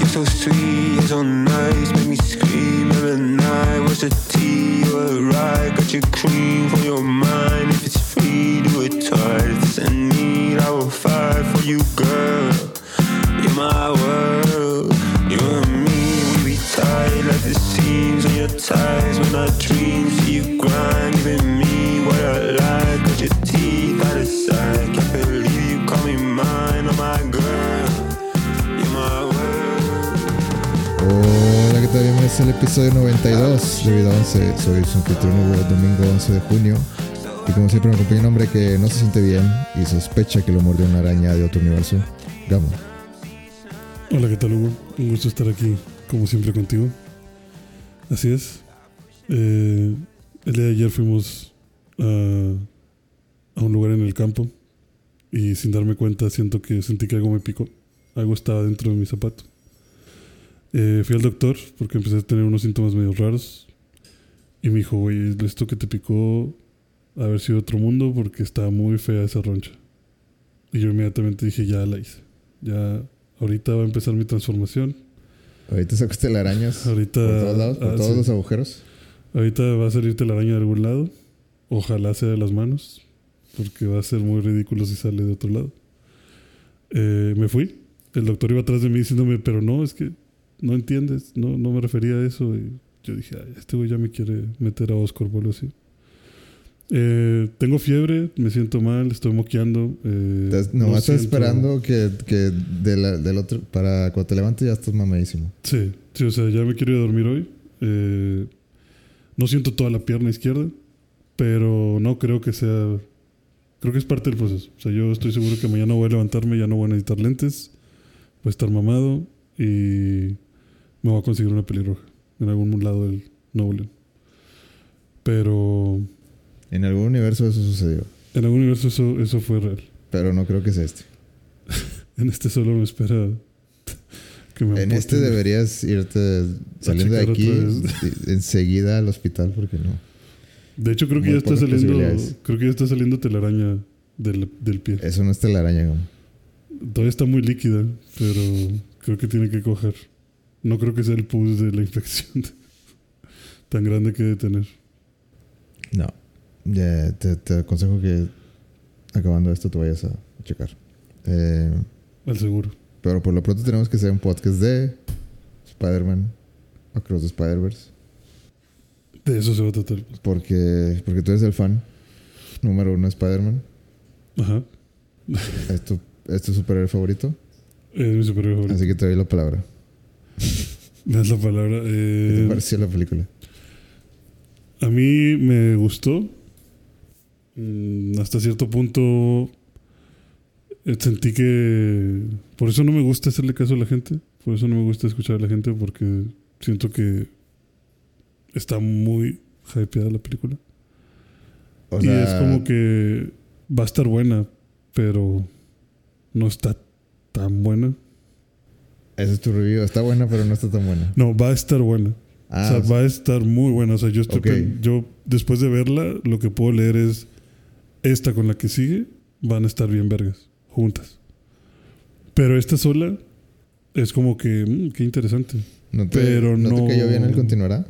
so sweet, you're so nice, make me scream every night. What's the tea, you're right, got your cream for your mind. If it's free, do it twice. If it's a need, I will fight for you, girl. You're my world, you and me, we be tight like the seams on your ties. When I dream, see you grind, giving me what I like. Got your teeth out of sight, can't believe you call me mine, oh my girl. You're my world. Hola, ¿qué tal? Bienvenidos al episodio 92 de Vida 11. Soy su anfitrión Hugo, domingo 11 de junio. Y como siempre me acompaña un hombre que no se siente bien y sospecha que lo mordió una araña de otro universo, Gamo. Hola, ¿qué tal, Hugo? Un gusto estar aquí, como siempre, contigo. Así es. El día de ayer fuimos a un lugar en el campo y sin darme cuenta sentí que algo me picó. Algo estaba dentro de mi zapato. Fui al doctor porque empecé a tener unos síntomas medio raros y me dijo, güey, esto que te picó ha haber sido otro mundo porque estaba muy fea esa roncha. Y yo inmediatamente dije, ya la hice. Ya, ahorita va a empezar mi transformación. Ahorita sacas telarañas Ahorita, por todos lados, por todos sí. los agujeros. Ahorita va a salir telaraña de algún lado. Ojalá sea de las manos, porque va a ser muy ridículo si sale de otro lado. Me fui. El doctor iba atrás de mí diciéndome, pero no, es que no entiendes, no me refería a eso. Y yo dije, ay, este güey ya me quiere meter a Oscar o algo así. Tengo fiebre, me siento mal, estoy moqueando. Nomás estás esperando que del otro, para cuando te levantes ya estás mamadísimo. Sí, o sea, ya me quiero ir a dormir hoy. No siento toda la pierna izquierda, pero no creo que sea... Creo que es parte del proceso. O sea, yo estoy seguro que mañana voy a levantarme, ya no voy a necesitar lentes, voy a estar mamado y me voy a conseguir una pelirroja en algún lado del Nuevo León. Pero... En algún universo eso sucedió. En algún universo eso fue real. Pero no creo que sea este. En este solo me espera que me En este deberías irte saliendo de aquí enseguida al hospital porque no. De hecho creo que ya está saliendo telaraña del pie. Eso no es telaraña, Gamo. Todavía está muy líquida, pero creo que tiene que coger. No creo que sea el pus de la infección tan grande que debe tener. No. Ya te aconsejo que acabando esto te vayas a checar. Al seguro. Pero por lo pronto tenemos que hacer un podcast de Spider-Man Across the Spider-Verse. De eso se va a tratar. Porque tú eres el fan número uno de Spider-Man. Ajá. ¿Es tu superhéroe favorito? Es mi superhéroe favorito. Así que te doy la palabra. Me das la palabra. ¿Qué te pareció la película? A mí me gustó. Hasta cierto punto sentí que... Por eso no me gusta hacerle caso a la gente. Por eso no me gusta escuchar a la gente, porque siento que está muy hypeada la película. O y sea, es como que va a estar buena, pero no está tan buena. ese es tu review. Está buena, pero no está tan buena. No, va a estar buena. O sea, va a estar muy buena. O sea, yo después de verla, lo que puedo leer es esta con la que sigue van a estar bien vergas, juntas. Pero esta sola es como que qué interesante. ¿No te cayó bien el continuará?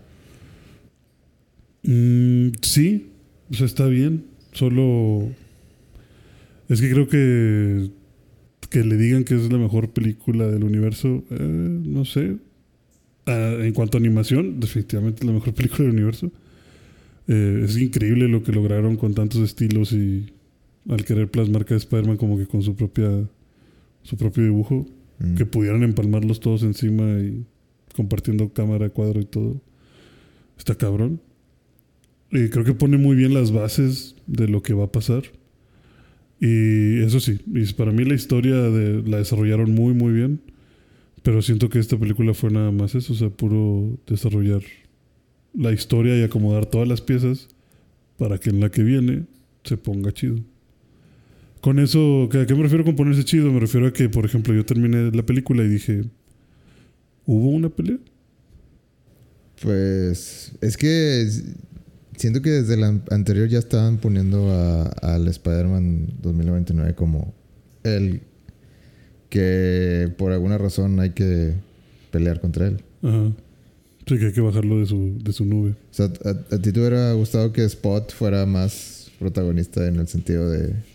Sí, o sea, está bien. Solo es que creo que le digan que es la mejor película del universo, no sé. En cuanto a animación, definitivamente es la mejor película del universo. Es increíble lo que lograron con tantos estilos y al querer plasmar cada Spider-Man como que con su propio dibujo, que pudieran empalmarlos todos encima y compartiendo cámara, cuadro y todo. Está cabrón. Y creo que pone muy bien las bases de lo que va a pasar. Y eso sí, y para mí la historia la desarrollaron muy muy bien. Pero siento que esta película fue nada más eso, o sea, puro desarrollar la historia y acomodar todas las piezas para que en la que viene se ponga chido. Con eso, ¿a qué me refiero con ponerse chido? Me refiero a que, por ejemplo, yo terminé la película y dije, ¿hubo una pelea? Pues es que siento que desde la anterior ya estaban poniendo al Spider-Man 2099 como el que por alguna razón hay que pelear contra él. Ajá. Sí, que hay que bajarlo de su nube. O sea, ¿a ti te hubiera gustado que Spot fuera más protagonista en el sentido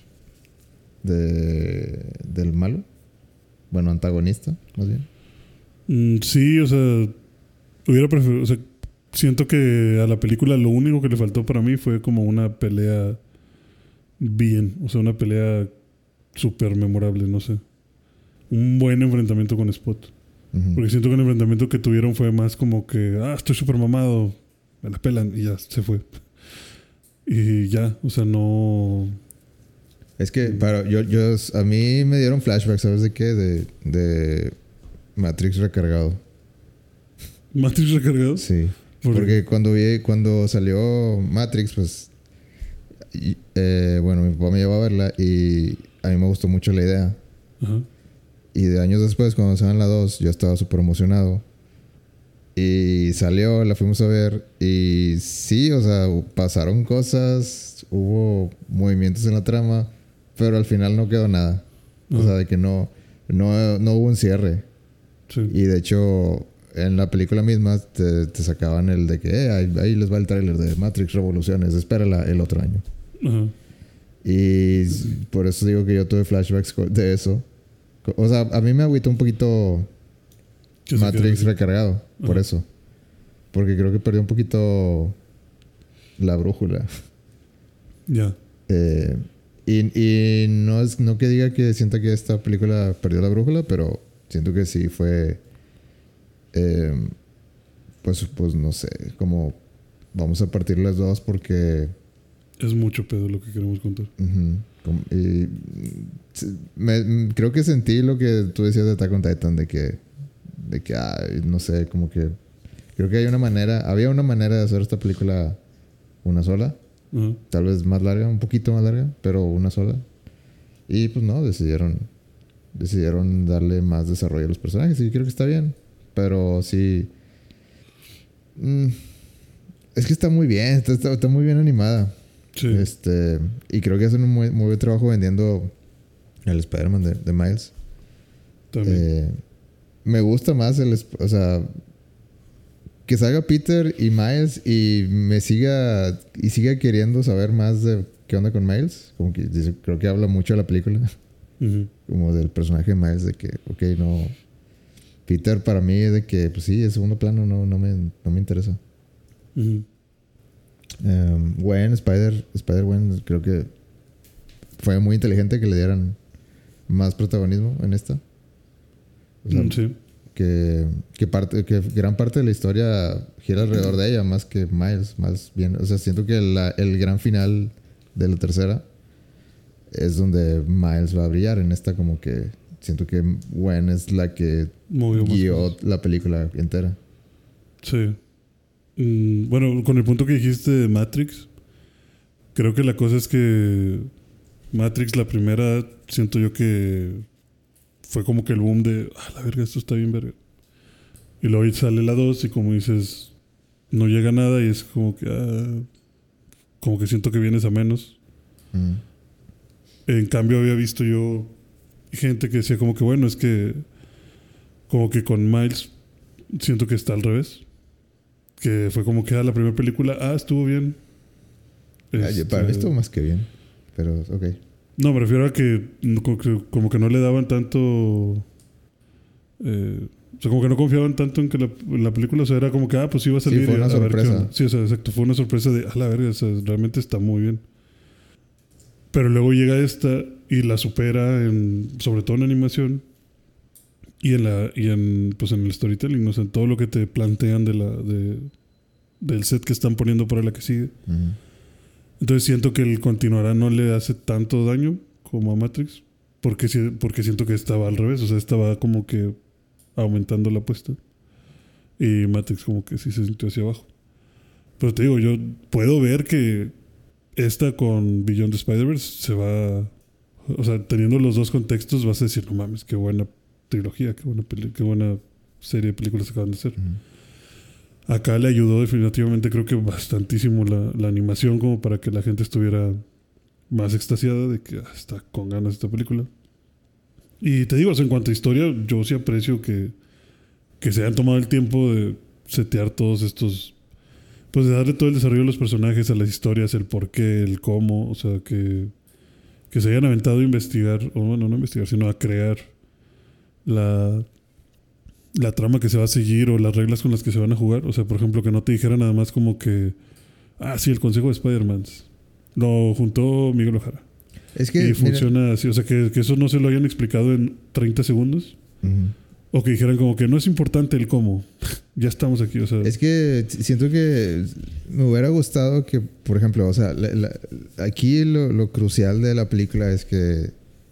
del malo? Bueno, antagonista, más bien. Sí, o sea, hubiera preferido... O sea, siento que a la película lo único que le faltó para mí fue como una pelea bien. O sea, una pelea súper memorable, no sé. Un buen enfrentamiento con Spot. Porque siento que el enfrentamiento que tuvieron fue más como que, estoy súper mamado, me la pelan y ya se fue. Y ya, o sea, no... Es que a mí me dieron flashbacks, ¿sabes de qué? De Matrix recargado. ¿Matrix recargado? Sí. Porque cuando salió Matrix, pues... bueno, mi papá me llevó a verla y a mí me gustó mucho la idea. Ajá. Y de años después, cuando salió la 2, yo estaba súper emocionado. Y salió, la fuimos a ver. Y sí, o sea, pasaron cosas, hubo movimientos en la trama, pero al final no quedó nada. O sea, de que no hubo un cierre. Sí. Y de hecho, en la película misma te sacaban el de que ahí les va el tráiler de Matrix Revoluciones, espérala el otro año. Ajá. Y por eso digo que yo tuve flashbacks de eso. O sea, a mí me agüitó un poquito Matrix recargado. Por eso. Porque creo que perdió un poquito la brújula. Ya. Y no que diga que sienta que esta película perdió la brújula, pero siento que sí fue... pues no sé, como vamos a partir las dos porque... Es mucho pedo lo que queremos contar. Y creo que sentí lo que tú decías de Attack on Titan, de que no sé, como que creo que había una manera de hacer esta película una sola. Uh-huh. Tal vez más larga, un poquito más larga, pero una sola. Y pues no, decidieron darle más desarrollo a los personajes y creo que está bien. Pero sí... es que está muy bien, está muy bien animada. Sí. Y creo que hacen un muy buen trabajo vendiendo el Spider-Man de Miles. También. Me gusta más o sea, que salga Peter y Miles y siga queriendo saber más de qué onda con Miles. Como que creo que habla mucho de la película. Uh-huh. Como del personaje de Miles, de que, no. Peter para mí es de que, pues sí, es segundo plano, no me interesa. Uh-huh. Spider-Gwen, creo que fue muy inteligente que le dieran más protagonismo en esta. O sea, sí. que gran parte de la historia gira alrededor de ella más que Miles, más bien. O sea, siento que el gran final de la tercera es donde Miles va a brillar. En esta como que siento que Gwen es la que guió la película entera. Sí. Bueno, con el punto que dijiste de Matrix, creo que la cosa es que Matrix, la primera, siento yo que fue como que el boom de la verga, esto está bien verga. Y luego sale la 2 y como dices, no llega a nada y es como que siento que vienes a menos. En cambio había visto yo gente que decía como que bueno, es que como que con Miles siento que está al revés. Que fue como que la primera película, estuvo bien. Para mí estuvo más que bien. Pero, ok. No, me refiero a que como que no le daban tanto... o sea, como que no confiaban tanto en que la película, o sea, era como que, pues iba a salir. Sí, fue una sorpresa. Sí, o sea, exacto, fue una sorpresa de, la verga, o sea, realmente está muy bien. Pero luego llega esta y la supera sobre todo en animación y en el storytelling, o sea, en todo lo que te plantean del set que están poniendo para la que sigue. Uh-huh. Entonces siento que el continuará no le hace tanto daño como a Matrix, porque siento que estaba al revés, o sea, estaba como que aumentando la apuesta y Matrix como que sí se sintió hacia abajo. Pero te digo, yo puedo ver que esta con Beyond the Spider-Verse se va, o sea, teniendo los dos contextos vas a decir, no mames, qué buena trilogía, qué buena serie de películas acaban de hacer. Uh-huh. Acá le ayudó definitivamente, creo que bastantísimo la animación como para que la gente estuviera más extasiada de que está con ganas esta película. Y te digo, o sea, en cuanto a historia, yo sí aprecio que que se hayan tomado el tiempo de setear todos estos... Pues de darle todo el desarrollo a los personajes, a las historias, el por qué, el cómo. O sea, que se hayan aventado a investigar, o bueno, no investigar, sino a crear la trama que se va a seguir o las reglas con las que se van a jugar. O sea, por ejemplo, que no te dijera nada más como que... Ah, sí, el Consejo de Spider-Man. Lo juntó Miguel Ojara. Es que, y funciona así. O sea, que eso no se lo hayan explicado en 30 segundos. Uh-huh. O que dijeran como que no es importante el cómo. Ya estamos aquí, o sea... Es que siento que me hubiera gustado que, por ejemplo, o sea, aquí lo crucial de la película es que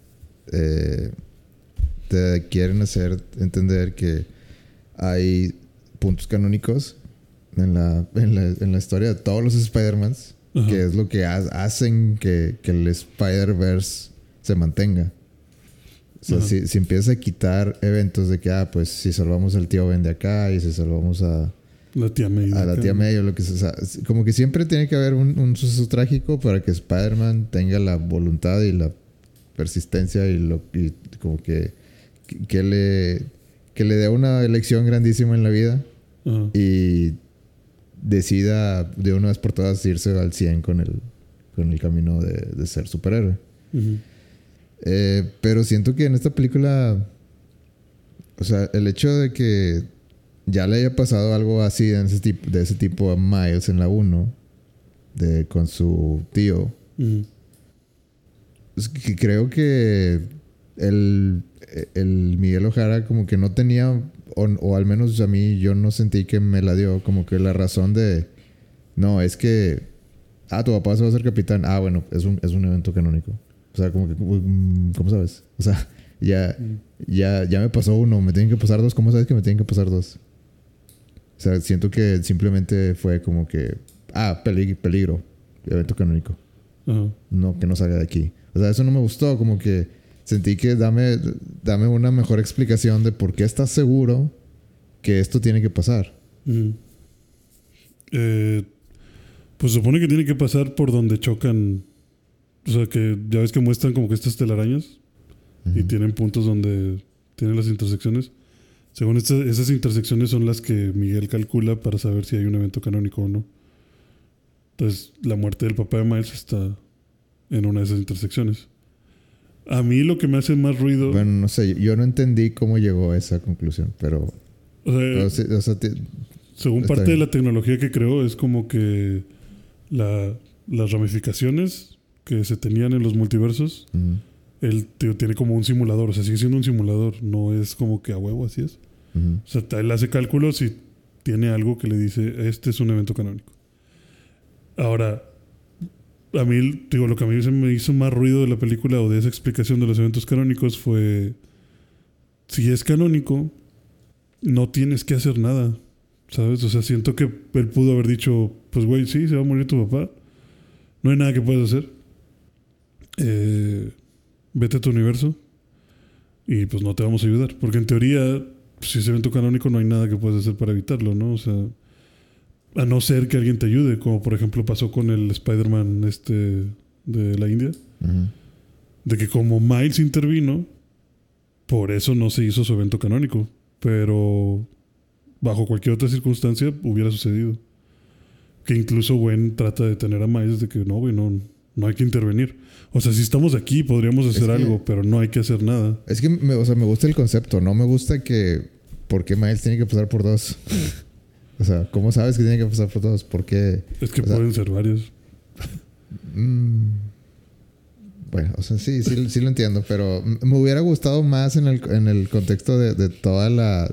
te quieren hacer entender que hay puntos canónicos en la historia de todos los Spider-Mans, que es lo que hacen que el Spider-Verse se mantenga. O sea, si empiezas a quitar eventos de que, pues si salvamos al tío Ben de acá y si salvamos a la tía May. A la tía May o lo que sea. O sea, como que siempre tiene que haber un suceso trágico para que Spider-Man tenga la voluntad y la persistencia y como que le dé una elección grandísima en la vida y decida de una vez por todas irse al 100 con el camino de ser superhéroe. Uh-huh. Pero siento que en esta película, o sea, el hecho de que ya le haya pasado algo así de ese tipo a Miles en la 1, con su tío, es que creo que el Miguel Ojara como que no tenía, o al menos a mí yo no sentí que me la dio, como que la razón de, no, es que, tu papá se va a hacer capitán, bueno, es un evento canónico. O sea, como que... ¿Cómo sabes? O sea, ya me pasó uno. Me tienen que pasar dos. ¿Cómo sabes que me tienen que pasar dos? O sea, siento que simplemente fue como que... peligro. Evento canónico. Uh-huh. No, que no salga de aquí. O sea, eso no me gustó. Como que sentí que dame una mejor explicación de por qué estás seguro que esto tiene que pasar. Uh-huh. Pues supone que tiene que pasar por donde chocan... O sea, que ya ves que muestran como que estas telarañas y tienen puntos donde tienen las intersecciones. Según esas intersecciones son las que Miguel calcula para saber si hay un evento canónico o no. Entonces, la muerte del papá de Miles está en una de esas intersecciones. A mí lo que me hace más ruido... Bueno, no sé. Yo no entendí cómo llegó a esa conclusión, pero... según parte de la tecnología que creó, es como que las ramificaciones... que se tenían en los multiversos, él tiene como un simulador, o sea, sigue siendo un simulador, no es como que a huevo, así es. O sea, él hace cálculos y tiene algo que le dice, este es un evento canónico. Ahora, a mí, lo que a mí se me hizo más ruido de la película o de esa explicación de los eventos canónicos fue, si es canónico, no tienes que hacer nada, ¿sabes? O sea, siento que él pudo haber dicho, pues güey, sí, se va a morir tu papá, no hay nada que puedas hacer. Vete a tu universo y pues no te vamos a ayudar, porque en teoría si es evento canónico no hay nada que puedas hacer para evitarlo, ¿no? O sea, a no ser que alguien te ayude, como por ejemplo pasó con el Spider-Man de la India, de que como Miles intervino, por eso no se hizo su evento canónico, pero bajo cualquier otra circunstancia hubiera sucedido, que incluso Gwen trata de tener a Miles de que no, güey, no hay que intervenir. O sea, si estamos aquí podríamos hacer algo, pero no hay que hacer nada. Es que, me gusta el concepto. No me gusta que... ¿Por qué Miles tiene que pasar por dos? O sea, ¿cómo sabes que tiene que pasar por dos? ¿Por qué? Es que pueden ser varios. Bueno, o sea, sí lo entiendo. Pero me hubiera gustado más en el contexto de toda la...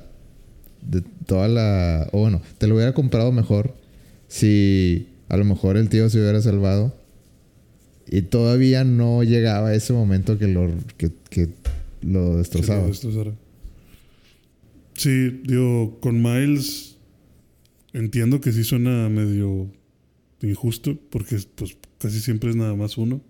O bueno, te lo hubiera comprado mejor si a lo mejor el tío se hubiera salvado. Y todavía no llegaba a ese momento que lo destrozaba. Sí, digo, con Miles entiendo que sí suena medio injusto, porque pues casi siempre es nada más uno.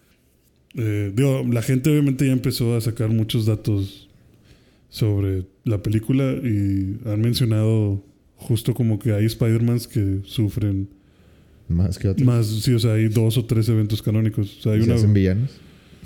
La gente obviamente ya empezó a sacar muchos datos sobre la película y han mencionado justo como que hay Spider-Mans que sufren más que otros. Sí, o sea, hay 2 o 3 eventos canónicos. O sea, hay ¿Se hacen villanos?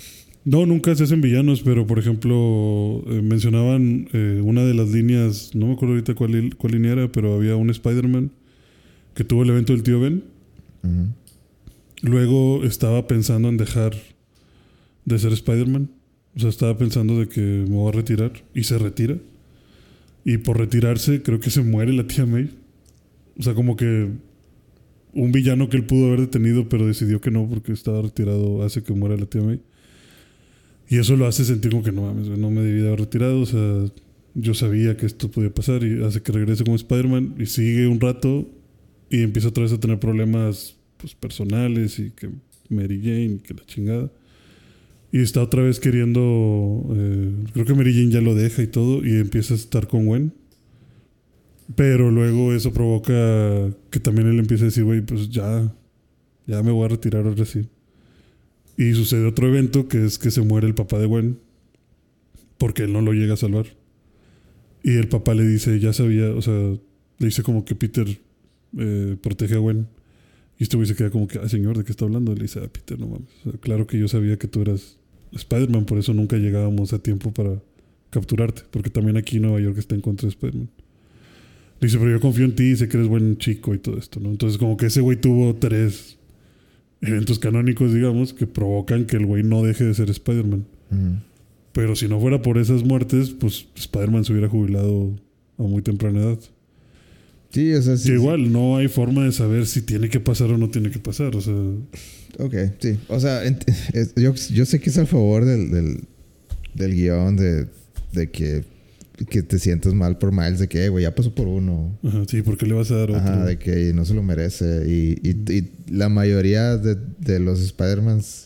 No, nunca se hacen villanos, pero por ejemplo, mencionaban una de las líneas, no me acuerdo ahorita cuál línea era, pero había un Spider-Man que tuvo el evento del tío Ben. Ujú. Luego estaba pensando en dejar de ser Spider-Man. O sea, estaba pensando de que me voy a retirar. Y se retira. Y por retirarse, creo que se muere la tía May. O sea, como que un villano que él pudo haber detenido, pero decidió que no porque estaba retirado, hace que muera la tía May. Y eso lo hace sentir como que no mames, güey, no me debí de haber retirado. O sea, yo sabía que esto podía pasar y hace que regrese como Spider-Man y sigue un rato y empieza otra vez a tener problemas pues, personales y que Mary Jane, que la chingada. Y está otra vez queriendo... creo que Mary Jane ya lo deja y todo y empieza a estar con Gwen. Pero luego eso provoca que también él empiece a decir, güey, pues ya me voy a retirar ahora sí. Y sucede otro evento que es que se muere el papá de Gwen porque él no lo llega a salvar. Y el papá le dice, ya sabía, o sea, le dice como que Peter protege a Gwen. Y este güey se queda como que, señor, ¿de qué está hablando? Y le dice, Peter, no mames. O sea, claro que yo sabía que tú eras Spider-Man, por eso nunca llegábamos a tiempo para capturarte. Porque también aquí en Nueva York está en contra de Spider-Man. Le dice, pero yo confío en ti y sé que eres buen chico y todo esto, ¿no? Entonces como que ese güey tuvo 3 eventos canónicos, digamos, que provocan que el güey no deje de ser Spider-Man. Ujú. Pero si no fuera por esas muertes, pues Spider-Man se hubiera jubilado a muy temprana edad. Sí, o sea, sí. Que igual no hay forma de saber si tiene que pasar o no tiene que pasar. O sea, Ok, sí. O sea, yo sé que es a favor del guión de que te sientas mal por Miles, de que, güey, ya pasó por uno. ajá, sí, ¿por qué le vas a dar otro? Ajá, de que no se lo merece. Y la mayoría de los Spider-Mans,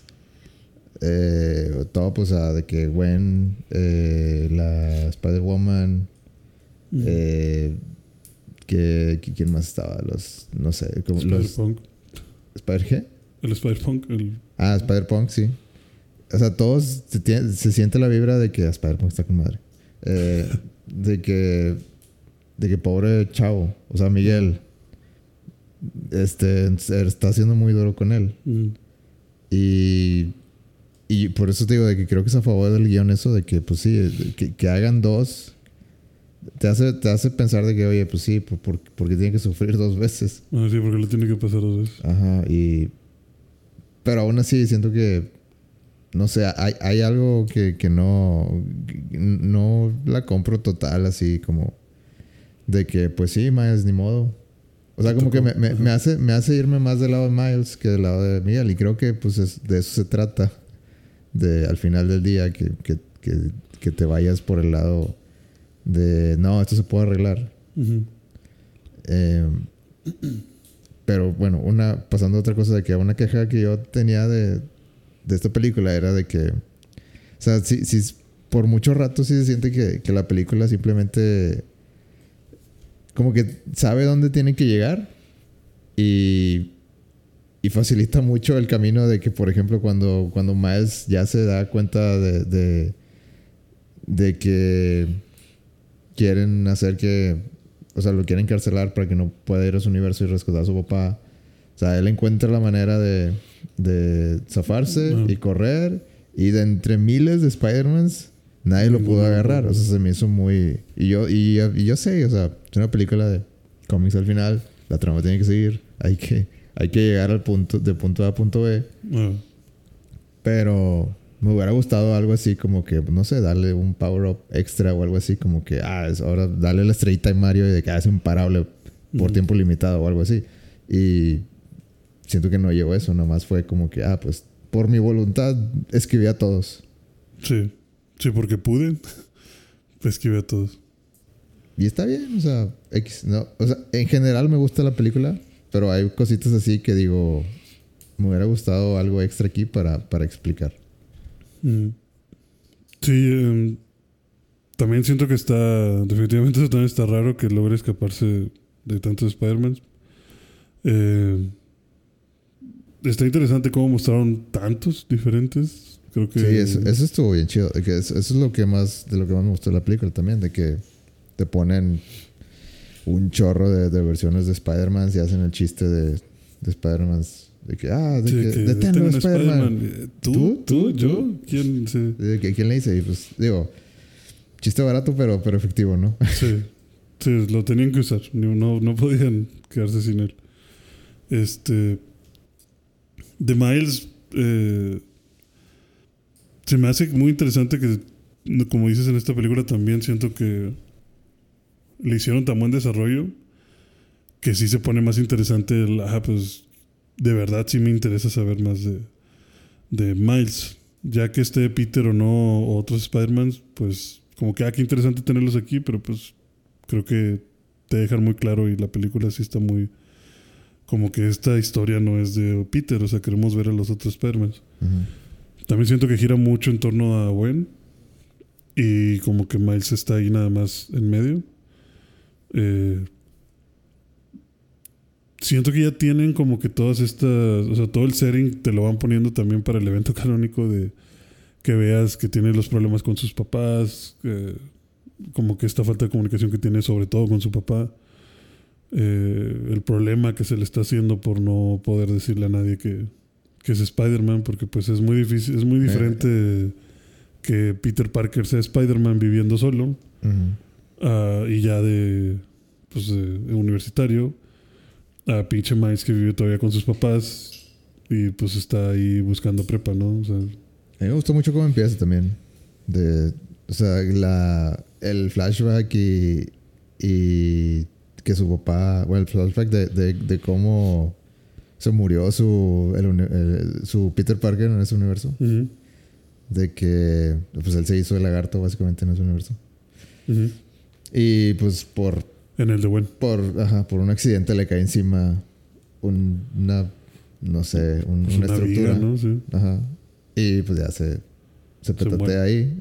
todo, pues, de que Gwen, la Spider-Woman, ¿quién más estaba? No sé, como Spider-Punk. ¿Spider qué? El Spider-Punk. Spider-Punk, sí. O sea, todos se siente la vibra de que Spider-Punk está con madre. De que pobre chavo, o sea, Miguel, está siendo muy duro con él. Y por eso te digo de que creo que es a favor del guión eso, de que pues sí, que hagan 2. Te hace pensar de que, oye, pues sí, porque tiene que sufrir 2 veces. Ah, sí, porque le tiene que pasar 2 veces. Ajá, pero aún así siento que, no sé, hay algo que no la compro total, así como de que, pues sí, Miles, ni modo. O sea, como que me hace irme más del lado de Miles que del lado de Miguel. Y creo que, pues, de eso se trata. Al final del día, que te vayas por el lado de, no, esto se puede arreglar. Uh-huh. Pero bueno, pasando a otra cosa, de que una queja que yo tenía de esta película era de que, o sea, sí, por mucho rato sí se siente que la película simplemente como que sabe dónde tiene que llegar y facilita mucho el camino de que, por ejemplo, cuando Miles ya se da cuenta de que quieren hacer que, o sea, lo quieren encarcelar para que no pueda ir a su universo y rescatar a su papá. O sea, él encuentra la manera de zafarse y correr. Y de entre miles de Spider-Mans, nadie lo pudo agarrar. O sea, se me hizo muy... Y yo sé, o sea, es una película de cómics al final. La trama tiene que seguir. Hay que llegar al punto, de punto A a punto B. Pero me hubiera gustado algo así como que, no sé, darle un power-up extra o algo así. Como que, ahora darle la estrellita a Mario y de que es imparable por tiempo limitado o algo así. Y siento que no llegó eso. Nomás fue como que, pues, por mi voluntad escribí a todos. Sí. Sí, porque pude. Escribí a todos. Y está bien, o sea, no, o sea, en general me gusta la película, pero hay cositas así que digo, me hubiera gustado algo extra aquí para explicar. Sí, también siento que definitivamente eso también está raro que logre escaparse de tantos Spider-Man. Está interesante cómo mostraron tantos diferentes. Creo que... Sí, eso estuvo bien chido. Eso es lo que más me gustó de la película también, de que te ponen un chorro de versiones de Spider-Man y hacen el chiste de Spider-Man De que, de Sí, que, que deténlo, detengan a Spider-Man. ¿Tú? ¿Yo? ¿Quién? Sí. De que, ¿quién le dice? Y pues, digo, chiste barato, pero efectivo, ¿no? Sí. Sí, lo tenían que usar. No podían quedarse sin él. De Miles, se me hace muy interesante que, como dices en esta película, también siento que le hicieron tan buen desarrollo que sí se pone más interesante pues de verdad sí me interesa saber más de Miles. Ya que esté Peter o no, o otros Spider-Man, pues como que qué interesante tenerlos aquí, pero pues creo que te dejan muy claro y la película sí está muy... Como que esta historia no es de Peter, o sea, queremos ver a los otros Spider-Man. También siento que gira mucho en torno a Gwen y como que Miles está ahí nada más en medio. Siento que ya tienen como que todas estas... O sea, todo el setting te lo van poniendo también para el evento canónico de que veas que tiene los problemas con sus papás, como que esta falta de comunicación que tiene sobre todo con su papá, el problema que se le está haciendo por no poder decirle a nadie que es Spider-Man, porque pues es muy difícil, es muy diferente que Peter Parker sea Spider-Man viviendo solo y ya de universitario, a pinche Miles que vive todavía con sus papás y pues está ahí buscando prepa, ¿no? O sea, a mí me gustó mucho cómo empieza también. O sea, el flashback y que su papá... Bueno, el flashback de cómo se murió su Peter Parker en ese universo. De que pues él se hizo el lagarto básicamente en ese universo. Y pues en el de Gwen. por un accidente le cae encima una estructura. Viga, ¿no? Sí. Ajá. Y pues ya se petatea ahí.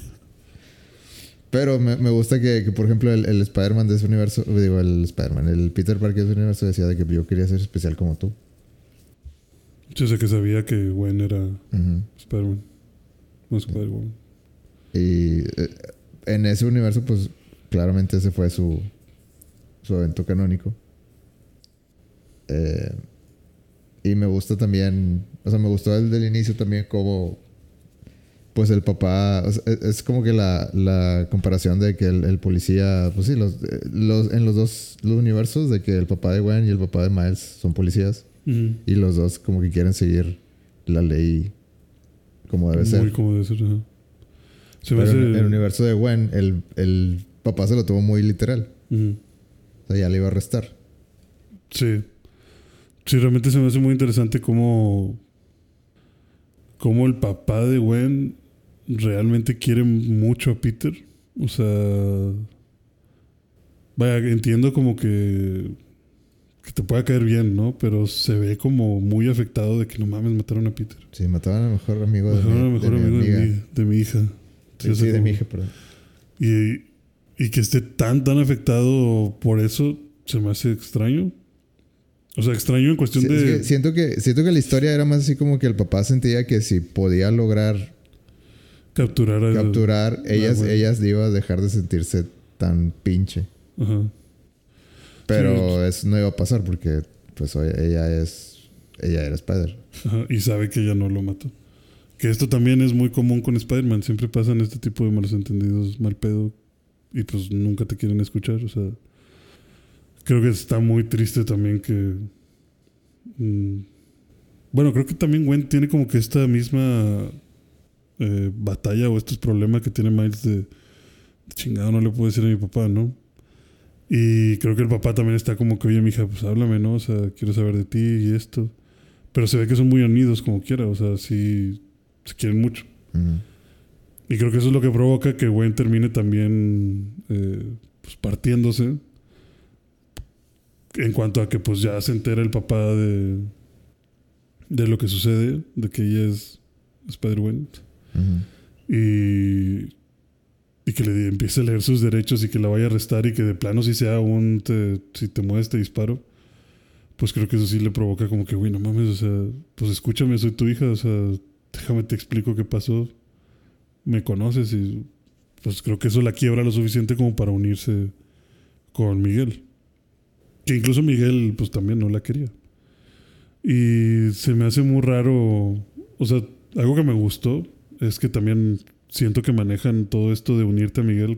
Pero me gusta que, por ejemplo, el Spider-Man de ese universo... Digo, el Peter Parker de ese universo decía de que yo quería ser especial como tú. Yo sé que sabía que Gwen era Spider-Man. No Spider-Man. Y en ese universo, pues, claramente ese fue su evento canónico. Y me gusta también... O sea, me gustó el del inicio también como... Pues el papá... O sea, es como que la comparación de que el policía... Pues sí, en los universos de que el papá de Gwen y el papá de Miles son policías. Y los dos como que quieren seguir la ley como debe ser. Muy como debe ser, ajá. Pero en el universo de Gwen, el papá se lo tomó muy literal. O sea, ya le iba a arrestar. Sí. Sí, realmente se me hace muy interesante cómo el papá de Gwen realmente quiere mucho a Peter. O sea... Vaya, entiendo como que te pueda caer bien, ¿no? Pero se ve como muy afectado de que no mames, mataron a Peter. Sí, mataron al mejor amigo de mi hija. Sí, de mi hija, perdón. Y que esté tan afectado por eso se me hace extraño. O sea, extraño en cuestión de... Es que siento que la historia era más así como que el papá sentía que si podía lograr capturar, ellas iban a dejar de sentirse tan pinche. Ajá. Pero sí, eso no iba a pasar porque pues ella era Spider. Ajá, y sabe que ella no lo mató. Que esto también es muy común con Spider-Man. Siempre pasan este tipo de malos entendidos, mal pedo. Y pues nunca te quieren escuchar. O sea, creo que está muy triste también que... bueno, creo que también Gwen tiene como que esta misma batalla o estos problemas que tiene Miles de chingado, no le puedo decir a mi papá, ¿no? Y creo que el papá también está como que, oye, mija, pues háblame, ¿no? O sea, quiero saber de ti y esto. Pero se ve que son muy unidos como quiera. O sea, sí se quieren mucho. Y creo que eso es lo que provoca que Gwen termine también pues partiéndose. En cuanto a que pues ya se entera el papá de lo que sucede, de que ella es Spider-Gwen. Y que le empiece a leer sus derechos y que la vaya a arrestar y que de plano si sea si te mueves te disparo. Pues creo que eso sí le provoca como que, güey, no mames, o sea, pues escúchame, soy tu hija, o sea, déjame te explico qué pasó. Me conoces y pues creo que eso la quiebra lo suficiente como para unirse con Miguel. Que incluso Miguel pues también no la quería. Y se me hace muy raro. O sea, algo que me gustó es que también siento que manejan todo esto de unirte a Miguel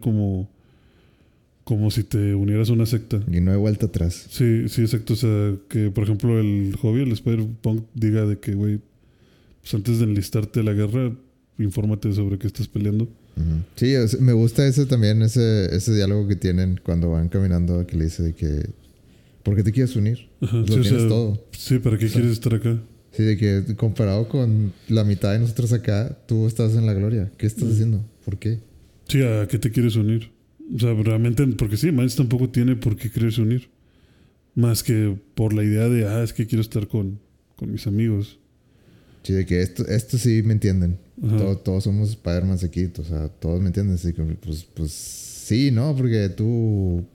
como si te unieras a una secta. Y no hay vuelta atrás. Sí, sí, exacto. O sea, que por ejemplo el hobby, el Spider-Punk, diga de que, güey, pues antes de enlistarte a la guerra, infórmate sobre qué estás peleando. Ujú. Sí, me gusta ese también, ese diálogo que tienen cuando van caminando, que le dice de que, ¿por qué te quieres unir? Ajá, Pues sí, lo o tienes sea, todo. sí, ¿para qué quieres estar acá? Sí, de que comparado con la mitad de nosotros acá, tú estás en la gloria. ¿Qué estás haciendo? ¿Por qué? Sí, ¿a qué te quieres unir? O sea, realmente, porque sí, Miles tampoco tiene por qué quererse unir. Más que por la idea de, es que quiero estar con mis amigos. Sí, de que esto sí me entienden. Ajá. Todos somos Spider-Man aquí. O sea, todos me entienden. Así que, pues sí, ¿no? Porque tú...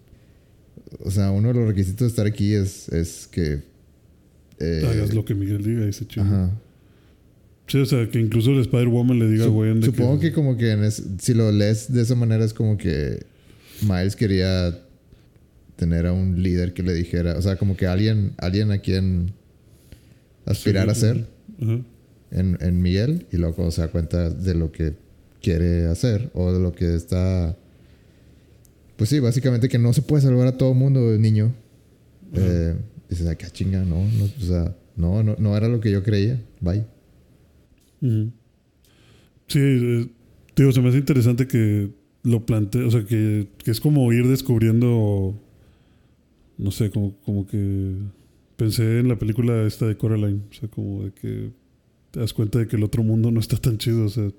O sea, uno de los requisitos de estar aquí es que... Hagas lo que Miguel diga, dice chido. Ajá. Sí, o sea, que incluso el Spider-Woman le diga a Gwen de Supongo que como que si lo lees de esa manera es como que Miles quería tener a un líder que le dijera, o sea, como que alguien a quien aspirar sí, a ser ajá. en Miguel, y luego cuando se da cuenta de lo que quiere hacer o de lo que está, pues sí, básicamente que no se puede salvar a todo mundo, el niño. Dices, qué chinga, o sea, no era lo que yo creía, bye. Ujú. Sí, digo, se me hace interesante que lo plantee, o sea, que es como ir descubriendo, no sé, como que pensé en la película esta de Coraline, o sea, como de que te das cuenta de que el otro mundo no está tan chido, o sea,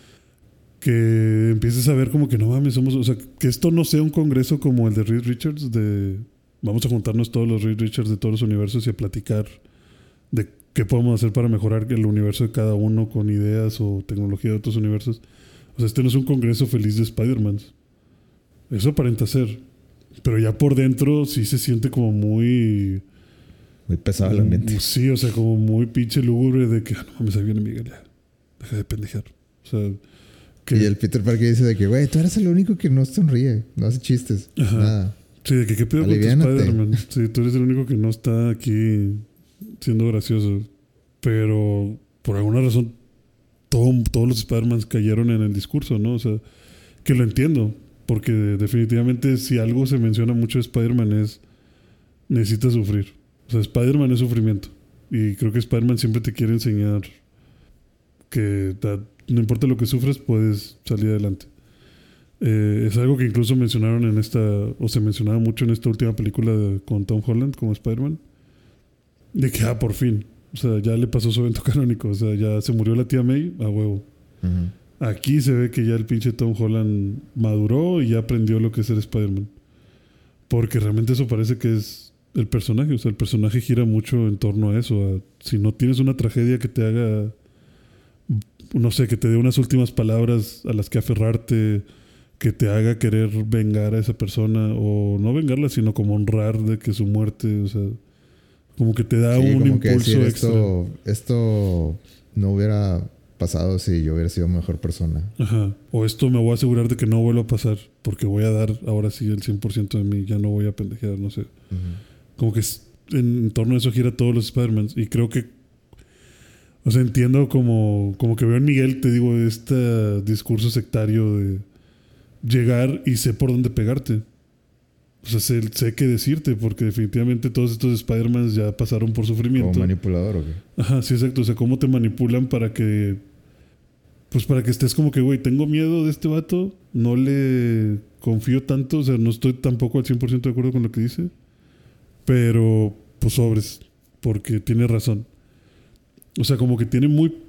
que empieces a ver como que no mames, o sea, que esto no sea un congreso como el de Reed Richards, de vamos a juntarnos todos los Reed Richards de todos los universos y a platicar de qué podemos hacer para mejorar el universo de cada uno con ideas o tecnología de otros universos. O sea, este no es un congreso feliz de Spider-Man. Eso aparenta ser. Pero ya por dentro sí se siente como muy... Muy pesado el ambiente. Sí, o sea, como muy pinche lúgubre de que, no mames, ahí viene Miguel, ya. Deja de pendejar. O sea, que... Y el Peter Parker dice de que, güey, tú eres el único que no sonríe, no hace chistes, Ajá. nada. Sí, de que qué pedo con tu Aliviánate. Spider-Man. Sí, tú eres el único que no está aquí siendo gracioso. Pero por alguna razón todos los Spider-Man cayeron en el discurso, ¿no? O sea, que lo entiendo. Porque definitivamente si algo se menciona mucho de Spider-Man es necesita sufrir. O sea, Spider-Man es sufrimiento. Y creo que Spider-Man siempre te quiere enseñar que no importa lo que sufres, puedes salir adelante. Es algo que incluso mencionaron o se mencionaba mucho en esta última película con Tom Holland como Spider-Man. De que, por fin. O sea, ya le pasó su evento canónico. O sea, ya se murió la tía May, a huevo. Uh-huh. Aquí se ve que ya el pinche Tom Holland maduró y ya aprendió lo que es ser Spider-Man. Porque realmente eso parece que es el personaje. O sea, el personaje gira mucho en torno a eso. Si no tienes una tragedia que te haga, no sé, que te dé unas últimas palabras a las que aferrarte, que te haga querer vengar a esa persona, o no vengarla, sino como honrar de que su muerte, o sea, como que te da un como que impulso decir, extra. Esto no hubiera pasado si yo hubiera sido mejor persona. Ajá. O esto me voy a asegurar de que no vuelva a pasar, porque voy a dar ahora sí el 100% de mí, ya no voy a pendejear, no sé. Uh-huh. Como que en torno a eso gira todos los Spider-Man. Y creo que, o sea, entiendo como que veo en Miguel, te digo, este discurso sectario de llegar y sé por dónde pegarte. O sea, sé qué decirte, porque definitivamente todos estos Spider-Man ya pasaron por sufrimiento. ¿Como manipulador o qué? Ajá, sí, exacto. O sea, cómo te manipulan para que... Pues para que estés como que, güey, tengo miedo de este vato, no le confío tanto, o sea, no estoy tampoco al 100% de acuerdo con lo que dice, pero pues sobres, porque tiene razón. O sea, como que tiene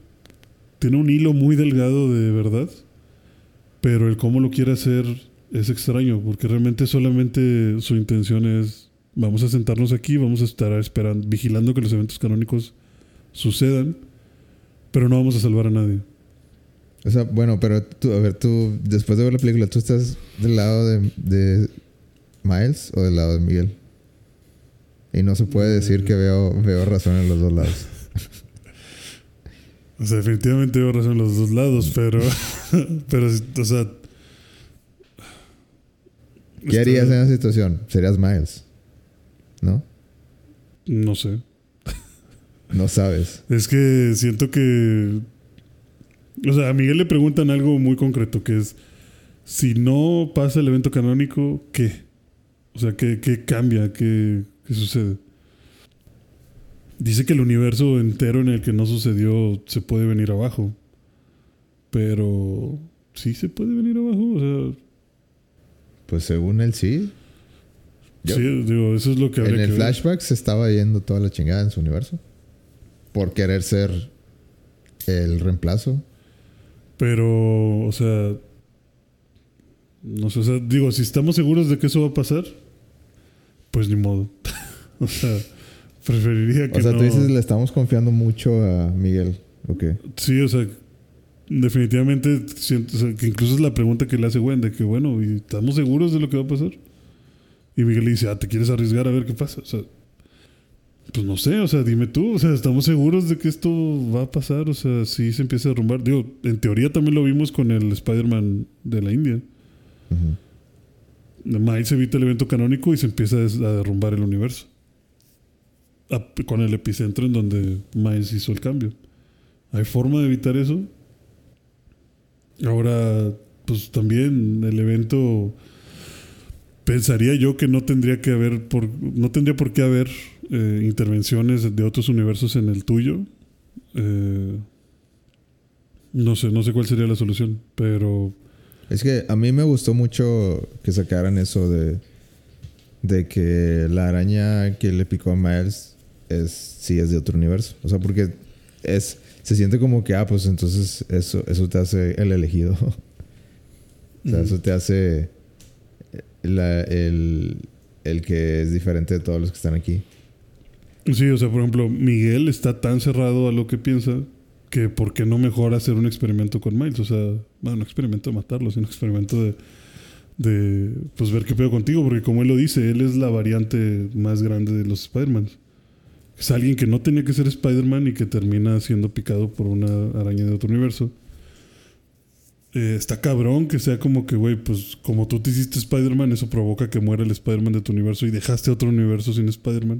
un hilo muy delgado de verdad, pero el cómo lo quiere hacer es extraño, porque realmente solamente su intención es, vamos a sentarnos aquí, vamos a estar esperando, vigilando que los eventos canónicos sucedan, pero no vamos a salvar a nadie. O sea, bueno, pero tú, después de ver la película, ¿tú estás del lado de Miles o del lado de Miguel? Y no se puede decir que veo razón en los dos lados. O sea, definitivamente veo razón en los dos lados, pero o sea... ¿Qué harías en esa situación? Serías Miles, ¿no? No sé. No sabes. Es que siento que... O sea, a Miguel le preguntan algo muy concreto, que es... Si no pasa el evento canónico, ¿qué? O sea, ¿qué cambia? ¿Qué sucede? Dice que el universo entero en el que no sucedió se puede venir abajo. Pero... ¿Sí se puede venir abajo? O sea... Pues según él sí. Sí, digo, eso es lo que habría En el que ver. flashback se estaba yendo toda la chingada en su universo. Por querer ser el reemplazo. Pero, o sea... No sé, o sea, digo, si estamos seguros de que eso va a pasar, pues ni modo. O sea, preferiría que O sea, no... tú dices le estamos confiando mucho a Miguel. ¿Ok? Sí, o sea, definitivamente siento, o sea, que incluso es la pregunta que le hace Gwen, de que bueno, ¿y estamos seguros de lo que va a pasar? Y Miguel le dice, ¿te quieres arriesgar a ver qué pasa? O sea, pues no sé, o sea, dime tú, o sea, ¿estamos seguros de que esto va a pasar? O sea, si se empieza a derrumbar. Digo, en teoría también lo vimos con el Spider-Man de la India. Miles evita el evento canónico y se empieza a derrumbar el universo. Con el epicentro en donde Miles hizo el cambio. ¿Hay forma de evitar eso? Ahora, pues también el evento... Pensaría yo que no tendría por qué haber intervenciones de otros universos en el tuyo. No sé cuál sería la solución, pero... Es que a mí me gustó mucho que sacaran eso de que la araña que le picó a Miles sí es de otro universo. O sea, porque se siente como que, pues entonces eso te hace el elegido. O sea, eso te hace el que es diferente de todos los que están aquí. Sí, o sea, por ejemplo, Miguel está tan cerrado a lo que piensa que ¿por qué no mejor hacer un experimento con Miles? O sea, bueno, un experimento de matarlo, sino un experimento de pues ver qué pedo contigo, porque como él lo dice, él es la variante más grande de los Spider-Man. Es alguien que no tenía que ser Spider-Man y que termina siendo picado por una araña de otro universo. Está cabrón que sea como que, güey, pues como tú te hiciste Spider-Man, eso provoca que muera el Spider-Man de tu universo y dejaste otro universo sin Spider-Man.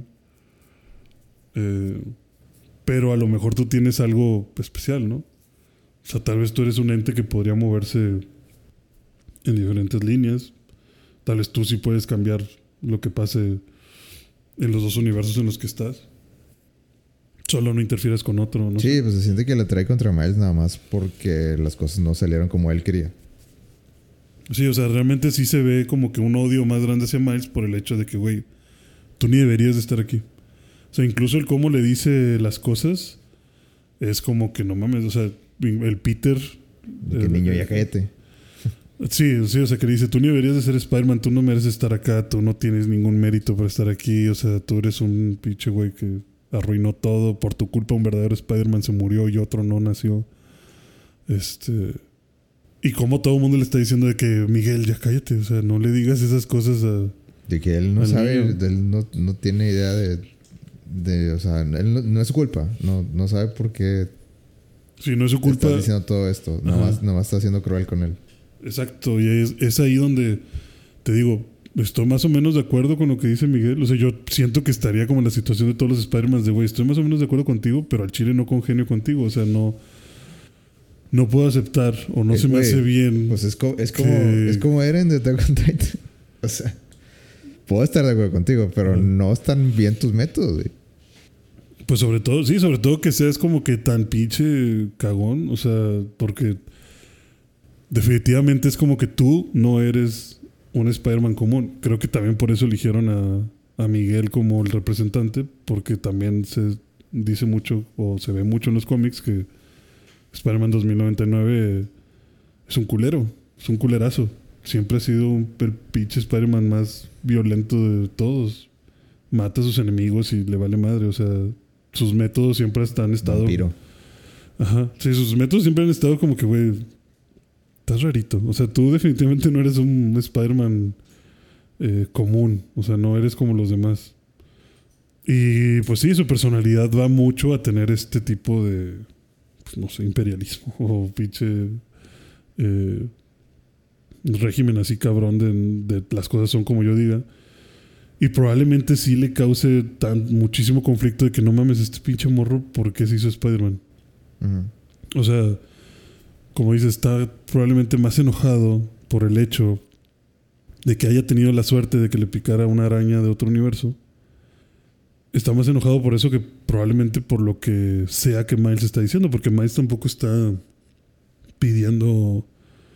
Pero a lo mejor tú tienes algo especial, ¿no? O sea, tal vez tú eres un ente que podría moverse en diferentes líneas. Tal vez tú sí puedes cambiar lo que pase en los dos universos en los que estás. Solo no interfieras con otro, ¿no? Sí, pues se siente que le trae contra Miles nada más porque las cosas no salieron como él quería. Sí, o sea, realmente sí se ve como que un odio más grande hacia Miles por el hecho de que, güey, tú ni deberías de estar aquí. O sea, incluso el cómo le dice las cosas es como que no mames, o sea, el Peter... Que niño, ya cállate. Sí, o sea, que le dice, tú ni deberías de ser Spider-Man, tú no mereces estar acá, tú no tienes ningún mérito para estar aquí, o sea, tú eres un pinche güey que arruinó todo, por tu culpa un verdadero Spider-Man se murió y otro no nació. Y como todo el mundo le está diciendo de que Miguel, ya cállate, o sea, no le digas esas cosas a... De que él no sabe, él no tiene idea o sea, él no es su culpa, no sabe por qué... Sí, no es su culpa. Está diciendo todo esto, nada más está siendo cruel con él. Exacto, y es ahí donde te digo, estoy más o menos de acuerdo con lo que dice Miguel. O sea, yo siento que estaría como en la situación de todos los Spider-Man de, güey, estoy más o menos de acuerdo contigo, pero al chile no congenio contigo. O sea, no puedo aceptar o no se me hace bien. Pues es como Eren de Attack on Titan. O sea, puedo estar de acuerdo contigo, pero no están bien tus métodos, güey. Pues sobre todo que seas como que tan pinche cagón. O sea, porque definitivamente es como que tú no eres un Spider-Man común. Creo que también por eso eligieron a Miguel como el representante, porque también se dice mucho o se ve mucho en los cómics que Spider-Man 2099 es un culero, es un culerazo. Siempre ha sido el pinche Spider-Man más violento de todos. Mata a sus enemigos y le vale madre. O sea, sus métodos siempre han estado... Vampiro. Ajá. Sí, sus métodos siempre han estado como que, güey, estás rarito. O sea, tú definitivamente no eres un Spider-Man común. O sea, no eres como los demás. Y pues sí, su personalidad va mucho a tener este tipo de, pues, no sé, imperialismo o pinche régimen así cabrón de las cosas son como yo diga. Y probablemente sí le cause muchísimo conflicto de que no mames, este pinche morro, ¿por qué se hizo Spider-Man? O sea, como dices, está probablemente más enojado por el hecho de que haya tenido la suerte de que le picara una araña de otro universo. Está más enojado por eso que probablemente por lo que sea que Miles está diciendo, porque Miles tampoco está pidiendo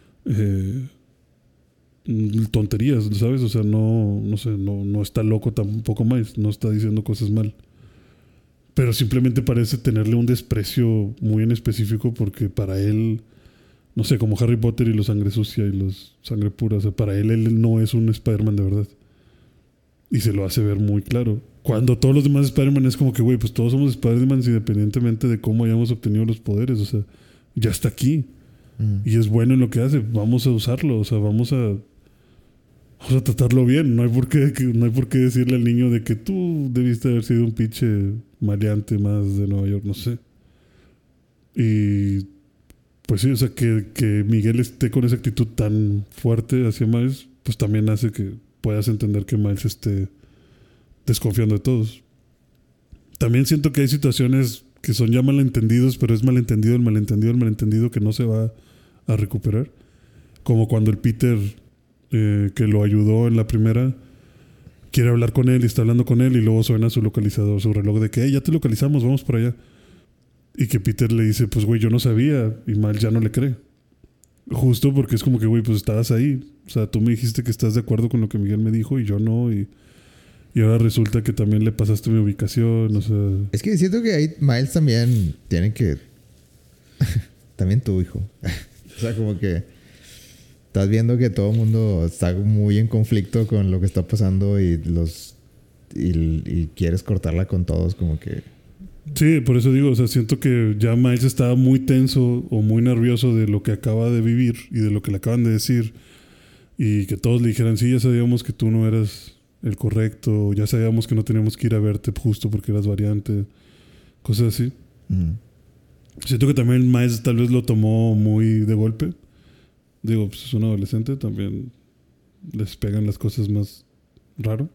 tonterías, ¿sabes? O sea, no sé, no está loco tampoco Miles, no está diciendo cosas mal. Pero simplemente parece tenerle un desprecio muy en específico porque para él, no sé, como Harry Potter y los sangre sucia y los sangre pura, o sea, para él no es un Spider-Man de verdad. Y se lo hace ver muy claro. Cuando todos los demás Spider-Man es como que, güey, pues todos somos Spider-Man independientemente de cómo hayamos obtenido los poderes. O sea, ya está aquí. Y es bueno en lo que hace. Vamos a usarlo. O sea, vamos a tratarlo bien. No hay por qué decirle al niño de que tú debiste haber sido un pinche maleante más de Nueva York, no sé. Y pues sí, o sea, que Miguel esté con esa actitud tan fuerte hacia Miles, pues también hace que puedas entender que Miles esté desconfiando de todos. También siento que hay situaciones que son ya malentendidos, pero es malentendido el malentendido que no se va a recuperar. Como cuando el Peter que lo ayudó en la primera quiere hablar con él y está hablando con él y luego suena su localizador, su reloj de que hey, ya te localizamos, vamos por allá. Y que Peter le dice, pues güey, yo no sabía, y Miles ya no le cree. Justo porque es como que, güey, pues estabas ahí. O sea, tú me dijiste que estás de acuerdo con lo que Miguel me dijo y yo no, y ahora resulta que también le pasaste mi ubicación, o sea... Es que siento que ahí Miles también tiene que... también tu hijo. O sea, como que... Estás viendo que todo el mundo está muy en conflicto con lo que está pasando y quieres cortarla con todos, como que... Sí, por eso digo, o sea, siento que ya Miles estaba muy tenso o muy nervioso de lo que acaba de vivir y de lo que le acaban de decir y que todos le dijeran, sí, ya sabíamos que tú no eras el correcto, ya sabíamos que no teníamos que ir a verte justo porque eras variante, cosas así. Siento que también Miles tal vez lo tomó muy de golpe. Digo, pues es un adolescente, también les pegan las cosas más raro.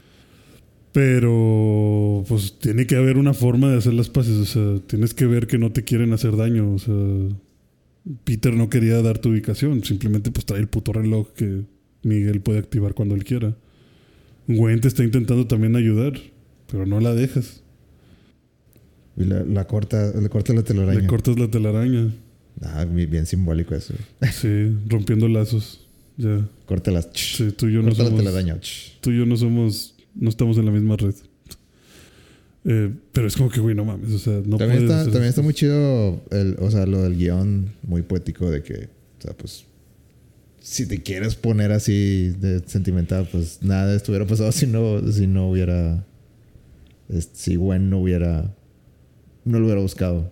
Pero pues tiene que haber una forma de hacer las paces. O sea, tienes que ver que no te quieren hacer daño. O sea, Peter no quería dar tu ubicación. Simplemente pues trae el puto reloj que Miguel puede activar cuando él quiera. Gwen te está intentando también ayudar, pero no la dejas. Y le cortas la telaraña. Le cortas la telaraña. Ah, bien simbólico eso. Sí, rompiendo lazos. Ya. Córtalas. Sí, tú y yo no somos... Córtala telaraña. Tú y yo no estamos en la misma red. Pero es como que, güey, no mames. O sea, no también puedes... También está muy chido lo del guión, muy poético de que, o sea, pues, si te quieres poner así de sentimental, pues nada de esto hubiera pasado si no hubiera... Si Gwen no lo hubiera buscado.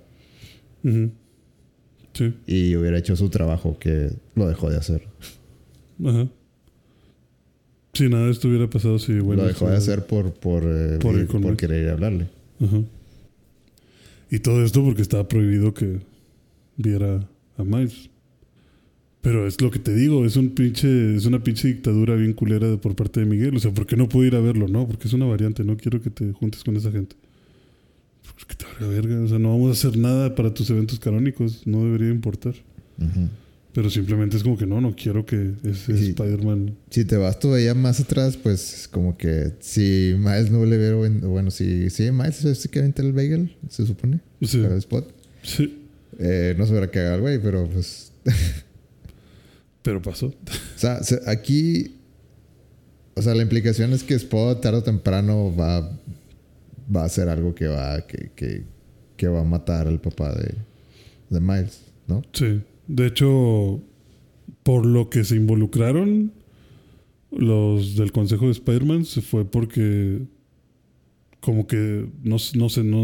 Sí. Y hubiera hecho su trabajo que lo dejó de hacer. Ajá. Si nada de esto hubiera pasado, sí, bueno. Lo dejó de hacer por querer hablarle. Ajá. Y todo esto porque estaba prohibido que viera a Miles. Pero es lo que te digo, es una pinche dictadura bien culera por parte de Miguel. O sea, ¿por qué no puedo ir a verlo? No, porque es una variante, no quiero que te juntes con esa gente. Pues que te valga verga, o sea, no vamos a hacer nada para tus eventos canónicos, no debería importar. Pero simplemente es como que no quiero que ese Spider-Man... Si te vas todavía más atrás, pues como que si Miles no le ve... Bueno, si Miles es que aventa el bagel, se supone. Sí. Para el spot. Sí. No se verá cagar, güey, pero pues... Pero pasó. O sea, aquí... O sea, la implicación es que Spot tarde o temprano va a hacer algo que va a matar al papá de Miles, ¿no? Sí. De hecho, por lo que se involucraron los del Consejo de Spider-Man, se fue porque como que no sé,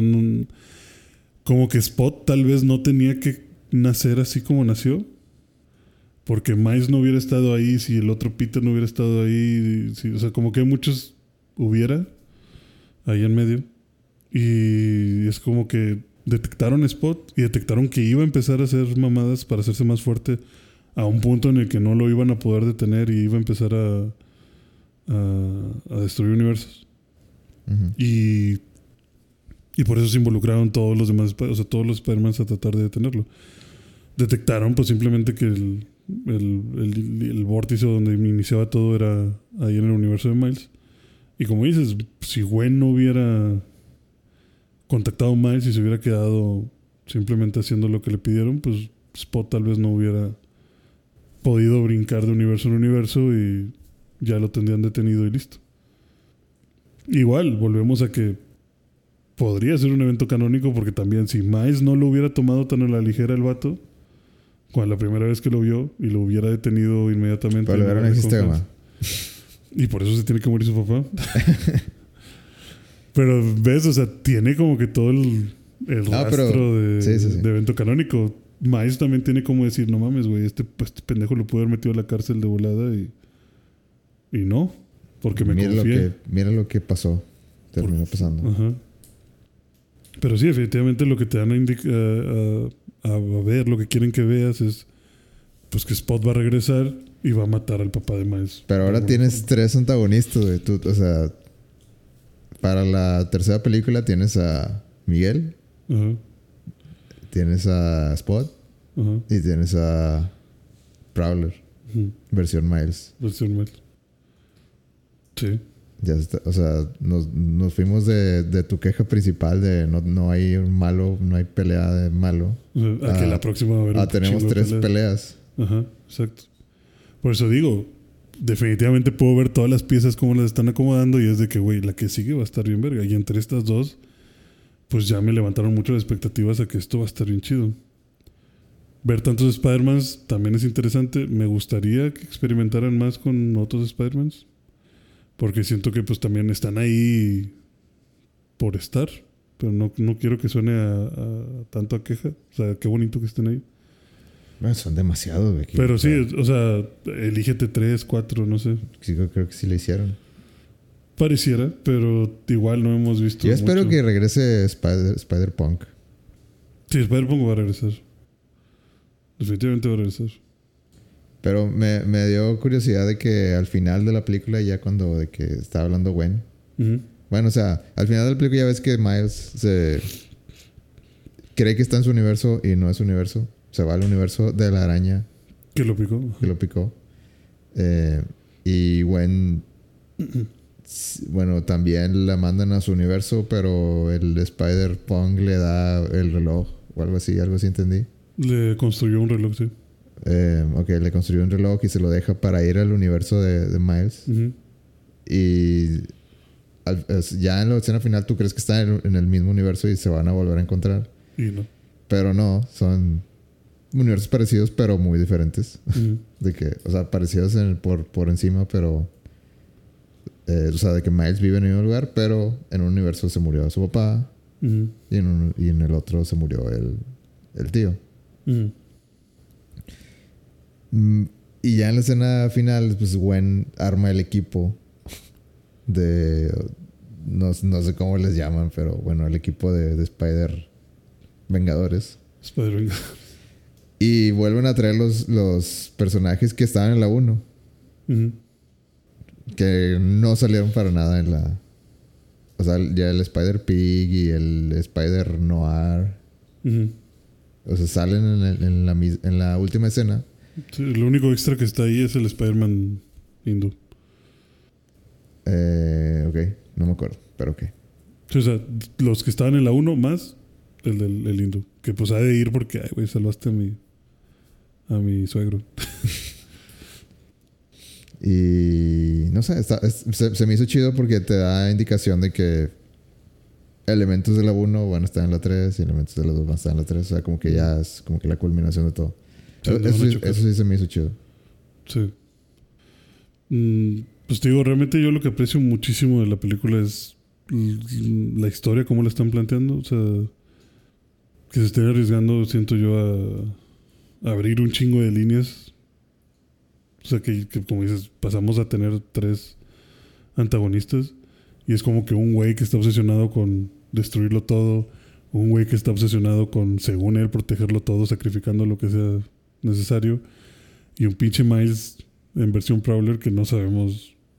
como que Spot tal vez no tenía que nacer así como nació. Porque Miles no hubiera estado ahí, si el otro Peter no hubiera estado ahí. O sea, como que muchos hubiera ahí en medio. Y es como que detectaron Spot y detectaron que iba a empezar a hacer mamadas para hacerse más fuerte a un punto en el que no lo iban a poder detener y iba a empezar a a destruir universos. Ujú. Y por eso se involucraron todos los demás, o sea, todos los Spider-Man a tratar de detenerlo. Detectaron pues simplemente que el vórtice donde iniciaba todo era ahí en el universo de Miles. Y como dices, si Gwen no hubiera contactado a Miles y se hubiera quedado simplemente haciendo lo que le pidieron, pues Spot tal vez no hubiera podido brincar de universo en universo y ya lo tendrían detenido y listo. Igual, volvemos a que podría ser un evento canónico porque también si Miles no lo hubiera tomado tan a la ligera el vato, cuando la primera vez que lo vio y lo hubiera detenido inmediatamente. Pero no existe, mamá. Y por eso se tiene que morir su papá. Pero ves, o sea, tiene como que todo el rastro de evento canónico. Miles también tiene como decir, no mames, güey, este pendejo lo pudo haber metido a la cárcel de volada y no, porque me confié. Mira lo que pasó. Terminó pasando. Ajá. Pero sí, definitivamente lo que te dan a ver, lo que quieren que veas es pues que Spot va a regresar y va a matar al papá de Miles. Pero ahora tienes 3 antagonistas, güey. O sea, para la tercera película tienes a Miguel, Ajá. tienes a Spot, Ajá. y tienes a Prowler, versión Miles. Versión Miles. Sí. Ya está, o sea, nos fuimos de tu queja principal de no hay un malo, no hay pelea de malo. O sea, a que la próxima va a haber tenemos 3 peleas. Ajá, exacto. Por eso digo, definitivamente puedo ver todas las piezas como las están acomodando y es de que, güey, la que sigue va a estar bien verga. Y entre estas dos, pues ya me levantaron mucho las expectativas a que esto va a estar bien chido. Ver tantos Spider-Mans también es interesante. Me gustaría que experimentaran más con otros Spider-Mans. Porque siento que pues también están ahí por estar. Pero no quiero que suene tanto a queja. O sea, qué bonito que estén ahí. Bueno, son demasiados, güey. Pero sí, o sea, elígete 3, 4, no sé. Sí, creo que sí le hicieron. Pareciera, pero igual no hemos visto. Yo espero que regrese Spider-Punk. Sí, Spider-Punk va a regresar. Definitivamente va a regresar. Pero me dio curiosidad de que al final de la película, ya cuando de que estaba hablando Gwen. Uh-huh. Bueno, o sea, al final de la película ya ves que Miles se cree que está en su universo y no es su universo. Se va al universo de la araña. ¿Que lo picó? Que lo picó. Y Gwen... Bueno, también la mandan a su universo, pero el Spider-Punk le da el reloj o algo así entendí. Le construyó un reloj, sí. Ok, le construyó un reloj y se lo deja para ir al universo de Miles. Uh-huh. Y ya en la escena final tú crees que están en el mismo universo y se van a volver a encontrar. Y no. Pero no, son universos parecidos pero muy diferentes. Uh-huh. De que, o sea, parecidos por encima, pero... o sea, de que Miles vive en el mismo lugar, pero en un universo se murió su papá. Uh-huh. Y en el otro se murió el tío. Uh-huh. Y ya en la escena final, pues Gwen arma el equipo de... No sé cómo les llaman, pero bueno, el equipo de Spider Vengadores. Spider-Vengadores. Y vuelven a traer los personajes que estaban en la 1. Uh-huh. Que no salieron para nada en la... O sea, ya el Spider-Pig y el Spider-Noir. Uh-huh. O sea, salen en la última escena. Sí, lo único extra que está ahí es el Spider-Man hindú. Ok, no me acuerdo, pero ok. Sí, o sea, los que estaban en la 1 más el hindú. Que pues ha de ir porque, ay, güey, salvaste a mi suegro. Y no sé, se me hizo chido porque te da indicación de que elementos de la 1 van a estar en la 3 y elementos de la 2 van a estar en la 3. O sea, como que ya es como que la culminación de todo. Sí, eso sí se me hizo chido. Sí. Pues te digo, realmente yo lo que aprecio muchísimo de la película es la historia, cómo la están planteando. O sea, que se estén arriesgando, siento yo, a abrir un chingo de líneas. O sea, que como dices, pasamos a tener 3 antagonistas. Y es como que un güey que está obsesionado con destruirlo todo. Un güey que está obsesionado con, según él, protegerlo todo, sacrificando lo que sea necesario. Y un pinche Miles en versión Prowler que no sabemos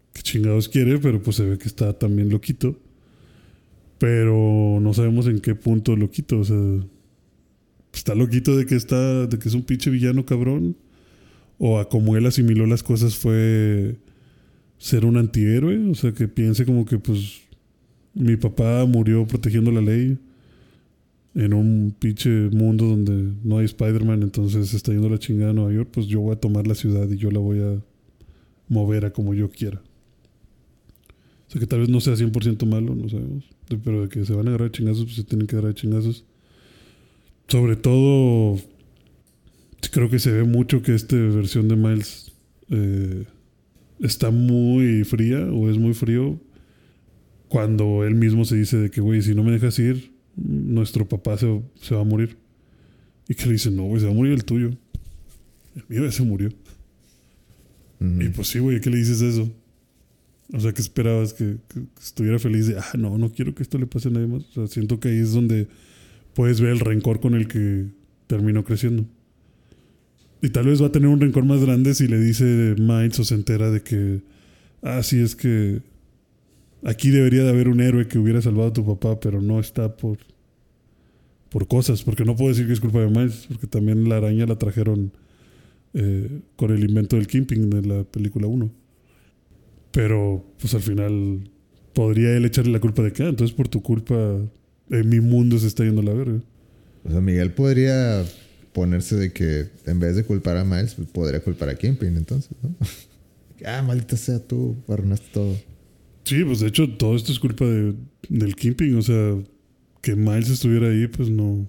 qué chingados quiere, pero pues se ve que está también loquito. Pero no sabemos en qué punto loquito. O sea, está loquito de que es un pinche villano cabrón. O a como él asimiló las cosas fue ser un antihéroe. O sea, que piense como que pues mi papá murió protegiendo la ley en un pinche mundo donde no hay Spider-Man, entonces está yendo la chingada a Nueva York, pues yo voy a tomar la ciudad y yo la voy a mover a como yo quiera. O sea, que tal vez no sea 100% malo, no sabemos. Pero de que se van a agarrar de chingazos, pues se tienen que agarrar de chingazos. Sobre todo, creo que se ve mucho que esta versión de Miles está muy fría o es muy frío cuando él mismo se dice de que, güey, si no me dejas ir, nuestro papá se va a morir. Y que le dice, no, güey, se va a morir el tuyo. El mío ya se murió. Uh-huh. Y pues sí, güey, ¿qué le dices eso? O sea, ¿qué esperabas? Que estuviera feliz de, no quiero que esto le pase a nadie más. O sea, siento que ahí es donde puedes ver el rencor con el que terminó creciendo. Y tal vez va a tener un rencor más grande si le dice Miles o se entera de que, sí, es que aquí debería de haber un héroe que hubiera salvado a tu papá, pero no está por cosas. Porque no puedo decir que es culpa de Miles, porque también la araña la trajeron con el invento del Kingpin de la película 1. Pero pues al final podría él echarle la culpa de que entonces por tu culpa mi mundo se está yendo a la verga. O sea, Miguel podría ponerse de que en vez de culpar a Miles, pues podría culpar a Kingpin entonces, ¿no? Maldita sea tú, arruinaste todo. Sí, pues de hecho todo esto es culpa del Kingpin. O sea, que Miles estuviera ahí, pues no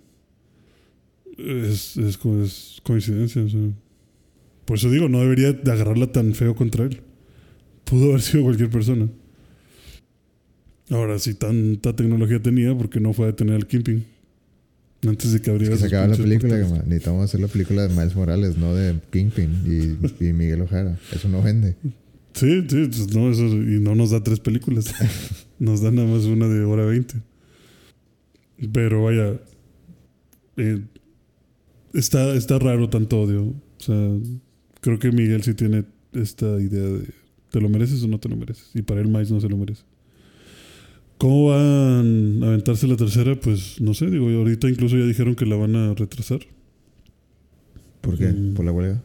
es coincidencia. O sea, por eso digo, no debería de agarrarla tan feo contra él. Pudo haber sido cualquier persona. Ahora, si tanta tecnología tenía, ¿por qué no fue a detener al Kingpin? Antes de que abriera. Es que se acaba la película, necesitamos hacer la película de Miles Morales, no de Kingpin y Miguel Ojara. Eso no vende. Sí, pues no, eso, y no nos da 3 películas. Nos da nada más una de hora 20. Pero vaya, está raro tanto odio. O sea, creo que Miguel sí tiene esta idea de ¿te lo mereces o no te lo mereces? Y para él Miles no se lo merece. ¿Cómo van a aventarse la tercera? Pues no sé, digo, ahorita incluso ya dijeron que la van a retrasar. ¿Por qué? ¿Por la huelga?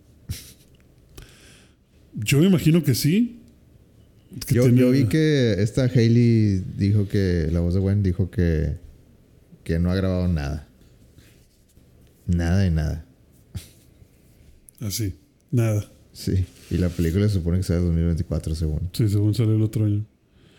Yo me imagino que sí. Yo vi que esta Hailey dijo que, la voz de Gwen dijo que no ha grabado nada. Nada de nada. Así, nada. Sí, y la película se supone que sale en 2024, según. Sí, según sale el otro año.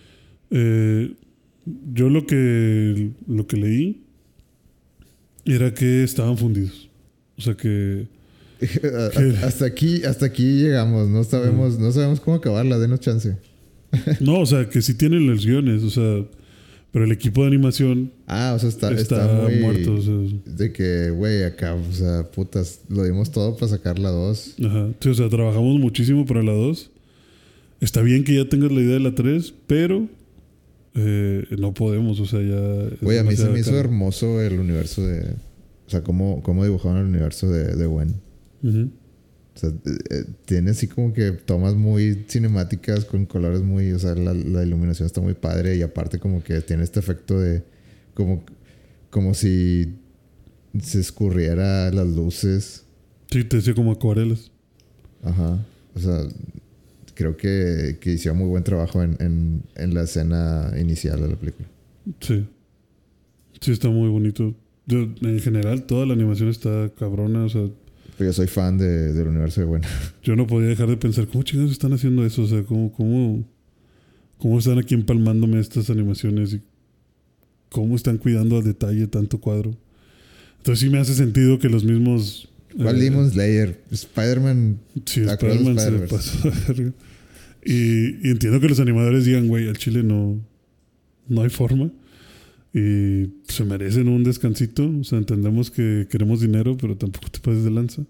Yo lo que leí era que estaban fundidos. O sea que hasta aquí llegamos. No sabemos cómo acabarla. Denos chance. No, o sea, que sí tienen los guiones. O sea, pero el equipo de animación o sea, está muy muerto. O sea, de que, güey, acá, o sea, putas, lo dimos todo para sacar la 2. Ajá. Sí, o sea, trabajamos muchísimo para la 2. Está bien que ya tengas la idea de la 3, pero no podemos, o sea, ya... Güey, a mí se me hizo hermoso el universo de... O sea, cómo dibujaron el universo de Gwen. Uh-huh. O sea, tiene así como que tomas muy cinemáticas con colores muy... O sea, la iluminación está muy padre y aparte como que tiene este efecto de... Como si se escurriera las luces. Sí, te decía como acuarelas. Ajá. O sea, creo que hicieron muy buen trabajo en la escena inicial de la película. Sí. Sí, está muy bonito. En general, toda la animación está cabrona, o sea... Pero yo soy fan del universo de Gwen. Yo no podía dejar de pensar, ¿cómo chingados están haciendo eso? O sea, ¿cómo están aquí empalmándome estas animaciones? Y cómo están cuidando al detalle tanto cuadro. Entonces sí me hace sentido que los mismos... ¿Cuál Demon Slayer? Spider-Man... Sí, Spider-Man se pasó a verga. Y entiendo que los animadores digan, güey, al chile no hay forma. Y se merecen un descansito. O sea, entendemos que queremos dinero, pero tampoco te pases de lanza.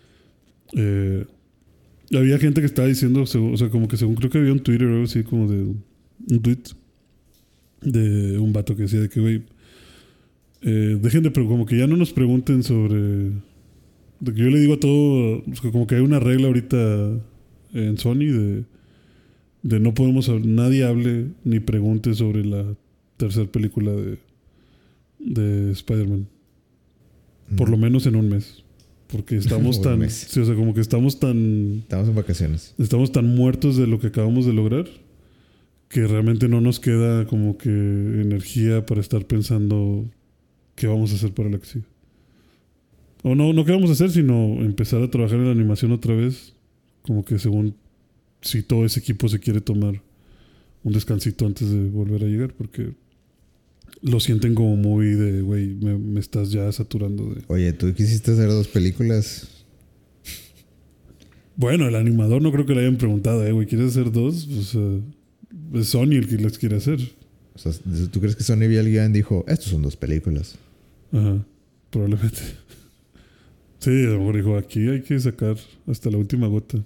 Había gente que estaba diciendo, o sea, como que según creo que había un Twitter o algo así, como de un tweet de un vato que decía de que, güey, dejen de, pero como que ya no nos pregunten sobre... De que yo le digo a todo, como que hay una regla ahorita en Sony de no podemos, nadie hable ni pregunte sobre la tercera película de Spider-Man. Por lo menos en un mes. Porque estamos Un tan... mes. Sí, o sea, como que estamos tan... Estamos en vacaciones. Estamos tan muertos de lo que acabamos de lograr que realmente no nos queda como que energía para estar pensando qué vamos a hacer para la que sigue. O no qué vamos a hacer, sino empezar a trabajar en la animación otra vez. Como que según si todo ese equipo se quiere tomar un descansito antes de volver a llegar, porque lo sienten como muy de, güey, me estás ya saturando de... Oye, tú quisiste hacer 2 películas. Bueno, el animador no creo que le hayan preguntado, güey, ¿quieres hacer 2? Pues es Sony el que las quiere hacer. O sea, ¿tú crees que Sony vio el guión y dijo, estos son 2 películas? Ajá, probablemente. Sí, a lo mejor dijo, aquí hay que sacar hasta la última gota.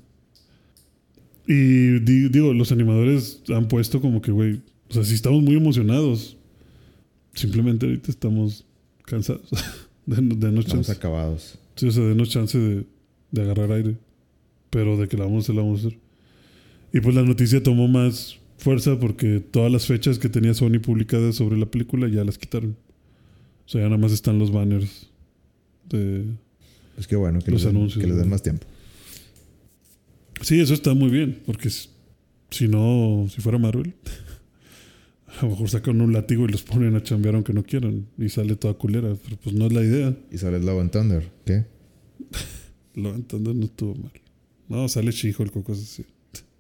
Y digo, los animadores han puesto como que, güey, o sea, si estamos muy emocionados, simplemente ahorita estamos cansados. Denos Estamos chance. acabados. Sí, o sea, denos chance de agarrar aire. Pero de que la vamos a hacer. Y pues la noticia tomó más fuerza porque todas las fechas que tenía Sony publicadas sobre la película ya las quitaron. O sea, ya nada más están los banners de... Pues qué bueno que Los les anuncios, den ¿no? más tiempo. Sí, eso está muy bien. Porque si fuera Marvel, a lo mejor sacan un látigo y los ponen a chambear aunque no quieran. Y sale toda culera. Pero pues no es la idea. Y sale Love and Thunder. ¿Qué? Lo entiendo, no estuvo mal. No, sale She-Hulk o cosas así.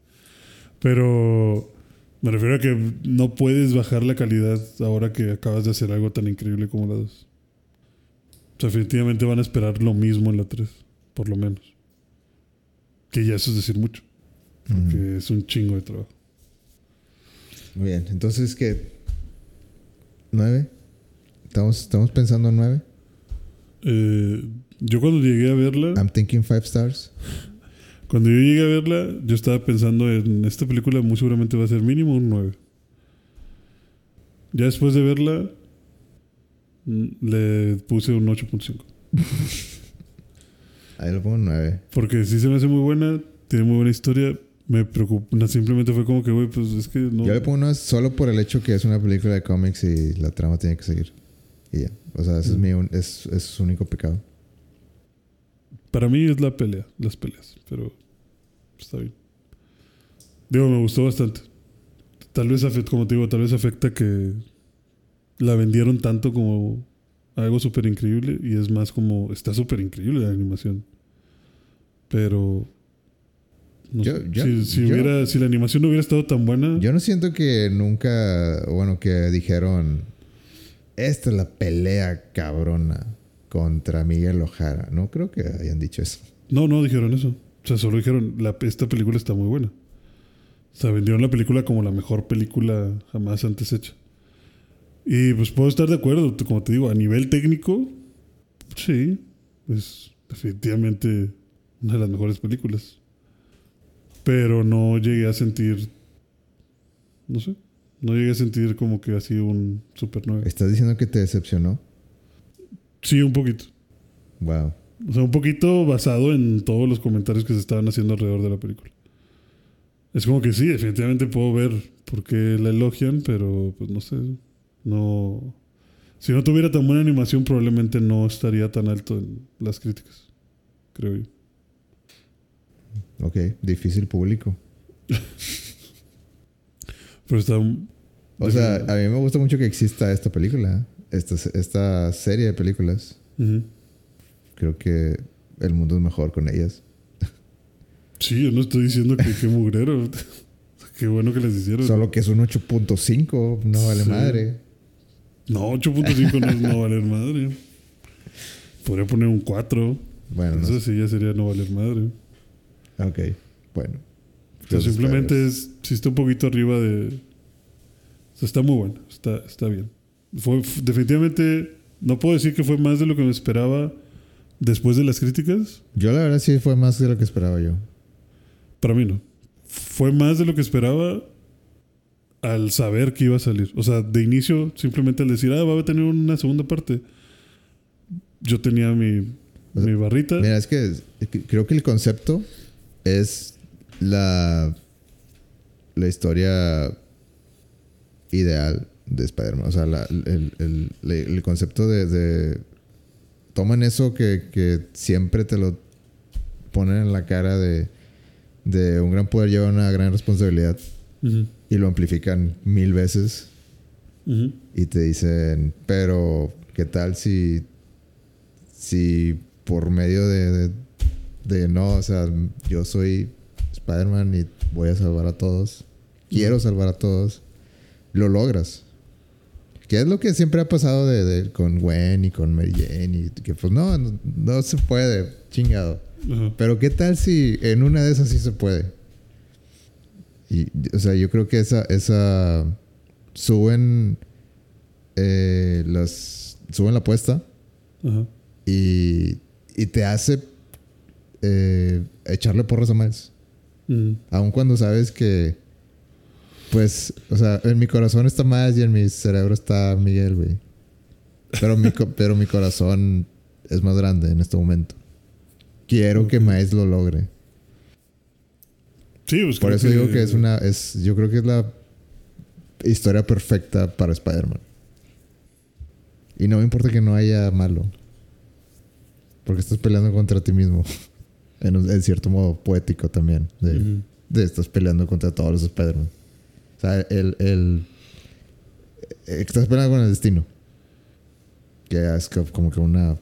Pero me refiero a que no puedes bajar la calidad ahora que acabas de hacer algo tan increíble como la 2. O sea, definitivamente van a esperar lo mismo en la 3, por lo menos. Que ya eso es decir mucho. Porque es un chingo de trabajo. Muy bien. Entonces, ¿qué? ¿9? ¿Estamos pensando en 9? Yo cuando llegué a verla... I'm thinking 5 stars. Cuando yo llegué a verla, yo estaba pensando en esta película muy seguramente va a ser mínimo un 9. Ya después de verla, le puse un 8.5. Ahí lo pongo en 9. Porque sí se me hace muy buena, tiene muy buena historia. Me preocupa, simplemente fue como que, güey, pues es que no... Yo le pongo 9 solo por el hecho que es una película de cómics y la trama tiene que seguir. Y ya. O sea, ese es su único pecado. Para mí es las peleas, pero está bien. Digo, me gustó bastante. Tal vez como te digo, tal vez afecta que la vendieron tanto como algo súper increíble y es más como, está súper increíble la animación. Pero no sé, si la animación no hubiera estado tan buena... Yo no siento que nunca, bueno, que dijeron, esta es la pelea cabrona contra Miguel Ojara. No creo que hayan dicho eso. No dijeron eso. O sea, solo dijeron, esta película está muy buena. O sea, vendieron la película como la mejor película jamás antes hecha. Y pues puedo estar de acuerdo. Como te digo, a nivel técnico, sí, es definitivamente una de las mejores películas. Pero no llegué a sentir, no sé, no llegué a sentir como que así un super 9. ¿Estás diciendo que te decepcionó? Sí, un poquito. Wow. O sea, un poquito basado en todos los comentarios que se estaban haciendo alrededor de la película. Es como que sí, definitivamente puedo ver por qué la elogian, pero pues no sé. No. Si no tuviera tan buena animación, probablemente no estaría tan alto en las críticas. Creo yo. Ok, difícil público. Pero está. O sea, a mí me gusta mucho que exista esta película. Esta serie de películas. Uh-huh. Creo que el mundo es mejor con ellas. Sí, yo no estoy diciendo que qué mugrero. Qué bueno que les hicieron. Solo que es un 8.5. No vale Sí. madre. No, 8.5 no es no valer madre. Podría poner un 4. Bueno, Eso no. sí ya sería no valer madre. Ok, bueno. O sea, simplemente sí está un poquito arriba de... O sea, está muy bueno. Está bien. Definitivamente... No puedo decir que fue más de lo que me esperaba después de las críticas. Yo la verdad sí fue más de lo que esperaba yo. Para mí no. Fue más de lo que esperaba al saber que iba a salir. O sea, de inicio, simplemente al decir, va a tener una segunda parte. Yo tenía mi barrita. Mira, es que creo que el concepto es la la historia ideal de Spider-Man. O sea, el concepto de toman eso que siempre te lo ponen en la cara de un gran poder lleva una gran responsabilidad. Uh-huh. Y lo amplifican 1000 veces. Uh-huh. Y te dicen, pero ¿qué tal si por medio de no, o sea, yo soy Spider-Man y voy a salvar a todos, quiero salvar a todos, lo logras? Que es lo que siempre ha pasado con Gwen y con Mary Jane, y que pues no se puede, chingado. Uh-huh. Pero ¿qué tal si en una de esas sí se puede? Y, o sea, yo creo que esa suben la apuesta. Uh-huh. Y te hace echarle porras a Miles. Uh-huh. Aun cuando sabes que, pues, o sea, en mi corazón está Miles y en mi cerebro está Miguel, güey. Pero mi corazón es más grande en este momento. Quiero que Miles lo logre. Sí, pues por eso digo que yo creo que es la historia perfecta para Spider-Man. Y no me importa que no haya malo. Porque estás peleando contra ti mismo. En cierto modo poético también. De estás peleando contra todos los Spider-Man. O sea, estás peleando con el destino. Que es como que una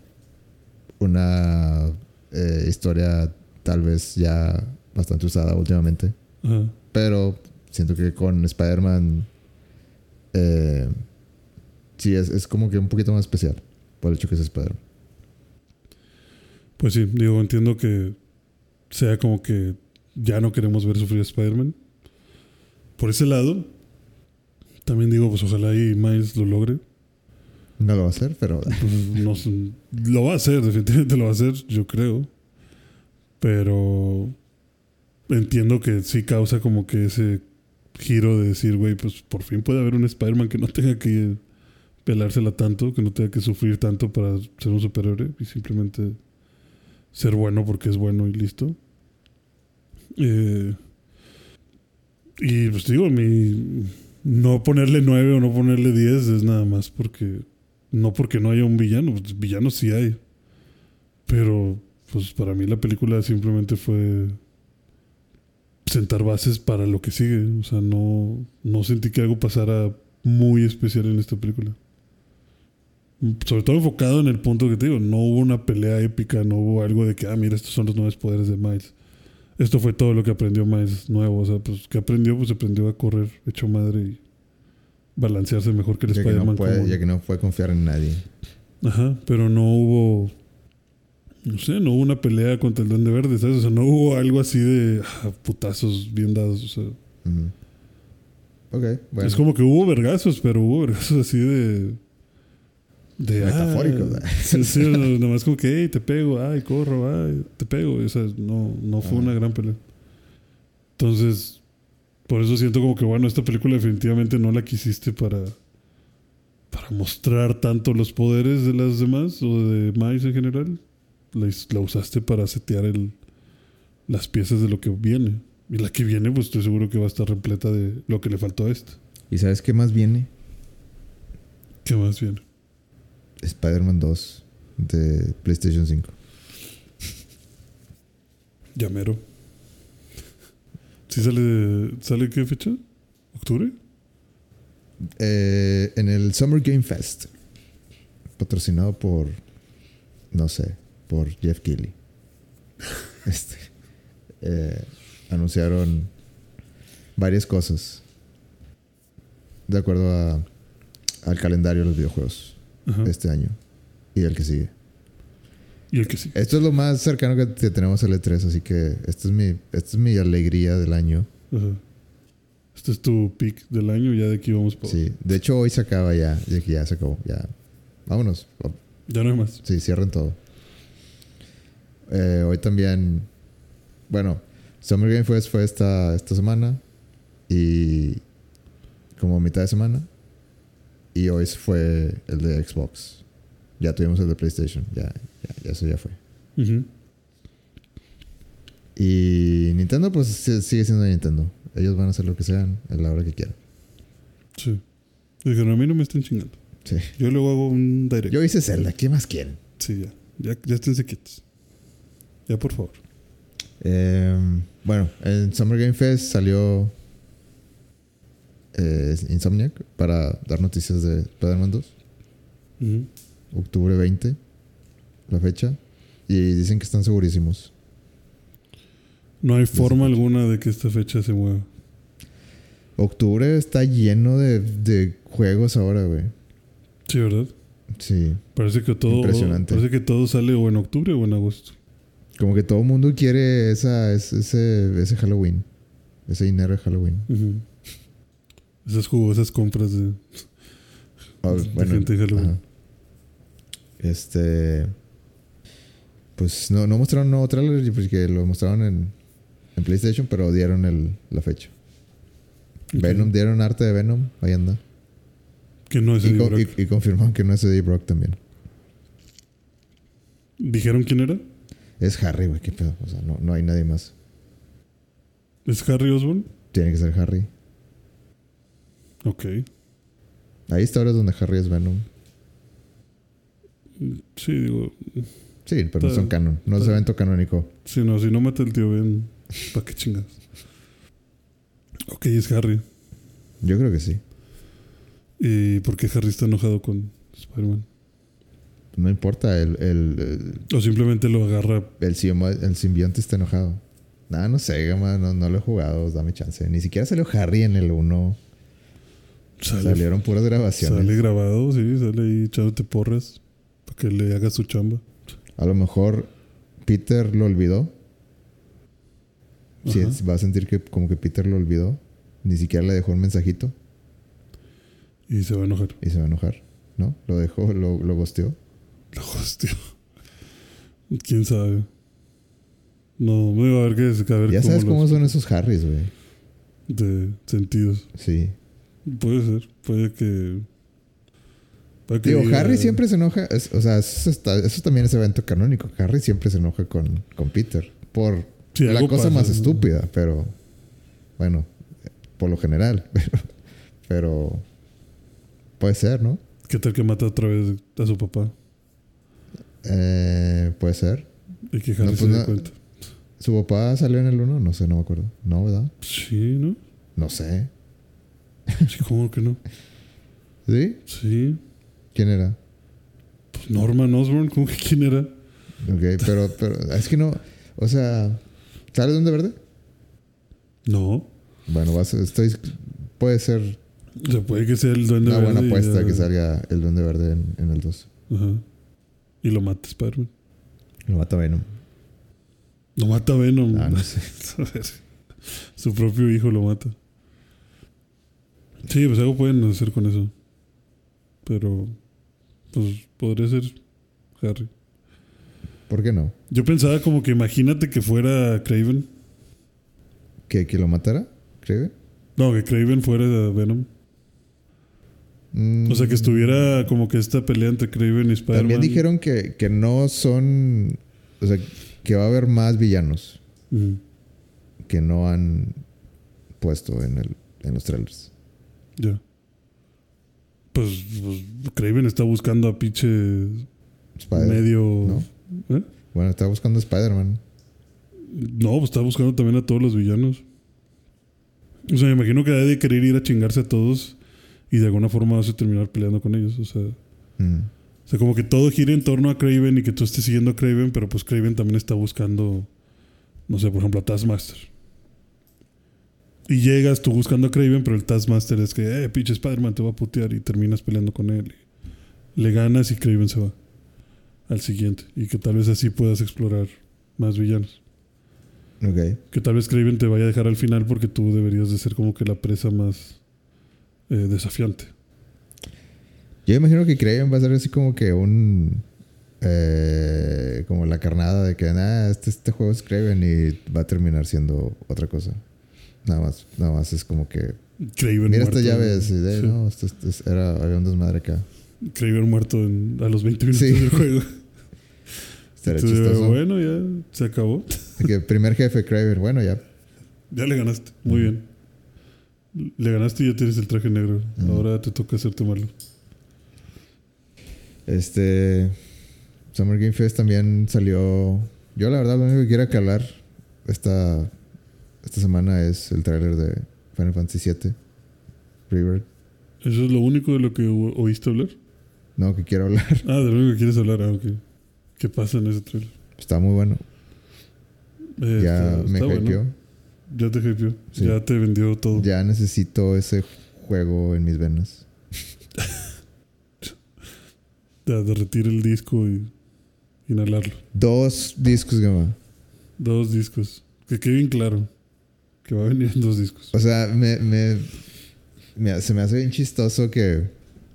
historia tal vez ya bastante usada últimamente. Uh-huh. Pero siento que con Spider-Man sí es como que un poquito más especial por el hecho que es Spider-Man. Pues sí, digo, entiendo que sea como que ya no queremos ver sufrir a Spider-Man. Por ese lado, también digo, pues ojalá y Miles lo logre. No lo va a hacer, pero... Pues, lo va a hacer, definitivamente lo va a hacer, yo creo. Pero entiendo que sí causa como que ese giro de decir, güey, pues por fin puede haber un Spider-Man que no tenga que pelársela tanto, que no tenga que sufrir tanto para ser un superhéroe y simplemente ser bueno porque es bueno y listo. Y pues digo, no ponerle 9 o no ponerle 10 es nada más porque no haya un villano. Pues, villanos sí hay. Pero pues para mí la película simplemente fue sentar bases para lo que sigue. O sea, no sentí que algo pasara muy especial en esta película. Sobre todo enfocado en el punto que te digo, no hubo una pelea épica, no hubo algo de que, mira, estos son los nuevos poderes de Miles. Esto fue todo lo que aprendió Miles nuevo. O sea, pues, ¿qué aprendió? Pues aprendió a correr hecho madre y balancearse mejor que el Spider-Man. Ya que no puede confiar en nadie. Ajá, pero no hubo... No sé, no hubo una pelea contra el Duende Verde, ¿sabes? O sea, no hubo algo así de putazos bien dados, o sea... Uh-huh. Ok, bueno. Es como que hubo vergazos, pero hubo vergazos así de metafórico, ¿verdad? Sí, nomás como que, hey, te pego, ay, corro, ay, te pego. O sea, no fue una gran pelea. Entonces, por eso siento como que, bueno, esta película definitivamente no la quisiste para mostrar tanto los poderes de las demás o de Miles en general. La usaste para setear las piezas de lo que viene. Y la que viene, pues estoy seguro que va a estar repleta de lo que le faltó a esta. ¿Y sabes qué más viene? ¿Qué más viene? Spider-Man 2 de PlayStation 5. Llamero. ¿Sí sale qué fecha? ¿Octubre? En el Summer Game Fest. Patrocinado por... No sé. Por Jeff Keighley. Anunciaron varias cosas. De acuerdo al calendario de los videojuegos. Ajá. Este año. Y el que sigue. Y el que sigue. Esto es lo más cercano que tenemos al E3. Así que esta es mi alegría del año. Ajá. Este es tu pick del año. Ya de aquí vamos por... Sí. De hecho, hoy se acaba ya. Ya se acabó. Ya. Vámonos. Ya no hay más. Sí, cierren todo. Hoy también... Bueno, Summer Game Fest fue esta semana. Y... como mitad de semana. Y hoy fue el de Xbox. Ya tuvimos el de PlayStation. Ya eso ya fue. Uh-huh. Y Nintendo, pues sigue siendo Nintendo. Ellos van a hacer lo que sean a la hora que quieran. Sí. Dijeron, a mí no me estén chingando. Sí. Yo luego hago un direct. Yo hice Zelda. ¿Qué más quieren? Sí, ya esténse quietos. Ya, por favor. Bueno, en Summer Game Fest salió Insomniac para dar noticias de Spider-Man 2. Octubre 20, la fecha. Y dicen que están segurísimos. No hay forma alguna de que esta fecha se mueva. Octubre está lleno de juegos ahora, güey. Sí, ¿verdad? Sí. Parece que todo, impresionante. Parece que todo sale o en octubre o en agosto. Como que todo el mundo quiere ese Halloween. Ese dinero de Halloween. Esas jugosas compras de gente de Halloween. Ajá. Pues no mostraron un nuevo trailer porque lo mostraron en PlayStation, pero dieron la fecha. Okay. Venom, dieron arte de Venom. Ahí anda. Que no es Eddie Brock. Y confirmaron que no es Eddie Brock también. ¿Dijeron quién era? Es Harry, güey. ¿Qué pedo? O sea, no hay nadie más. ¿Es Harry Osborn? Tiene que ser Harry. Ok. Hay historias donde Harry es Venom. Sí, digo... Sí, pero no son canon. No es evento canónico. Sí, no. Si no mata el tío Ben, ¿para qué chingas? Ok, es Harry. Yo creo que sí. ¿Y por qué Harry está enojado con Spider-Man? No importa. O simplemente lo agarra. El simbionte está enojado. No sé, Gama. No lo he jugado. Dame chance. Ni siquiera salió Harry en el 1. Salieron puras grabaciones. Sale grabado, sí. Sale ahí echándote porras para que le haga su chamba. A lo mejor Peter lo olvidó. Sí, va a sentir que como que Peter lo olvidó. Ni siquiera le dejó un mensajito. Y se va a enojar. ¿No? Lo dejó, lo ghosteó. Lo ghosteó. ¿Quién sabe? No, me va a ver que a ver. Ya sabes cómo son esos Harrys, güey. De sentidos. Sí. Puede ser. Puede que digo, Harry siempre se enoja. O sea, eso también es evento canónico. Harry siempre se enoja con Peter. Por la cosa más estúpida. Pero, bueno, por lo general. Pero puede ser, ¿no? ¿Qué tal que mata otra vez a su papá? Puede ser. Y que Harry se dé cuenta. ¿Su papá salió en el 1? No sé, no me acuerdo. ¿No, verdad? Sí, ¿no? No sé. Sí, ¿cómo que no? ¿Sí? Sí. ¿Quién era? Pues Norman Osborn, ¿cómo que quién era? Ok, pero es que no... O sea... ¿Sale Duende Verde? No. Bueno, puede ser... O sea, puede que sea el Duende Verde. Una buena apuesta que salga el Duende Verde en el 2. Ajá. Y lo mata Spider-Man. Lo mata Venom. Lo mata Venom. No sé. Su propio hijo lo mata. Sí, pues algo pueden hacer con eso. Pero... pues podría ser Harry. ¿Por qué no? Yo pensaba como que imagínate que fuera Kraven. ¿Que lo matara? ¿Kraven? No, que Kraven fuera Venom. O sea, que estuviera como que esta pelea entre Kraven y Spider-Man. También dijeron que no son... O sea, que va a haber más villanos. Que no han puesto en los trailers. Ya. Pues Kraven está buscando a pinche medio... ¿no? ¿Eh? Bueno, está buscando a Spider-Man. No, pues está buscando también a todos los villanos. O sea, me imagino que debe de querer ir a chingarse a todos y de alguna forma vas a terminar peleando con ellos. O sea, como que todo gira en torno a Kraven y que tú estés siguiendo a Kraven, pero pues Kraven también está buscando, no sé, por ejemplo, a Taskmaster. Y llegas tú buscando a Kraven, pero el Taskmaster es que, pinche Spider-Man te va a putear y terminas peleando con él. Y le ganas y Kraven se va al siguiente. Y que tal vez así puedas explorar más villanos. Ok. Que tal vez Kraven te vaya a dejar al final porque tú deberías de ser como que la presa más desafiante. Yo imagino que Kraven va a ser así como que como la carnada de que este juego es Kraven y va a terminar siendo otra cosa. Nada más es como que Kraven mira muerto, estas llaves. Sí. No, había un desmadre acá. Kraven muerto a los 20 minutos del juego. Estaría Entonces, chistoso. bueno, ya se acabó. Que primer jefe, Kraber. Bueno, ya. Ya le ganaste. Muy bien. Le ganaste y ya tienes el traje negro. Ahora te toca hacerte malo. Summer Game Fest también salió. Yo, la verdad, lo único que quiero calar esta semana es el tráiler de Final Fantasy VII Rebirth. ¿Eso es lo único de lo que oíste hablar? No, que quiero hablar. Ah, de lo único que quieres hablar. Ah, ok. ¿Qué pasa en ese trailer? Está muy bueno. Ya me está hypeó. bueno. Ya te hypeó. Sí. Ya te vendió todo. Ya necesito ese juego en mis venas. Ya derretir el disco y inhalarlo. 2 discos, Gama. 2 discos. Que quede bien claro. Que va a venir en 2 discos. O sea, se me hace bien chistoso que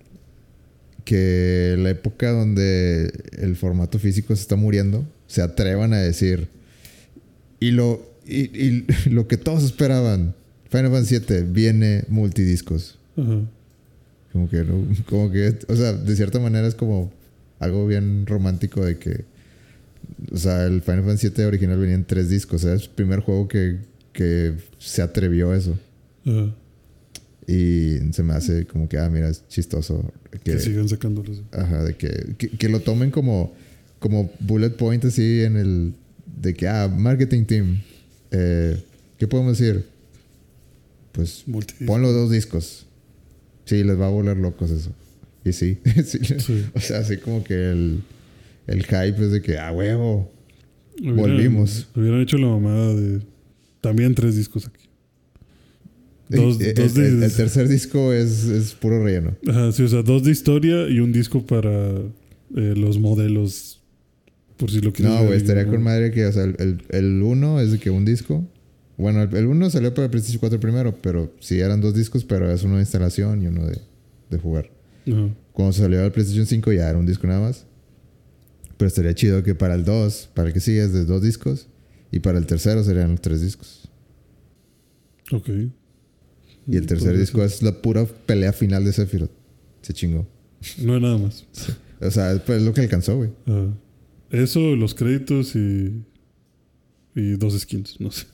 la época donde el formato físico se está muriendo se atrevan a decir y lo que todos esperaban, Final Fantasy VII viene multidiscos. Ajá. Como que no, o sea, de cierta manera es como algo bien romántico de que, o sea, el Final Fantasy VII original venía en 3 discos. O sea, es el primer juego que se atrevió a eso. Ajá. Y se me hace como que, mira, es chistoso. Que sigan sacándolos. Ajá, de que lo tomen como bullet point así en el... De que, marketing team. ¿Qué podemos decir? Pues ponlo 2 discos. Sí, les va a volver locos eso. Y sí. Sí. O sea, así como que el hype es de que, huevo. Volvimos. Hubieran hecho la mamada de... También 3 discos aquí. El tercer disco es puro relleno. Ajá, sí, o sea, 2 de historia y un disco para los modelos. Por si lo quieres. No, güey, estaría con madre que, o sea, el 1 es de que un disco. Bueno, el 1 salió para PlayStation 4 primero, pero sí eran 2 discos, pero es uno de instalación y uno de jugar. Ajá. Cuando salió el PlayStation 5 ya era un disco nada más. Pero estaría chido que para el 2, para el que sigue es de 2 discos, y para el tercero serían los 3 discos. Ok. Y el tercer disco es la pura pelea final de Sephiroth. Se chingó. No hay nada más. Sí. O sea, es lo que alcanzó, güey. Eso, los créditos y 2 skins, no sé.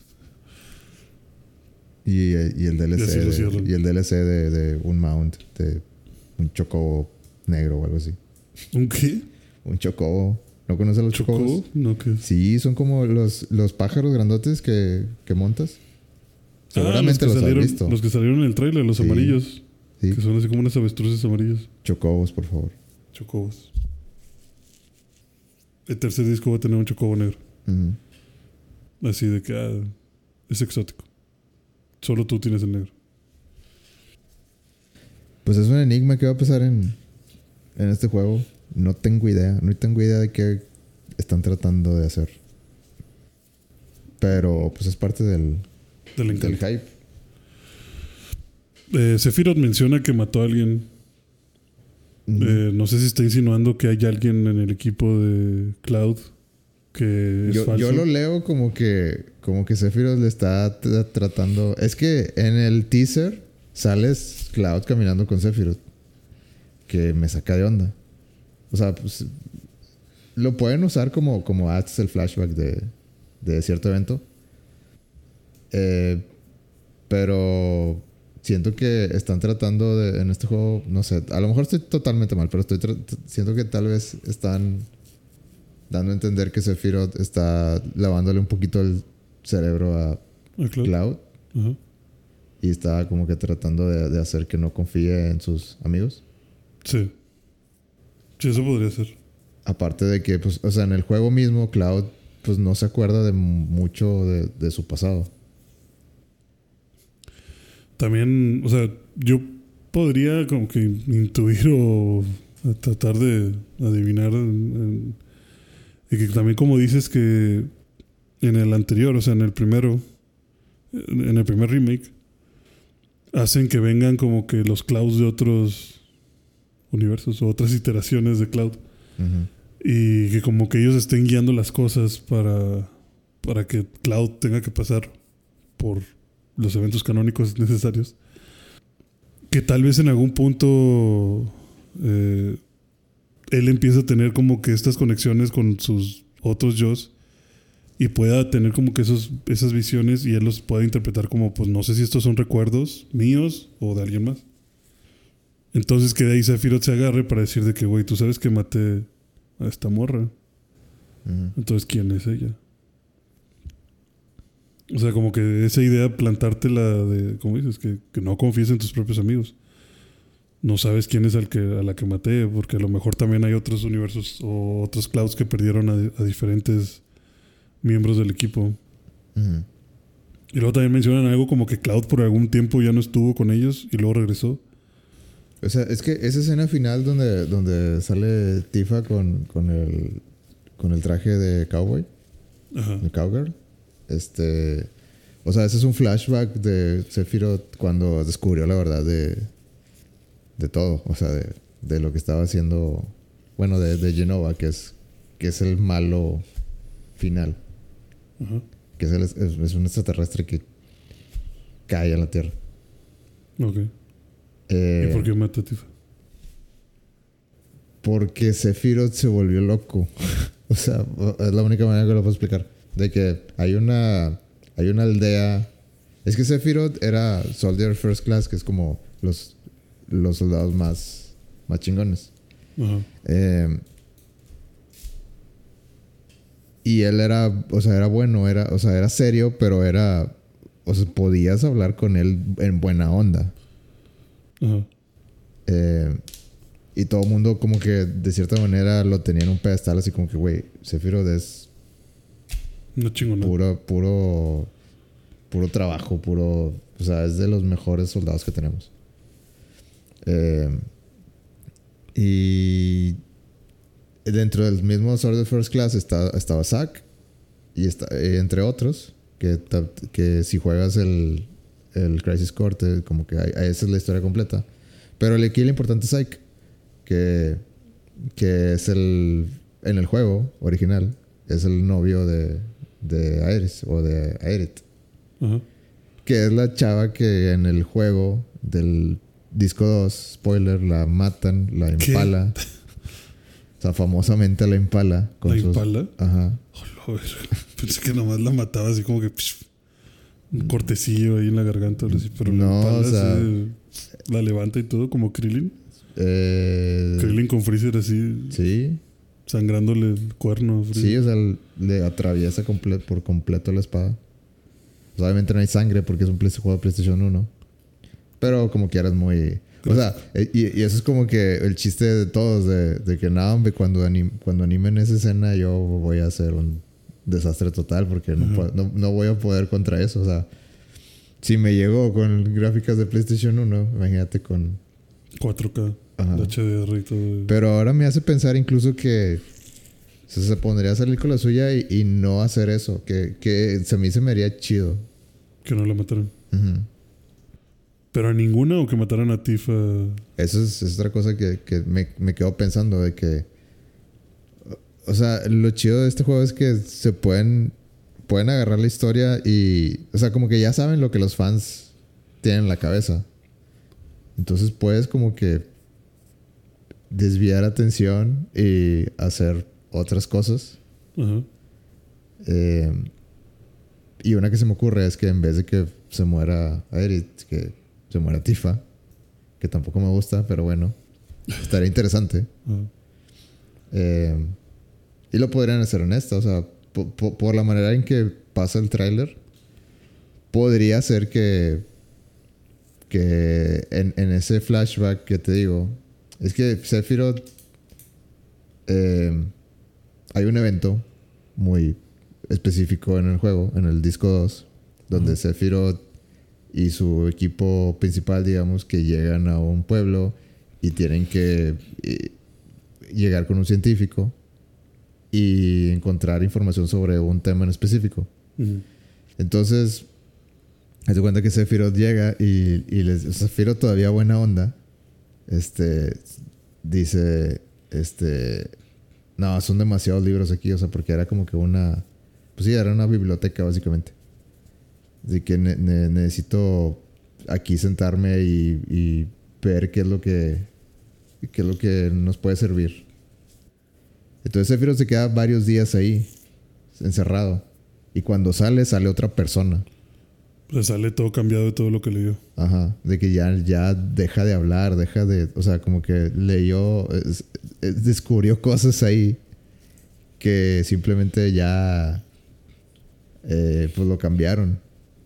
Y el DLC. Y el DLC de un mount, de un chocobo negro o algo así. ¿Un qué? Un chocobo. ¿No conoces los chocobos? No, ¿qué? Sí, son como los pájaros grandotes que montas. Seguramente los has visto. Los que salieron en el trailer, los amarillos. Sí. Que son así como unas avestruces amarillas. Chocobos, por favor. Chocobos. El tercer disco va a tener un chocobo negro. Uh-huh. Así de que es exótico. Solo tú tienes el negro. Pues es un enigma que va a pasar en este juego. No tengo idea. No tengo idea de qué están tratando de hacer. Pero pues es parte del hype. Sephiroth menciona que mató a alguien. No sé si está insinuando que hay alguien en el equipo de Cloud que es falso. Yo lo leo como que Sephiroth le está tratando... Es que en el teaser sales Cloud caminando con Sephiroth, que me saca de onda. O sea, pues lo pueden usar como ads el flashback de cierto evento. Pero siento que están tratando en este juego, no sé, a lo mejor estoy totalmente mal, pero siento que tal vez están dando a entender que Sephiroth está lavándole un poquito el cerebro a Cloud. Uh-huh. Y está como que tratando de hacer que no confíe en sus amigos. Sí. Sí, eso podría ser. Aparte de que, pues, o sea, en el juego mismo Cloud pues no se acuerda de mucho de su pasado. También, o sea, yo podría como que intuir o tratar de adivinar. Y que también, como dices, que en el anterior, o sea, en el primer remake, hacen que vengan como que los Clouds de otros universos o otras iteraciones de Cloud. Uh-huh. Y que como que ellos estén guiando las cosas para que Cloud tenga que pasar por los eventos canónicos necesarios. Que tal vez en algún punto él empieza a tener como que estas conexiones con sus otros yos y pueda tener como que esas visiones y él los pueda interpretar como, pues no sé si estos son recuerdos míos o de alguien más. Entonces que de ahí Sephiroth se agarre para decir de que, güey, tú sabes que maté a esta morra. Ujú. Entonces, ¿quién es ella? O sea, como que esa idea plantártela de, ¿cómo dices? Que no confíes en tus propios amigos. No sabes quién es a la que maté, porque a lo mejor también hay otros universos o otros Clouds que perdieron a diferentes miembros del equipo. Ujú. Y luego también mencionan algo como que Cloud por algún tiempo ya no estuvo con ellos y luego regresó. O sea, es que esa escena final donde sale Tifa con el traje de cowboy, Ajá. de cowgirl, o sea, ese es un flashback de Sephiroth cuando descubrió la verdad de todo, o sea, de lo que estaba haciendo, bueno, de Jenova, que es el malo final, Ajá. que es un extraterrestre que cae a la Tierra. Ok. ¿Y por qué mata a Tifa? Porque Sephiroth se volvió loco. O sea, es la única manera que lo puedo explicar. De que hay una aldea. Es que Sephiroth era Soldier First Class, que es como los soldados más chingones. Ajá. Y él era bueno, era serio, pero podías hablar con él en buena onda. Ajá. Y todo el mundo como que de cierta manera lo tenía en un pedestal, así como que, güey, Sephiroth es No chingo nada. puro trabajo, o sea, es de los mejores soldados que tenemos. Y dentro del mismo Soldier First Class estaba Zack y entre otros que si juegas el Crisis Core como que esa es la historia completa. Pero aquí lo importante es Zack, que es en el juego original es el novio de Aerith o de Aerith, Ajá. que es la chava que en el juego del disco 2, spoiler, la matan, la empala. O sea, famosamente la empala. ¿La impala? Ajá. Oh, ver. Pensé que nomás la mataba así como que un cortecillo ahí en la garganta. Así, pero No, la impala o sea, así, la levanta y todo como Krillin. Krillin con Freezer así Sí. sangrándole el cuerno. Sí, o sea, le atraviesa por completo la espada. O sea, obviamente no hay sangre porque es un juego de PlayStation 1. Pero como quieras muy... O sea, y eso es como que el chiste de todos, de que nada, hombre, cuando animen esa escena yo voy a hacer un desastre total porque no voy a poder contra eso. O sea, si me llegó con gráficas de PlayStation 1, imagínate con 4K, Ajá. HDR y todo. Pero ahora me hace pensar incluso que se pondría a salir con la suya y no hacer eso. Que a mí se me haría chido. Que no la mataron. Ujú. ¿Pero a ninguna o que mataran a Tifa? Eso es otra cosa que me quedo pensando de que... O sea, lo chido de este juego es que se pueden agarrar la historia y... O sea, como que ya saben lo que los fans tienen en la cabeza. Entonces puedes como que desviar atención y hacer otras cosas. Ajá. Y una que se me ocurre es que en vez de que se muera Aerith, que se muera Tifa, que tampoco me gusta, pero bueno, estaría interesante. Ajá. Y lo podrían hacer en esta, o sea, por la manera en que pasa el tráiler, podría ser que en ese flashback que te digo, es que Sephiroth, hay un evento muy específico en el juego, en el disco 2, donde Sephiroth y su equipo principal, digamos, que llegan a un pueblo y tienen que llegar con un científico y encontrar información sobre un tema en específico. Uh-huh. Entonces, haz de cuenta que Sephiroth llega y Sephiroth todavía buena onda, dice, no, son demasiados libros aquí, o sea, porque era como que pues sí, era una biblioteca básicamente. Así que necesito aquí sentarme y ver qué es lo que nos puede servir. Entonces Sephiroth se queda varios días ahí, encerrado. Y cuando sale otra persona. O sea, sale todo cambiado de todo lo que leyó. Ajá. De que ya deja de hablar, deja de... O sea, como que leyó... descubrió cosas ahí que simplemente ya... pues lo cambiaron.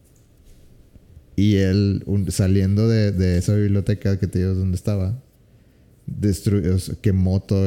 Y él, saliendo de esa biblioteca que te digo donde estaba, destruyó, quemó todo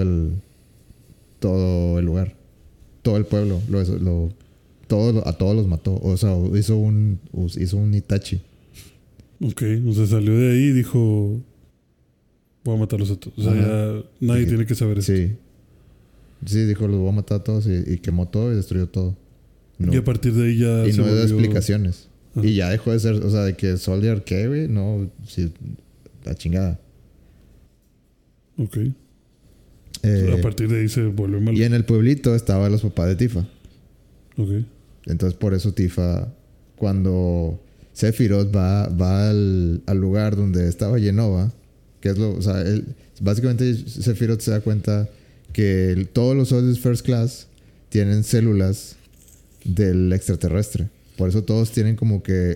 el lugar. Todo el pueblo. A todos los mató. O sea, hizo un Itachi. Ok, o sea, salió de ahí y dijo... Voy a matarlos a todos. O sea, Ajá. ya nadie tiene que saber eso. Sí. Sí, dijo, los voy a matar a todos y quemó todo y destruyó todo. No. Y a partir de ahí ya Y se no dio volvió... explicaciones. Ajá. Y ya dejó de ser, o sea, de que Soldier, ¿qué, güey? No, sí, la chingada. Ok. A partir de ahí se volvió mal. Y en el pueblito estaban los papás de Tifa. Ok. Entonces por eso Tifa, cuando Sephiroth va al lugar donde estaba Jenova, que es o sea, básicamente Sephiroth se da cuenta que todos los Soldiers First Class tienen células del extraterrestre. Por eso todos tienen como que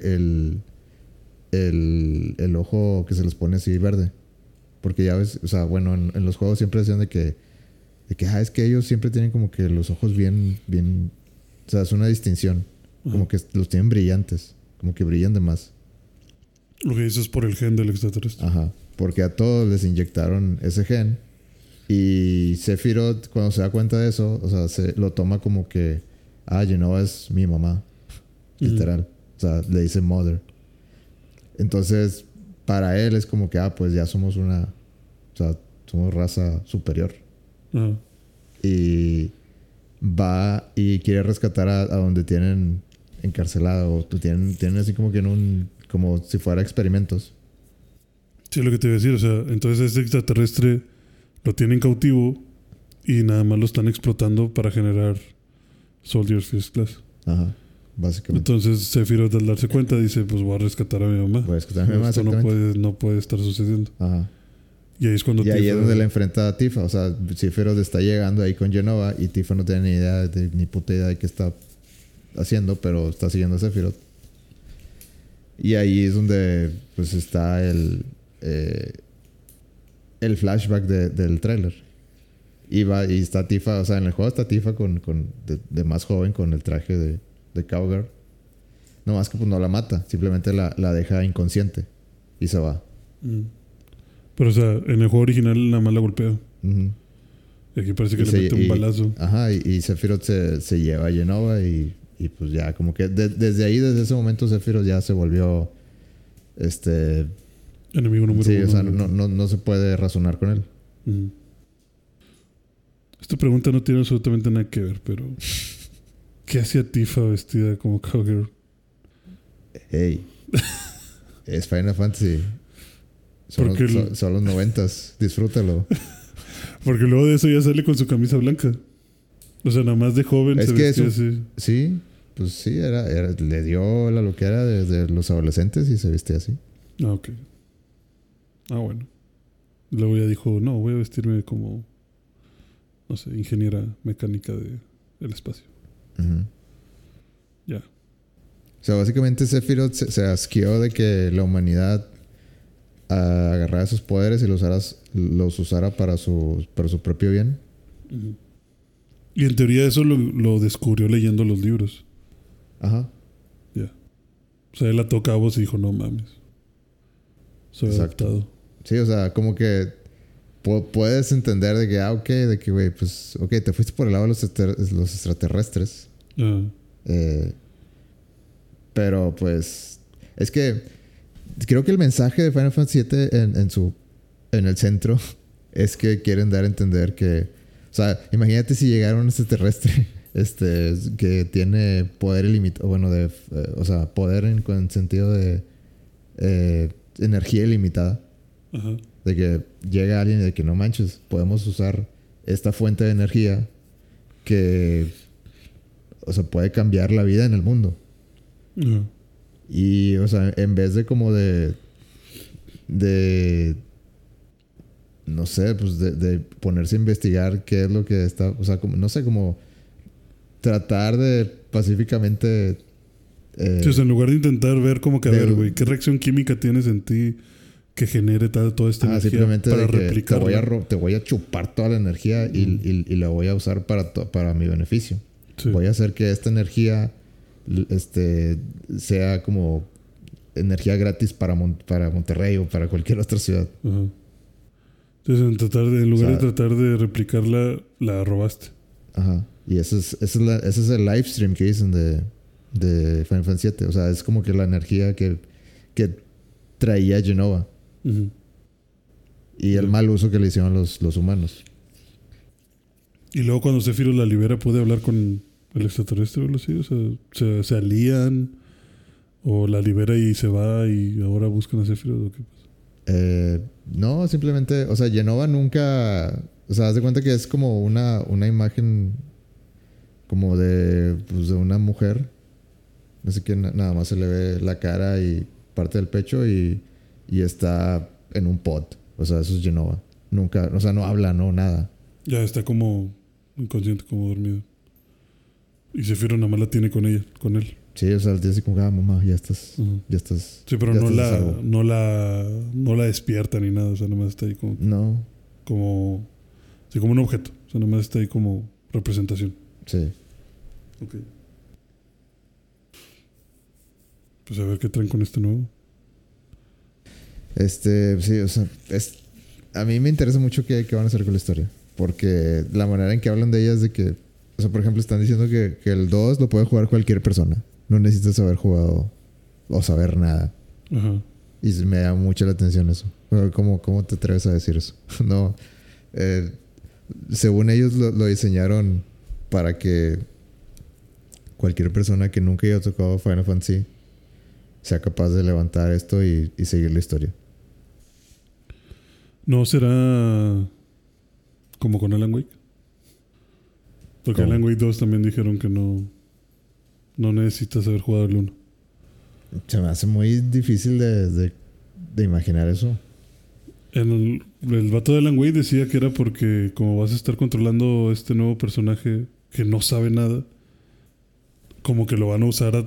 el ojo que se les pone así verde. Porque ya ves, o sea, bueno, en los juegos siempre decían de que es que ellos siempre tienen como que los ojos bien, o sea, es una distinción. Como que los tienen brillantes, como que brillan de más. Lo que dices es por el gen del extraterrestre. Ajá, porque a todos les inyectaron ese gen. Y Sephiroth, cuando se da cuenta de eso, o sea, lo toma como que, Jenova es mi mamá. Literal. O sea, le dice mother. Entonces, para él es como que, pues ya somos somos raza superior. Ajá. Y va y quiere rescatar a donde tienen encarcelado. O tienen así como que como si fuera experimentos. Sí, lo que te iba a decir. O sea, entonces este extraterrestre lo tienen cautivo y nada más lo están explotando para generar Soldiers First Class. Ajá. Básicamente. Entonces Sephiroth, al darse cuenta, dice, pues voy a rescatar a mi mamá. Voy a rescatar a mi mamá, Esto no puede estar sucediendo. Ajá. Y ahí es cuando Y Tifa... ahí es donde la enfrenta a Tifa. O sea, Sephiroth está llegando ahí con Jenova y Tifa no tiene ni puta idea de qué está haciendo, pero está siguiendo a Sephiroth. Y ahí es donde pues está el flashback del tráiler. Y está Tifa, o sea, en el juego está Tifa de más joven con el traje de Cowgirl. No más que pues no la mata, simplemente la deja inconsciente y se va. Pero o sea, en el juego original nada más la golpea. Uh-huh. Y aquí parece que le mete un balazo. Ajá, y Sephiroth se lleva a Jenova y pues ya como que desde ese momento Sephiroth ya se volvió enemigo número uno. Sí, o sea, no se puede razonar con él. Esta pregunta no tiene absolutamente nada que ver, pero ¿qué hacía Tifa vestida como Cowgirl? Hey, es Final Fantasy. Son los 90s. Disfrútalo. Porque luego de eso ya sale con su camisa blanca. O sea, nada más de joven se vestía así. Sí, pues sí, le dio la loquera de los adolescentes y se vestía así. Ah, ok. Ah, bueno. Luego ya dijo, no, voy a vestirme como, no sé, ingeniera mecánica del espacio. Uh-huh. Ya. O sea, básicamente Sephiroth se asqueó de que la humanidad agarrara sus poderes y los usara para su propio bien. Uh-huh. Y en teoría eso lo descubrió leyendo los libros. Ajá. Ya. O sea, él la toca a vos y dijo, no mames. Soy adoptado. Sí, o sea, como que puedes entender de que, ok, de que, güey, pues, ok, te fuiste por el lado de los extraterrestres. Pero, pues, es que creo que el mensaje de Final Fantasy VII en el centro es que quieren dar a entender que, o sea, imagínate si llegara un extraterrestre que tiene poder ilimitado, bueno, o sea, poder en sentido de energía ilimitada. Ajá. De que llega alguien y de que no manches, podemos usar esta fuente de energía que, o sea, puede cambiar la vida en el mundo. Uh-huh. Y, o sea, en vez de como de no sé, pues de ponerse a investigar qué es lo que está, o sea, como, no sé, como tratar de pacíficamente... Sí, o sea, en lugar de intentar ver como que, a de- ver, güey, ¿qué reacción química tienes en ti que genere toda esta energía simplemente para de que replicarla? te voy a chupar toda la energía y la voy a usar para mi beneficio. Sí. Voy a hacer que esta energía sea como energía gratis para Monterrey o para cualquier otra ciudad. Ajá. Entonces, en lugar O sea, de tratar de replicarla, la robaste. Ajá. Y ese es el live stream que dicen de Final Fantasy VII. O sea, es como que la energía que traía Genova. Ujú. Y el mal uso que le hicieron los humanos. Y luego cuando Sephiroth la libera, ¿puede hablar con el extraterrestre o algo así? O sea, se alían o la libera y se va y ahora buscan a Sephiroth. ¿O qué pasa? No, simplemente... O sea, Genova nunca... O sea, haz de cuenta que es como una imagen como pues de una mujer. Así que nada más se le ve la cara y parte del pecho y está en un pot. O sea, eso es Genova. Nunca... O sea, no habla, no, nada. Ya está como inconsciente, como dormido. Y Sephiroth nada más la tiene con ella, con él. Sí, o sea, el tío así como, mamá, ya estás... Ujú. Ya estás... Sí, pero ya no estás a la, salvo". no la despierta ni nada. O sea, nada más está ahí No, sí, como un objeto. O sea, nada más está ahí como representación. sí. Ok. Pues a ver qué traen con este nuevo. Sí, o sea, a mí me interesa mucho qué van a hacer con la historia. Porque la manera en que hablan de ella es de que... O sea, por ejemplo, están diciendo que el 2 lo puede jugar cualquier persona. No necesitas haber jugado o saber nada. Ajá. Y me da mucho la atención eso. Pero ¿cómo te atreves a decir eso? No. Según ellos lo diseñaron para que cualquier persona que nunca haya tocado Final Fantasy sea capaz de levantar esto y seguir la historia. ¿No será como con Alan Wake? Porque ¿Cómo? Alan Wake 2 también dijeron que no necesitas haber jugado el 1. Se me hace muy difícil de imaginar eso. El vato de Alan Wake decía que era porque como vas a estar controlando este nuevo personaje que no sabe nada, como que lo van a usar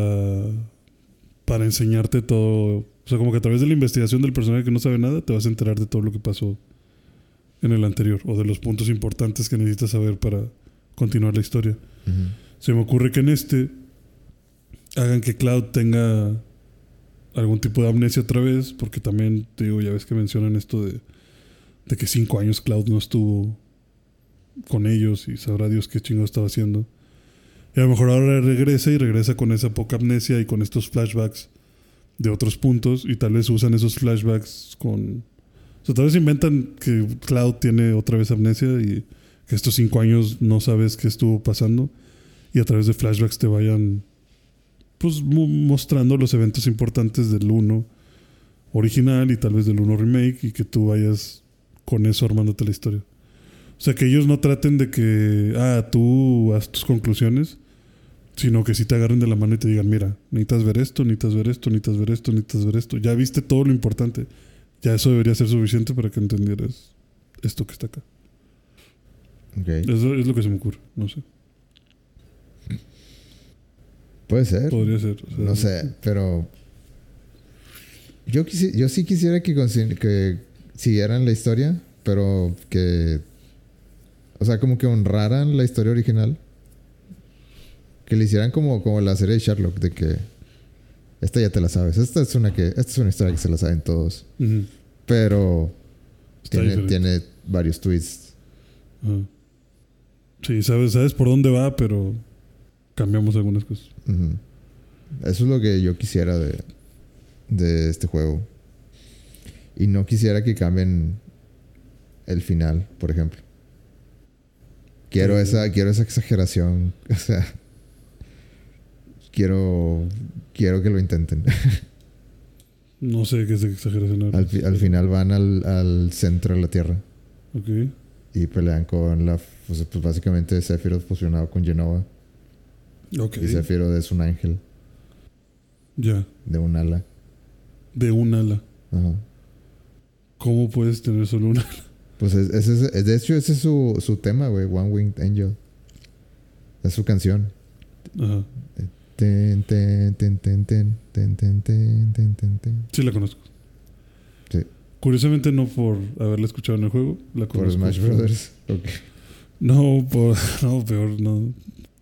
para enseñarte todo. O sea, como que a través de la investigación del personaje que no sabe nada, te vas a enterar de todo lo que pasó en el anterior o de los puntos importantes que necesitas saber para continuar la historia. Uh-huh. Se me ocurre que en este hagan que Cloud tenga algún tipo de amnesia otra vez, porque también, te digo, ya ves que mencionan esto de que 5 años Cloud no estuvo con ellos y sabrá Dios qué chingo estaba haciendo. Y a lo mejor ahora regresa con esa poca amnesia y con estos flashbacks de otros puntos y tal vez usan esos flashbacks con... O sea, tal vez inventan que Cloud tiene otra vez amnesia y que estos 5 años no sabes qué estuvo pasando y a través de flashbacks te vayan pues mostrando los eventos importantes del 1 original y tal vez del 1 remake y que tú vayas con eso armándote la historia. O sea, que ellos no traten de que tú haz tus conclusiones, sino que sí te agarren de la mano y te digan, mira, necesitas ver esto, necesitas ver esto, necesitas ver esto, necesitas ver esto. Ya viste todo lo importante. Ya eso debería ser suficiente para que entendieras esto que está acá. Okay. Eso es lo que se me ocurre, no sé. Puede ser. Podría ser. O sea, No sé, pero... Yo sí quisiera que siguieran la historia, pero que... O sea, como que honraran la historia original. Que le hicieran como la serie de Sherlock, de que... Esta ya te la sabes. Esta es una historia que se la saben todos. uh-huh. Pero... Está diferente. Tiene varios twists. Uh-huh. Sí, sabes por dónde va, pero cambiamos algunas cosas. Uh-huh. Eso es lo que yo quisiera de este juego. Y no quisiera que cambien el final, por ejemplo. Quiero esa exageración. O sea, quiero que lo intenten. No sé qué es exageración. Al final van al centro de la Tierra. Ok. Y pelean con pues básicamente Sephiroth fusionado con Genova. Ok. Y Sephiroth es un ángel. Ya. De un ala. De un ala. Ajá. ¿Cómo puedes tener solo un ala? Pues de hecho ese es su tema, güey. One Winged Angel. Es su canción. Ajá. Ten, ten, ten, ten, ten, ten, ten, ten, ten, ten, ten. Sí, la conozco. Sí. Curiosamente no por haberla escuchado en el juego. La Por conozco Smash Brothers. Ok. No, no, peor, no.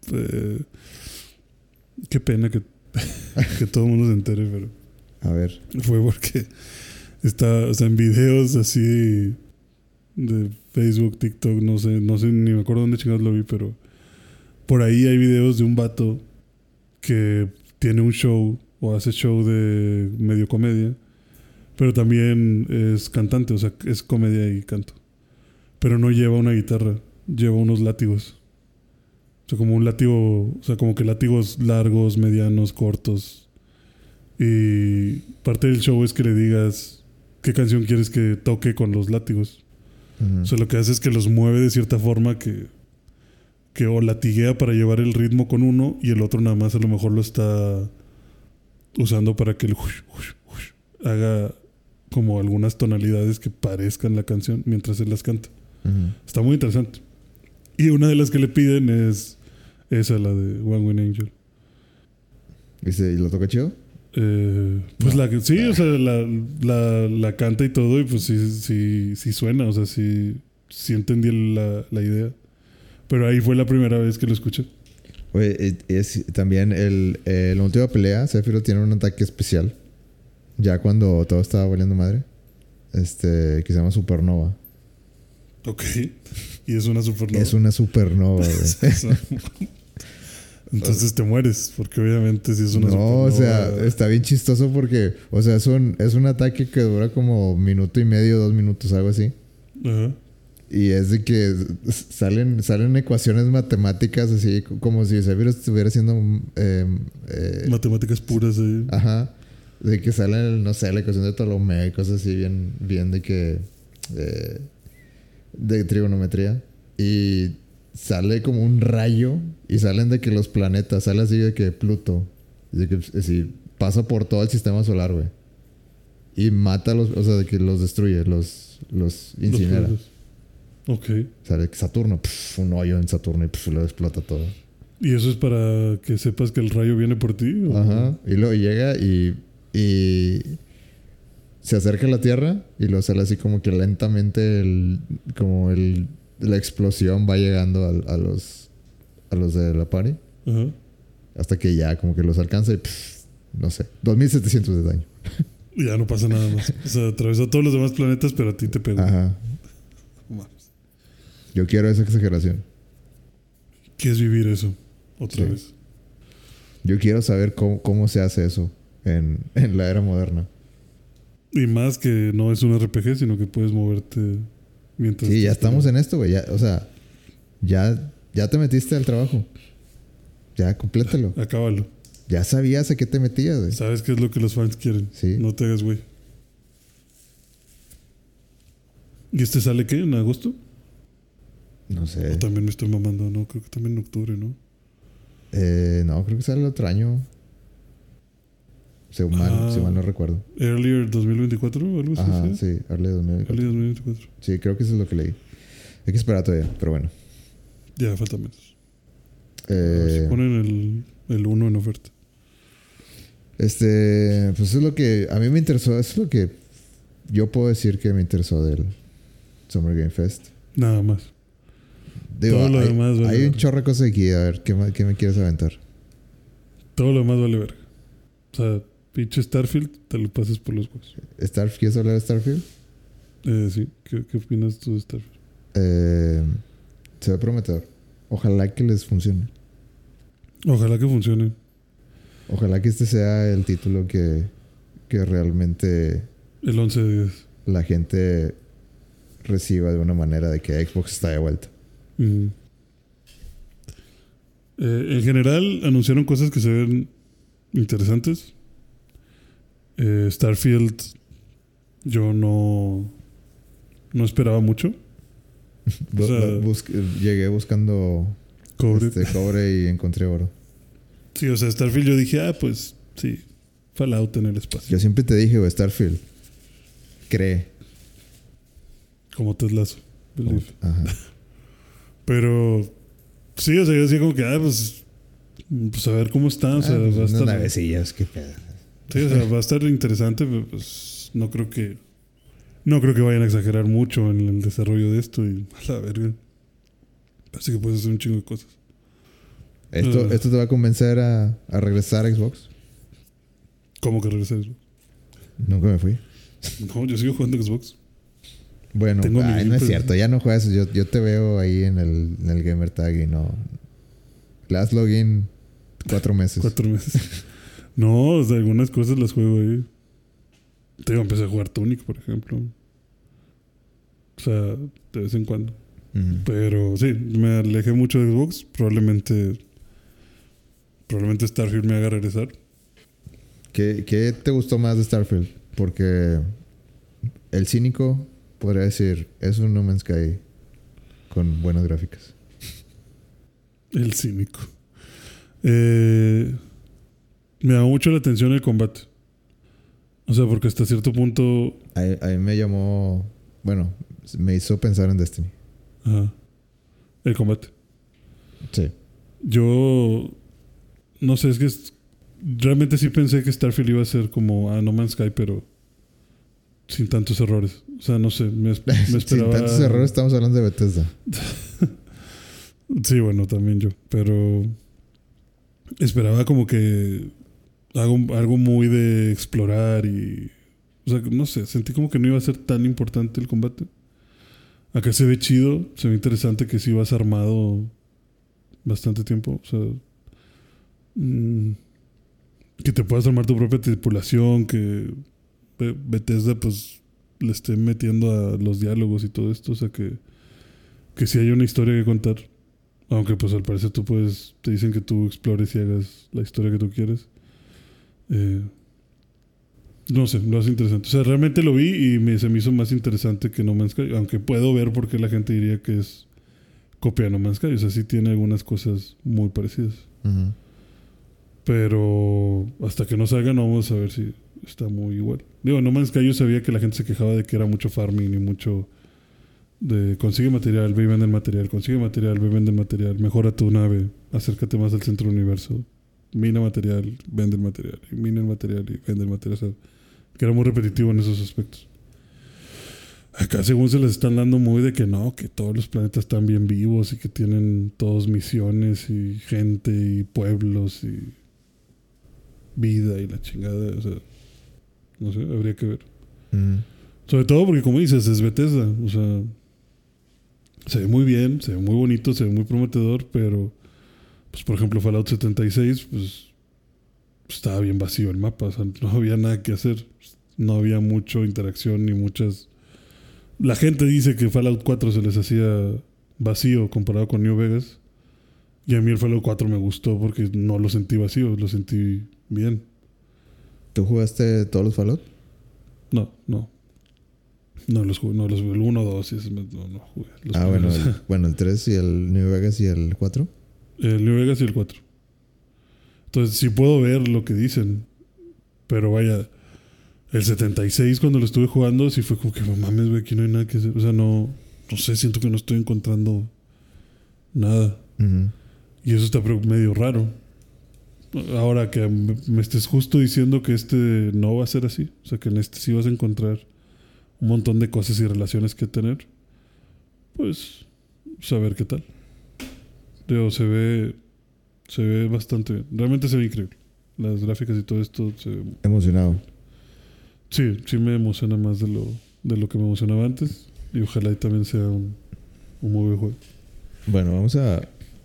Qué pena que todo el mundo se entere, pero A ver. fue porque está, o sea, en videos así de Facebook, TikTok, no sé, ni me acuerdo dónde chingados lo vi, pero por ahí hay videos de un vato que tiene un show o hace show de medio comedia, pero también es cantante, o sea, es comedia y canto. Pero no lleva una guitarra, lleva unos látigos. O sea, como un látigo, o sea, como que látigos largos, medianos, cortos. Y parte del show es que le digas qué canción quieres que toque con los látigos. Uh-huh. O sea, lo que hace es que los mueve de cierta forma que o latiguea para llevar el ritmo con uno y el otro nada más a lo mejor lo está usando para que el haga como algunas tonalidades que parezcan la canción mientras él las canta. Uh-huh. Está muy interesante. Y una de las que le piden es esa, la de One Winged Angel. ¿Y lo toca chido? Pues no. Sí, o sea, la canta y todo, y pues sí suena, o sea, sí entendí la idea. Pero ahí fue la primera vez que lo escuché. Oye, también la última pelea, Sephiroth tiene un ataque especial. Ya cuando todo estaba valiendo madre. Que se llama Supernova. Ok. Y es una supernova. Es una supernova, güey. Entonces te mueres, porque obviamente si es una supernova... No, o sea, está bien chistoso porque... O sea, es un ataque que dura como 1 minuto y medio, 2 minutos, algo así. Ajá. Y es de que salen ecuaciones matemáticas así, como si Sephiroth estuviera haciendo... matemáticas puras ahí. Ajá. De que sale, no sé, la ecuación de Ptolomeo y cosas así bien de que... de trigonometría. Y sale como un rayo y salen de que los planetas, sale así de que Pluto, de que así, pasa por todo el sistema solar, güey. Y mata a los, o sea, de que los destruye, los incinera. Ok. O sea, de que Saturno, un hoyo en Saturno y lo explota todo. ¿Y eso es para que sepas que el rayo viene por ti? ¿O? Ajá. Y luego llega y se acerca a la Tierra y luego sale así como que lentamente la explosión va llegando a los de la party. Ajá. Hasta que ya como que los alcanza y no sé, 2700 de daño. Y ya no pasa nada más. O sea, atravesó todos los demás planetas, pero a ti te pegó. Ajá. Yo quiero esa exageración. ¿Quieres vivir eso otra vez? Yo quiero saber cómo se hace eso en la era moderna. Y más que no es un RPG, sino que puedes moverte mientras... Sí, ya estamos en esto, güey. O sea, ya te metiste al trabajo. Ya, complétalo. Acábalo. Ya sabías a qué te metías, güey. Sabes qué es lo que los fans quieren. Sí. No te hagas, güey. ¿Y este sale qué? ¿En agosto? No sé. O también me estoy mamando, ¿no? Creo que también en octubre, ¿no? No, creo que sale el otro año. Si mal no recuerdo. ¿Earlier 2024 o algo así? Ajá, sí, Early 2024. Early 2024. Sí, creo que eso es lo que leí. Hay que esperar todavía, pero bueno. Ya, falta menos. Se ponen el 1 en oferta. Pues eso es lo que a mí me interesó. Eso es lo que yo puedo decir que me interesó del Summer Game Fest. Nada más. Digo, todo lo demás vale hay un verga. chorro de cosas aquí. A ver, ¿qué me quieres aventar? Todo lo demás vale verga. O sea, pinche Starfield, te lo pasas por los huevos. ¿Quieres hablar de Starfield? Sí. ¿Qué opinas tú de Starfield? Se ve prometedor. Ojalá que les funcione. Ojalá que funcione. Ojalá que este sea el título que realmente El 11 de 10. la gente reciba de una manera de que Xbox está de vuelta. En general, anunciaron cosas que se ven interesantes. Starfield, yo no esperaba mucho. O sea, Llegué buscando cobre y encontré oro. Sí, o sea, Starfield yo dije, pues sí, Fallout en el espacio. Yo siempre te dije, Starfield, cree. Como Ted Lasso. Believe. Ajá. Pero sí, o sea, yo decía como que, pues a ver cómo está. O sea, Pues va a unas estar. navecillas, qué pedo. Sí, o sea, va a estar interesante, pero pues no creo que vayan a exagerar mucho en el desarrollo de esto y a la verga. Parece que puedes hacer un chingo de cosas. ¿Esto te va a convencer a regresar a Xbox? ¿Cómo que regresas? Nunca me fui. No, yo sigo jugando Xbox. Bueno, Tengo mi no es Game Pass. cierto, ya no juegas. Yo te veo ahí en el Gamer Tag y no. Last login 4 meses. 4 meses. No, o sea, algunas cosas las juego ahí. Empecé a jugar Tunic, por ejemplo. O sea, de vez en cuando. Ujú. Pero sí, me alejé mucho de Xbox. Probablemente Starfield me haga regresar. ¿Qué te gustó más de Starfield? Porque el cínico podría decir, es un No Man's Sky con buenas gráficas. El cínico. Me llamó mucho la atención el combate. O sea, porque hasta cierto punto... A mí me llamó... Bueno, me hizo pensar en Destiny. Ajá. El combate. Sí. Yo... No sé, es que... Realmente sí pensé que Starfield iba a ser como No Man's Sky, pero... Sin tantos errores. O sea, no sé. Me esperaba... Sin tantos errores, estamos hablando de Bethesda. Sí, bueno, también yo. Pero... Esperaba como que... Algo muy de explorar y... O sea, no sé. Sentí como que no iba a ser tan importante el combate. Acá se ve chido. Se ve interesante que sí vas armado... Bastante tiempo. O sea... que te puedas armar tu propia tripulación. Que... Bethesda pues... Le esté metiendo a los diálogos y todo esto. O sea que... Que sí hay una historia que contar. Aunque pues al parecer tú puedes... Te dicen que tú explores y hagas la historia que tú quieres. No sé, lo hace interesante. O sea, realmente lo vi y se me hizo más interesante que No Man's Sky. Aunque puedo ver por qué la gente diría que es copia de No Man's Sky. O sea, sí tiene algunas cosas muy parecidas. Uh-huh. Pero hasta que no salga no vamos a ver si está muy igual. Digo, No Man's Sky yo sabía que la gente se quejaba de que era mucho farming y mucho... de consigue material, ve y vende el material, consigue material, ve y vende el material, mejora tu nave, acércate más al centro del universo, mina material, vende el material, y mina el material y vende el material. O sea, que era muy repetitivo en esos aspectos. Acá según se les están dando muy de que no, que todos los planetas están bien vivos y que tienen todos misiones y gente y pueblos y vida y la chingada. O sea, no sé, habría que ver. Uh-huh. Sobre todo porque como dices, es Bethesda. O sea, se ve muy bien, se ve muy bonito, se ve muy prometedor, pero pues por ejemplo Fallout 76 pues estaba bien vacío el mapa, o sea, no había nada que hacer, no había mucha interacción ni muchas... La gente dice que Fallout 4 se les hacía vacío comparado con New Vegas, y a mí el Fallout 4 me gustó porque no lo sentí vacío, lo sentí bien. ¿Tú jugaste todos los Fallout? No los jugué, el 1, 2 y ese no jugué. Bueno, el 3 y el New Vegas y el 4. El New Vegas y el 4. Entonces sí puedo ver lo que dicen. Pero vaya, el 76 cuando lo estuve jugando sí fue como que mames, güey, aquí no hay nada que hacer. O sea, no sé, siento que no estoy encontrando nada. Uh-huh. Y eso está medio raro. Ahora que me estés justo diciendo que este no va a ser así. O sea, que en este sí vas a encontrar un montón de cosas y relaciones que tener. Pues, saber qué tal. Digo, se ve bastante bien. Realmente se ve increíble. Las gráficas y todo esto se ve... Emocionado. Sí me emociona más de lo que me emocionaba antes. Y ojalá y también sea un muy buen juego. Bueno, vamos a...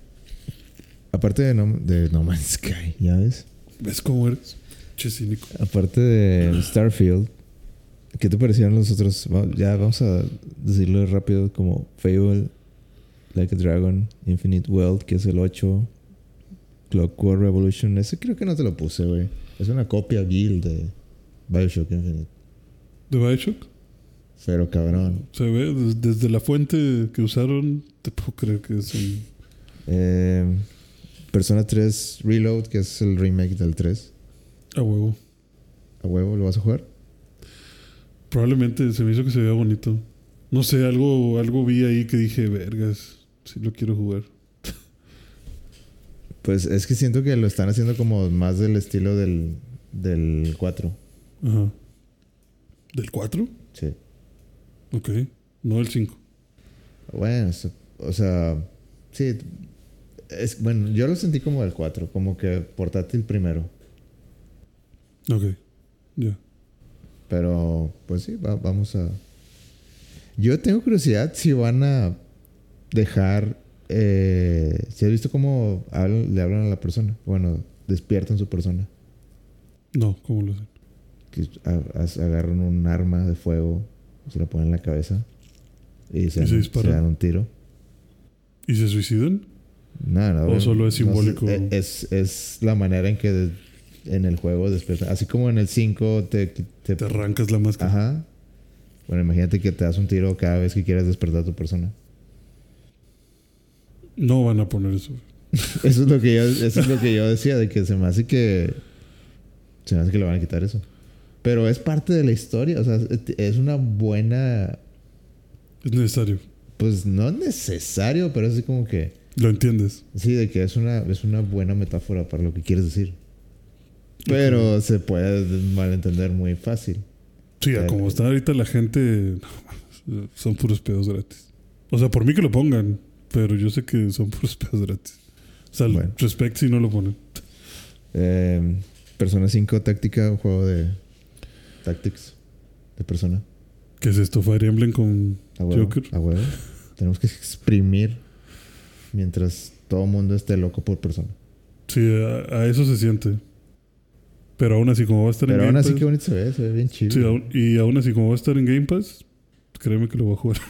Aparte de No Man's Sky, ¿ya ves? ¿Ves cómo eres? Che cínico. Aparte de Starfield, ¿qué te parecieron los otros? Ya vamos a decirlo rápido, como Fable, Like a Dragon, Infinite Wealth, que es el 8, Clockwork Revolution. Ese creo que no te lo puse, güey. Es una copia guild de Bioshock Infinite. ¿De Bioshock? Pero cabrón. Se ve desde la fuente que usaron, te puedo creer que es un... Persona 3 Reload, que es el remake del 3. A huevo. ¿A huevo lo vas a jugar? Probablemente se me hizo que se veía bonito. No sé, algo vi ahí que dije, vergas, sí lo quiero jugar. Pues es que siento que lo están haciendo como más del estilo del 4. Ajá. ¿Del 4? Sí. Ok. No del 5. Bueno, o sea, sí. Bueno, yo lo sentí como del 4, como que portátil primero. Ok. Ya. Pero, pues sí, vamos a... Yo tengo curiosidad si van a dejar... si has visto cómo le hablan a la persona. Bueno, despiertan su persona. No, ¿cómo lo hacen? Que agarran un arma de fuego, se la ponen en la cabeza y se dan un tiro. ¿Y se suicidan? No, ¿O solo es simbólico? Es la manera en que en el juego despiertan. Así como en el 5 te arrancas la máscara. Ajá. Bueno, imagínate que te das un tiro cada vez que quieras despertar a tu persona. No van a poner eso. Eso es lo que yo decía, de que se me hace que le van a quitar eso. Pero es parte de la historia, o sea, es una buena... Es necesario. Pues no es necesario, pero es así como que... ¿Lo entiendes? Sí, de que es una buena metáfora para lo que quieres decir. Pero se puede malentender muy fácil. Sí, como está ahorita la gente, son puros pedos gratis. O sea, por mí que lo pongan, pero yo sé que son puros pedos gratis. O sea, bueno. Respect si no lo ponen. Persona 5 Táctica, un juego de Tactics de Persona. ¿Qué es esto? ¿Fire Emblem con Joker? A huevo. Tenemos que exprimir mientras todo el mundo esté loco por Persona. Sí, a eso se siente. Pero aún así, como va a estar en Game Pass... Pero aún así, qué bonito se ve bien chido. Sí, y aún así, como va a estar en Game Pass, créeme que lo voy a jugar.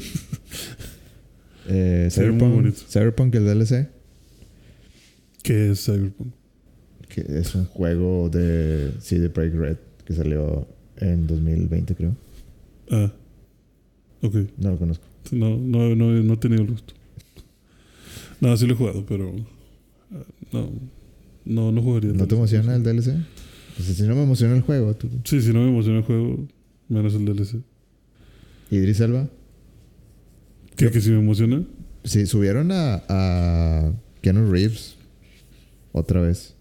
Cyberpunk, el DLC. ¿Qué es Cyberpunk? Que es un juego de CD Projekt Red que salió en 2020, creo. Ah, ok. No lo conozco. No he tenido el gusto. No, sí lo he jugado, pero... No jugaría. ¿No te emociona el DLC? Pues si no me emociona el juego. Sí, si no me emociona el juego, menos el DLC. ¿Idris Elba? ¿Qué si me emociona? Sí, subieron a Keanu Reeves otra vez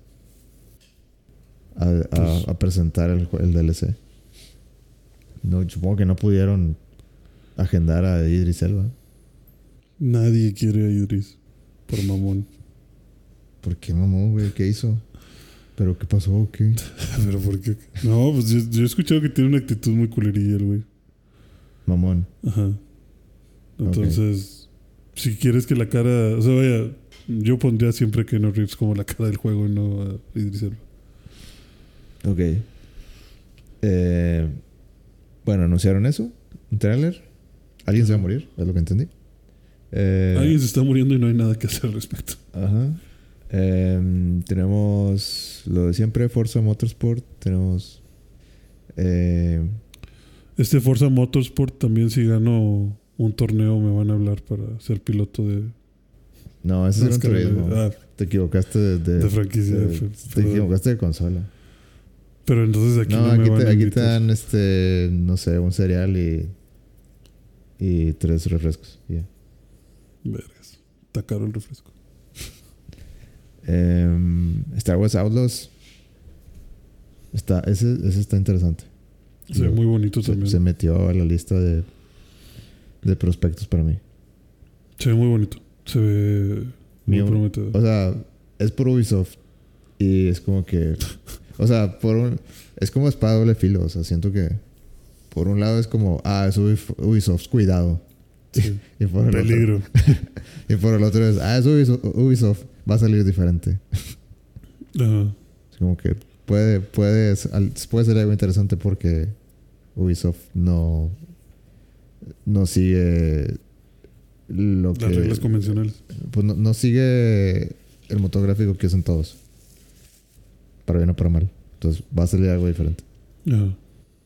a presentar el DLC. No, supongo que no pudieron agendar a Idris Elba. Nadie quiere a Idris por mamón. ¿Por qué mamón, güey? ¿Qué hizo? ¿Pero qué pasó o qué? ¿Pero por qué? No, pues yo he escuchado que tiene una actitud muy culerilla el güey. Mamón. Ajá. Entonces, si quieres que la cara... O sea, vaya, yo pondría siempre a Keanu Reeves como la cara del juego y no a Idris Elba. Ok. Bueno, anunciaron eso. Un tráiler. Alguien se va a morir, es lo que entendí. Alguien se está muriendo y no hay nada que hacer al respecto. Ajá. Tenemos lo de siempre, Forza Motorsport. Tenemos... Forza Motorsport también, si gano un torneo, me van a hablar para ser piloto de... No, ese es un turismo. Te equivocaste de franquicia. Te equivocaste de consola. Pero entonces aquí no me van a aquí te dan no sé, un cereal y 3 refrescos. Yeah. Vergas. Está caro el refresco. Star Wars Outlaws. Ese está interesante. Se ve muy bonito también. Se metió a la lista de prospectos para mí. Se ve muy bonito. Se ve muy prometedor. O sea, es por Ubisoft. Y es como que... O sea, es como espada de doble filo. O sea, siento que... Por un lado es como... es Ubisoft, cuidado. Sí. Y por el peligro. Y por el otro es... es Ubisoft, va a salir diferente. Ajá. Es como que puede ser algo interesante porque Ubisoft no sigue las reglas convencionales. Pues no sigue el motor gráfico que hacen todos. Para bien o para mal. Entonces va a salir algo diferente. Ajá.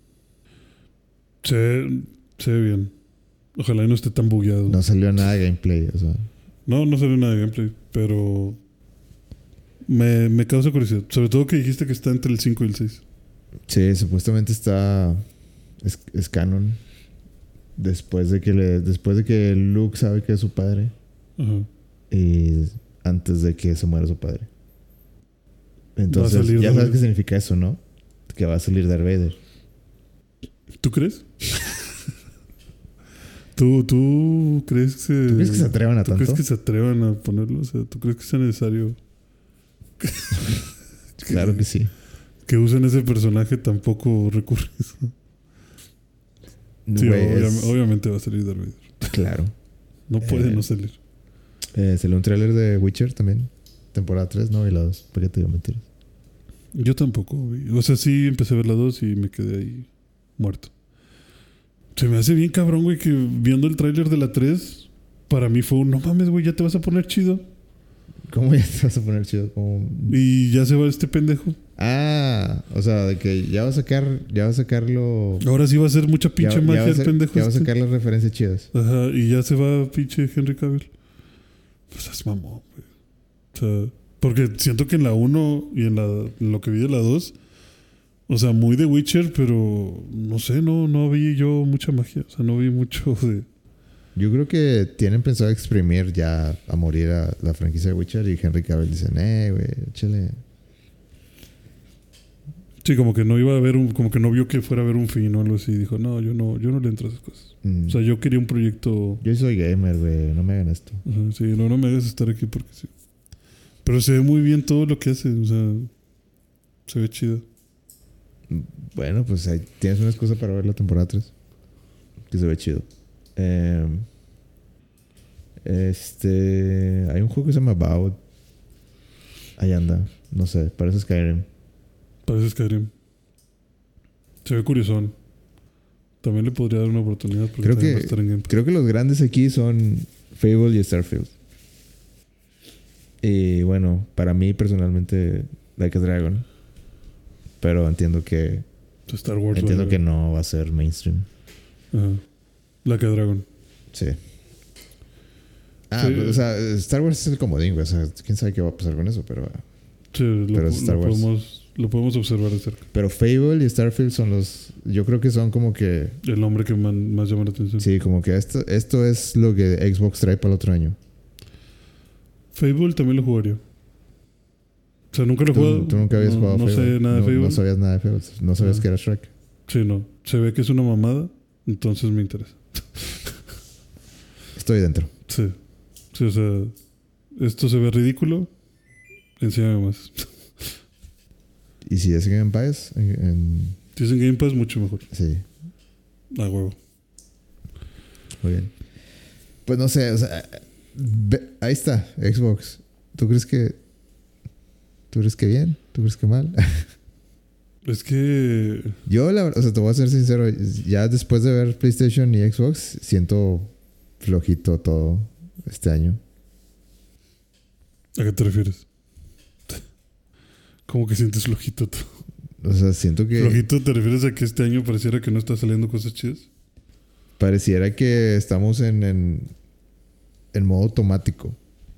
Se ve bien. Ojalá y no esté tan bugueado. No salió nada de gameplay, o sea. No salió nada de gameplay, pero me causa curiosidad. Sobre todo que dijiste que está entre el 5 y el 6. Sí, supuestamente es canon. después de que Luke sabe que es su padre Ajá. y antes de que se muera su padre. Entonces, salir ya Darth sabes Vader. qué significa eso, ¿no? Que va a salir Darth Vader. ¿Tú crees? ¿Tú crees que ¿Tú crees que se atrevan a ¿Tú tanto? crees que se atrevan a ponerlo? O sea, ¿tú crees que sea necesario Claro que sí. que usen ese personaje tan poco recurrido? Sí, Güey, es- obviamente va a salir Darth Vader. Claro. No puede no salir. Salió un tráiler de Witcher también. Temporada 3, no, y la 2. ¿Para qué te digo mentiras? Yo tampoco, güey. O sea, sí empecé a ver la 2 y me quedé ahí muerto. Se me hace bien cabrón, güey, que viendo el tráiler de la 3, para mí fue un no mames, güey, ya te vas a poner chido. ¿Cómo ya te vas a poner chido? Como... Y ya se va este pendejo. Ah, o sea, de que ya va a sacarlo. Ahora sí va a ser mucha pinche magia el pendejo Ya va a este. sacar las referencias chidas. Ajá, y ya se va pinche Henry Cavill. Pues es mamón, güey. O sea, porque siento que en la 1 y en lo que vi de la 2, o sea, muy de Witcher, pero no sé, no vi yo mucha magia. O sea, no vi mucho de... Yo creo que tienen pensado exprimir ya a morir a la franquicia de Witcher y Henry Cavill dicen, güey, échale. Sí, como que no iba a haber como que no vio que fuera a haber un fin o algo así. Dijo, no, yo no le entro a esas cosas. O sea, yo quería un proyecto... Yo soy gamer, güey, no me hagan esto. Ajá, sí, no me hagas estar aquí porque sí. Pero se ve muy bien todo lo que hace. O sea, se ve chido. Bueno, pues ahí tienes una excusa para ver la temporada 3. Que se ve chido. Hay un juego que se llama About. Ahí anda. No sé, parece Skyrim. Parece Skyrim. Se ve curiosón. También le podría dar una oportunidad porque Creo también que- va a estar en Game Pass. Creo que los grandes aquí son Fable y Starfield. Y bueno, para mí personalmente, Like a Dragon. Pero entiendo que Star Wars. entiendo vale. que no va a ser mainstream. Ajá. Like a Dragon. Sí. Sí. Pues, o sea, Star Wars es el comodín, güey. O sea, quién sabe qué va a pasar con eso, pero... Sí, Pero es Star Wars. Lo podemos observar de cerca. Pero Fable y Starfield son los... Yo creo que son como que... El nombre que más llama la atención. Sí, como que esto es lo que Xbox trae para el otro año. Fable también lo jugaría. O sea, nunca lo he jugado. Tú nunca habías jugado No Fable. sé nada de Fable. No sabías nada de Fable. No sabías Ah. que era Shrek. Sí, no. Se ve que es una mamada. Entonces me interesa. Estoy dentro. Sí. Sí, o sea, esto se ve ridículo. Enséñame más. Y si es Game Pass, Si es en Game Pass, mucho mejor. sí, A huevo. muy bien. Pues no sé, o sea, ahí está, Xbox. ¿Tú crees que bien? ¿Tú crees que mal? Es que... Yo, la verdad, o sea, te voy a ser sincero, ya después de ver PlayStation y Xbox, siento flojito todo este año. ¿A qué te refieres? ¿Cómo que sientes flojito tú? O sea, siento que ¿Flojito te refieres a que este año pareciera que no está saliendo cosas chidas? pareciera que estamos en modo automático.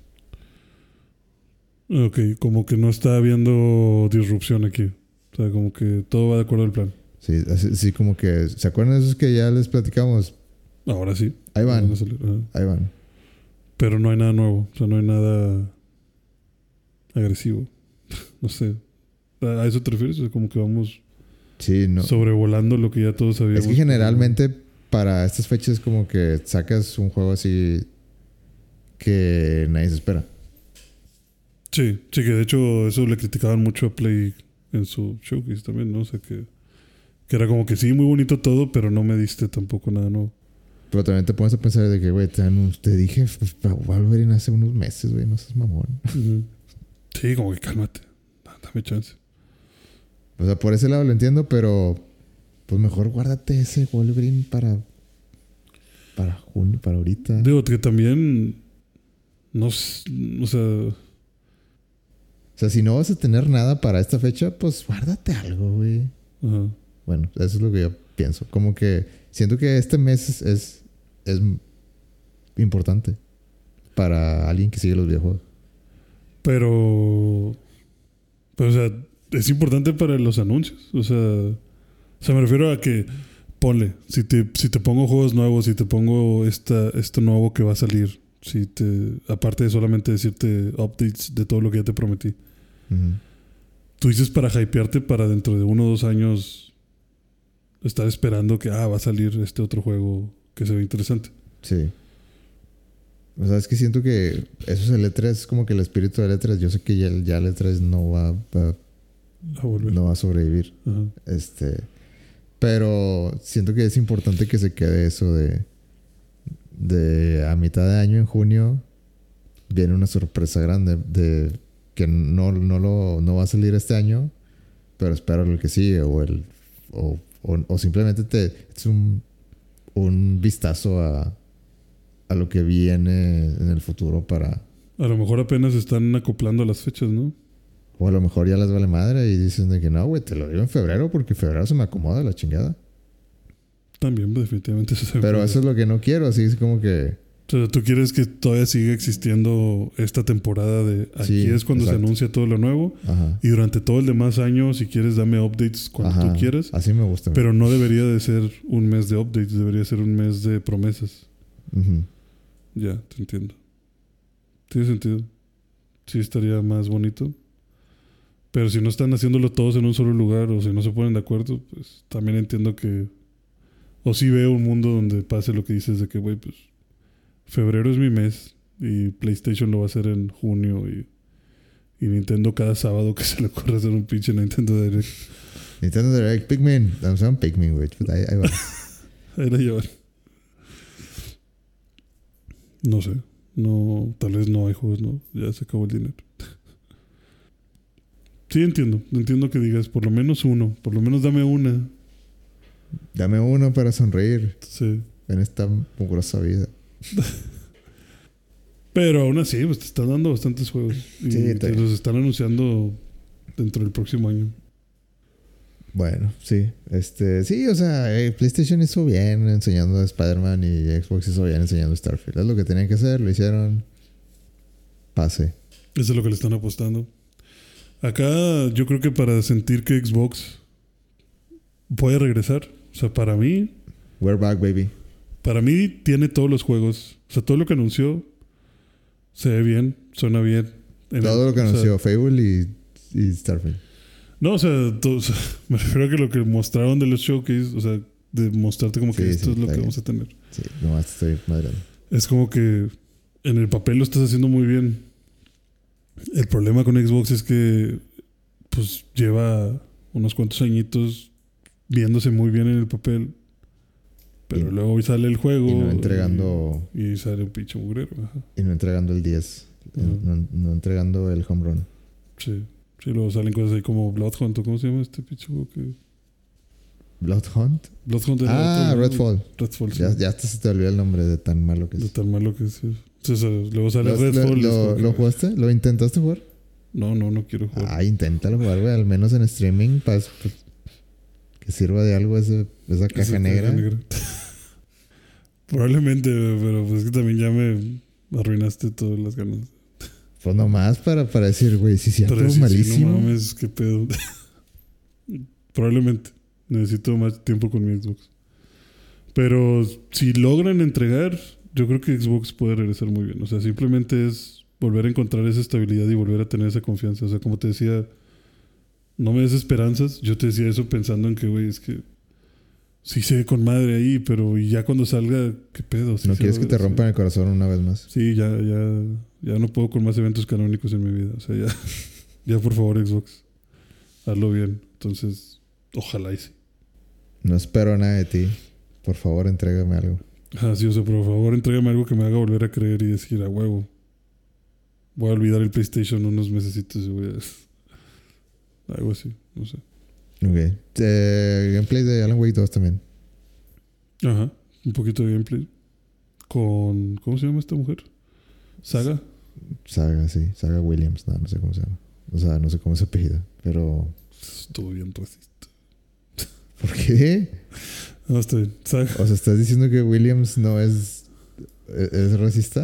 Ok, como que no está habiendo disrupción aquí. O sea, como que todo va de acuerdo al plan. Sí, así como que... ¿Se acuerdan de esos que ya les platicamos? Ahora sí. Ahí van, a salir, ajá. ahí van. Pero no hay nada nuevo. O sea, no hay nada agresivo. No sé. ¿A eso te refieres? O sea, como que vamos Sí, no. sobrevolando lo que ya todos sabíamos. Es que generalmente para estas fechas como que sacas un juego así que nadie se espera. Sí, que de hecho eso le criticaban mucho a Play en su showcase también, ¿no? O sea, que era como que sí, muy bonito todo, pero no me diste tampoco nada nuevo. Pero también te pones a pensar de que, güey, te dije Wolverine hace unos meses, güey, no seas mamón. Ujú. Sí, como que cálmate. Dame chance. O sea, por ese lado lo entiendo, pero pues mejor guárdate ese Wolverine para junio, para ahorita. Digo que también no, o sea, O sea, si no vas a tener nada para esta fecha, pues guárdate algo, güey. ajá. Bueno, eso es lo que yo pienso. Como que siento que este mes es importante para alguien que sigue los videojuegos. Pero, o sea, es importante para los anuncios. O sea, me refiero a que ponle, si te pongo juegos nuevos, si te pongo esto nuevo que va a salir, aparte de solamente decirte updates de todo lo que ya te prometí. Ujú. Tú dices para hypearte para dentro de 1 o 2 años estar esperando que va a salir este otro juego que se ve interesante. Sí. O sea, es que siento que eso es el E3, es como que el espíritu del E3. Yo sé que ya el E3 no va A volver. a sobrevivir. Ajá. Pero siento que es importante que se quede eso de a mitad de año, en junio, viene una sorpresa grande de que no va a salir este año, pero espero el que sigue o simplemente es un vistazo a lo que viene en el futuro para... A lo mejor apenas están acoplando las fechas, ¿no? O a lo mejor ya les vale madre y dicen de que no, güey, te lo digo en febrero porque febrero se me acomoda la chingada. También, definitivamente eso se Pero puede. eso es lo que no quiero, así es como que... O sea, tú quieres que todavía siga existiendo esta temporada de aquí Sí, es cuando exacto. se anuncia todo lo nuevo Ajá. y durante todo el demás año, si quieres, dame updates cuando Ajá, tú quieras. así me gusta. Pero no debería de ser un mes de updates, debería ser un mes de promesas. Ujú. Ya, te entiendo. Tiene sentido. Sí, estaría más bonito. Pero si no están haciéndolo todos en un solo lugar o si no se ponen de acuerdo, pues también entiendo que... O sí veo un mundo donde pase lo que dices de que, güey, pues febrero es mi mes y PlayStation lo va a hacer en junio y Nintendo cada sábado que se le ocurre hacer un pinche Nintendo Direct. Nintendo Direct, Pikmin. No, son Pikmin, güey. Pues ahí va. Ahí la llevan. No sé. No, tal vez no hay juegos, ¿no? Ya se acabó el dinero. Sí, entiendo. Entiendo que digas por lo menos uno. Por lo menos dame una. Dame uno para sonreír Sí. en esta mugrosa vida. Pero aún así, pues te están dando bastantes juegos. Y Sí, te los están anunciando dentro del próximo año. Bueno, sí. Sí, o sea, PlayStation hizo bien enseñando a Spider-Man y Xbox hizo bien enseñando a Starfield. Es lo que tenían que hacer, lo hicieron. Pase. Eso es lo que le están apostando. Acá yo creo que para sentir que Xbox puede regresar, o sea, para mí We're back, baby. tiene todos los juegos. O sea, todo lo que anunció se ve bien, suena bien. Todo lo que anunció Fable y Starfield. No, o sea, me refiero a que lo que mostraron de los showcase, o sea, de mostrarte como que esto es lo que vamos a tener. Sí, nomás estoy madreando. Es como que en el papel lo estás haciendo muy bien. El problema con Xbox es que pues lleva unos cuantos añitos viéndose muy bien en el papel. Pero luego hoy sale el juego. Y no entregando... Y sale un pinche mugrero. Ajá. Y no entregando el 10. No entregando el home run. Sí. Sí, luego salen cosas ahí como Bloodhunt. ¿Cómo se llama este pinche juego? ¿Bloodhunt? Bloodhunt era otro, Redfall. Redfall, sí. Ya hasta se te olvidó el nombre de tan malo que es. De tan malo que es. Sí. Entonces, luego sale Redfall. ¿Lo jugaste? ¿Lo intentaste jugar? No quiero jugar. Inténtalo jugar, güey. Al menos en streaming. Pues, que sirva de algo esa caja negra. Probablemente, pero pues es que también ya me arruinaste todas las ganas. Pues nomás para decir, güey, si es malísimo. No mames, qué pedo. Probablemente. Necesito más tiempo con mi Xbox. Pero si logran entregar, yo creo que Xbox puede regresar muy bien. O sea, simplemente es volver a encontrar esa estabilidad y volver a tener esa confianza. O sea, como te decía, no me des esperanzas. Yo te decía eso pensando en que, güey, es que sí se ve con madre ahí, pero ya cuando salga, ¿qué pedo? ¿No quieres que te rompan el corazón una vez más? Sí, ya no puedo con más eventos canónicos en mi vida. O sea, ya por favor, Xbox, hazlo bien. Entonces, ojalá y sí. No espero nada de ti. Por favor, entrégame algo. Sí, o sea, por favor, entrégame algo que me haga volver a creer y decir, a huevo. Voy a olvidar el PlayStation unos mesecitos y voy a... Algo así, no sé. Ok. Gameplay de Alan Wake 2 también. Ajá, un poquito de gameplay. Con... ¿Cómo se llama esta mujer? ¿Saga? Saga, sí. Saga Williams. No sé cómo se llama. O sea, no sé cómo se apellida. Pero... Estuvo bien racista. ¿Por qué? No, está bien. Saga. O sea, ¿estás diciendo que Williams no es racista?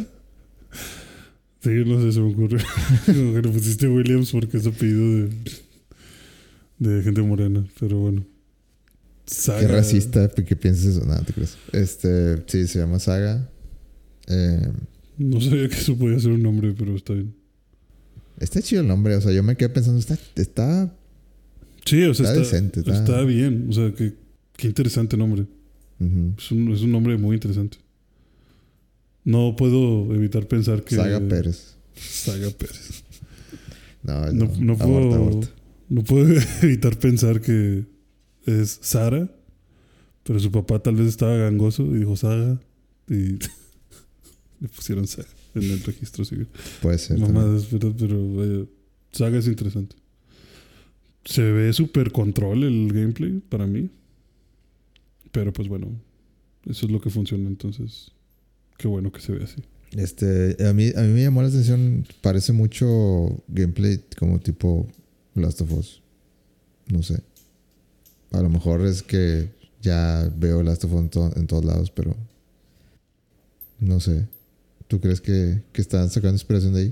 Sí, no sé, se me ocurre. Como que le pusiste Williams porque es apellido de gente morena. Pero bueno. Saga. Qué racista que pienses eso. Nada, te crees. Sí, se llama Saga. No sabía que eso podía ser un nombre, pero está bien. Está chido el nombre. O sea, yo me quedé pensando, está Sí, o sea, está decente. Está bien. O sea, qué interesante nombre. Ujú. Es un nombre muy interesante. No puedo evitar pensar que... Saga Pérez. Saga Pérez. No, puedo, no puedo evitar pensar que es Sara, pero su papá tal vez estaba gangoso y dijo Saga y le pusieron Saga en el registro civil. Puede ser. Mamadas, pero vaya, Saga es interesante. Se ve súper control el gameplay para mí, pero pues bueno, eso es lo que funciona, entonces qué bueno que se ve así. A mí me llamó la atención. Parece mucho gameplay como tipo Last of Us. No sé. A lo mejor es que ya veo Last of Us en todos lados, pero no sé. ¿Tú crees que están sacando inspiración de ahí?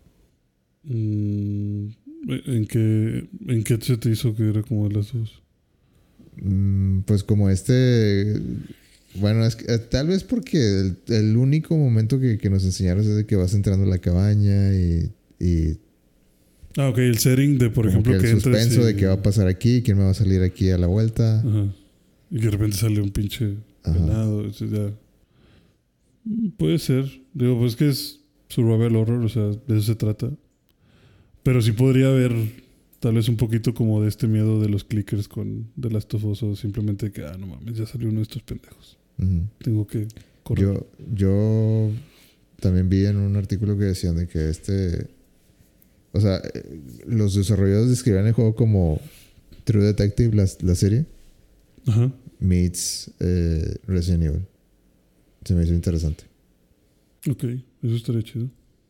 ¿En qué se te hizo que era como de las dos? Pues como bueno, es que, tal vez porque el único momento que nos enseñaron es de que vas entrando a la cabaña y Ok, el setting de, por ejemplo, que el suspenso de qué va a pasar aquí, quién me va a salir aquí a la vuelta. Ajá. Y que de repente sale un pinche venado. Eso ya... Puede ser. Digo, pues que es survival horror, o sea, de eso se trata. Pero sí podría haber tal vez un poquito como de este miedo de los clickers con The Last of Us, o simplemente que, no mames, ya salió uno de estos pendejos. Uh-huh. Tengo que correr. Yo también vi en un artículo que decían de que o sea, los desarrolladores describían el juego como True Detective, la serie, Ajá. meets Resident Evil. Se me hizo interesante. Ok, eso estaría chido.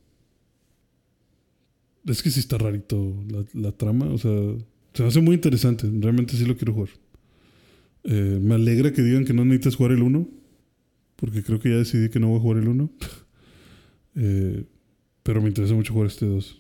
Es que sí está rarito la trama, o sea, se me hace muy interesante. Realmente sí lo quiero jugar. Me alegra que digan que no necesitas jugar el 1, porque creo que ya decidí que no voy a jugar el 1. Pero me interesa mucho jugar este 2.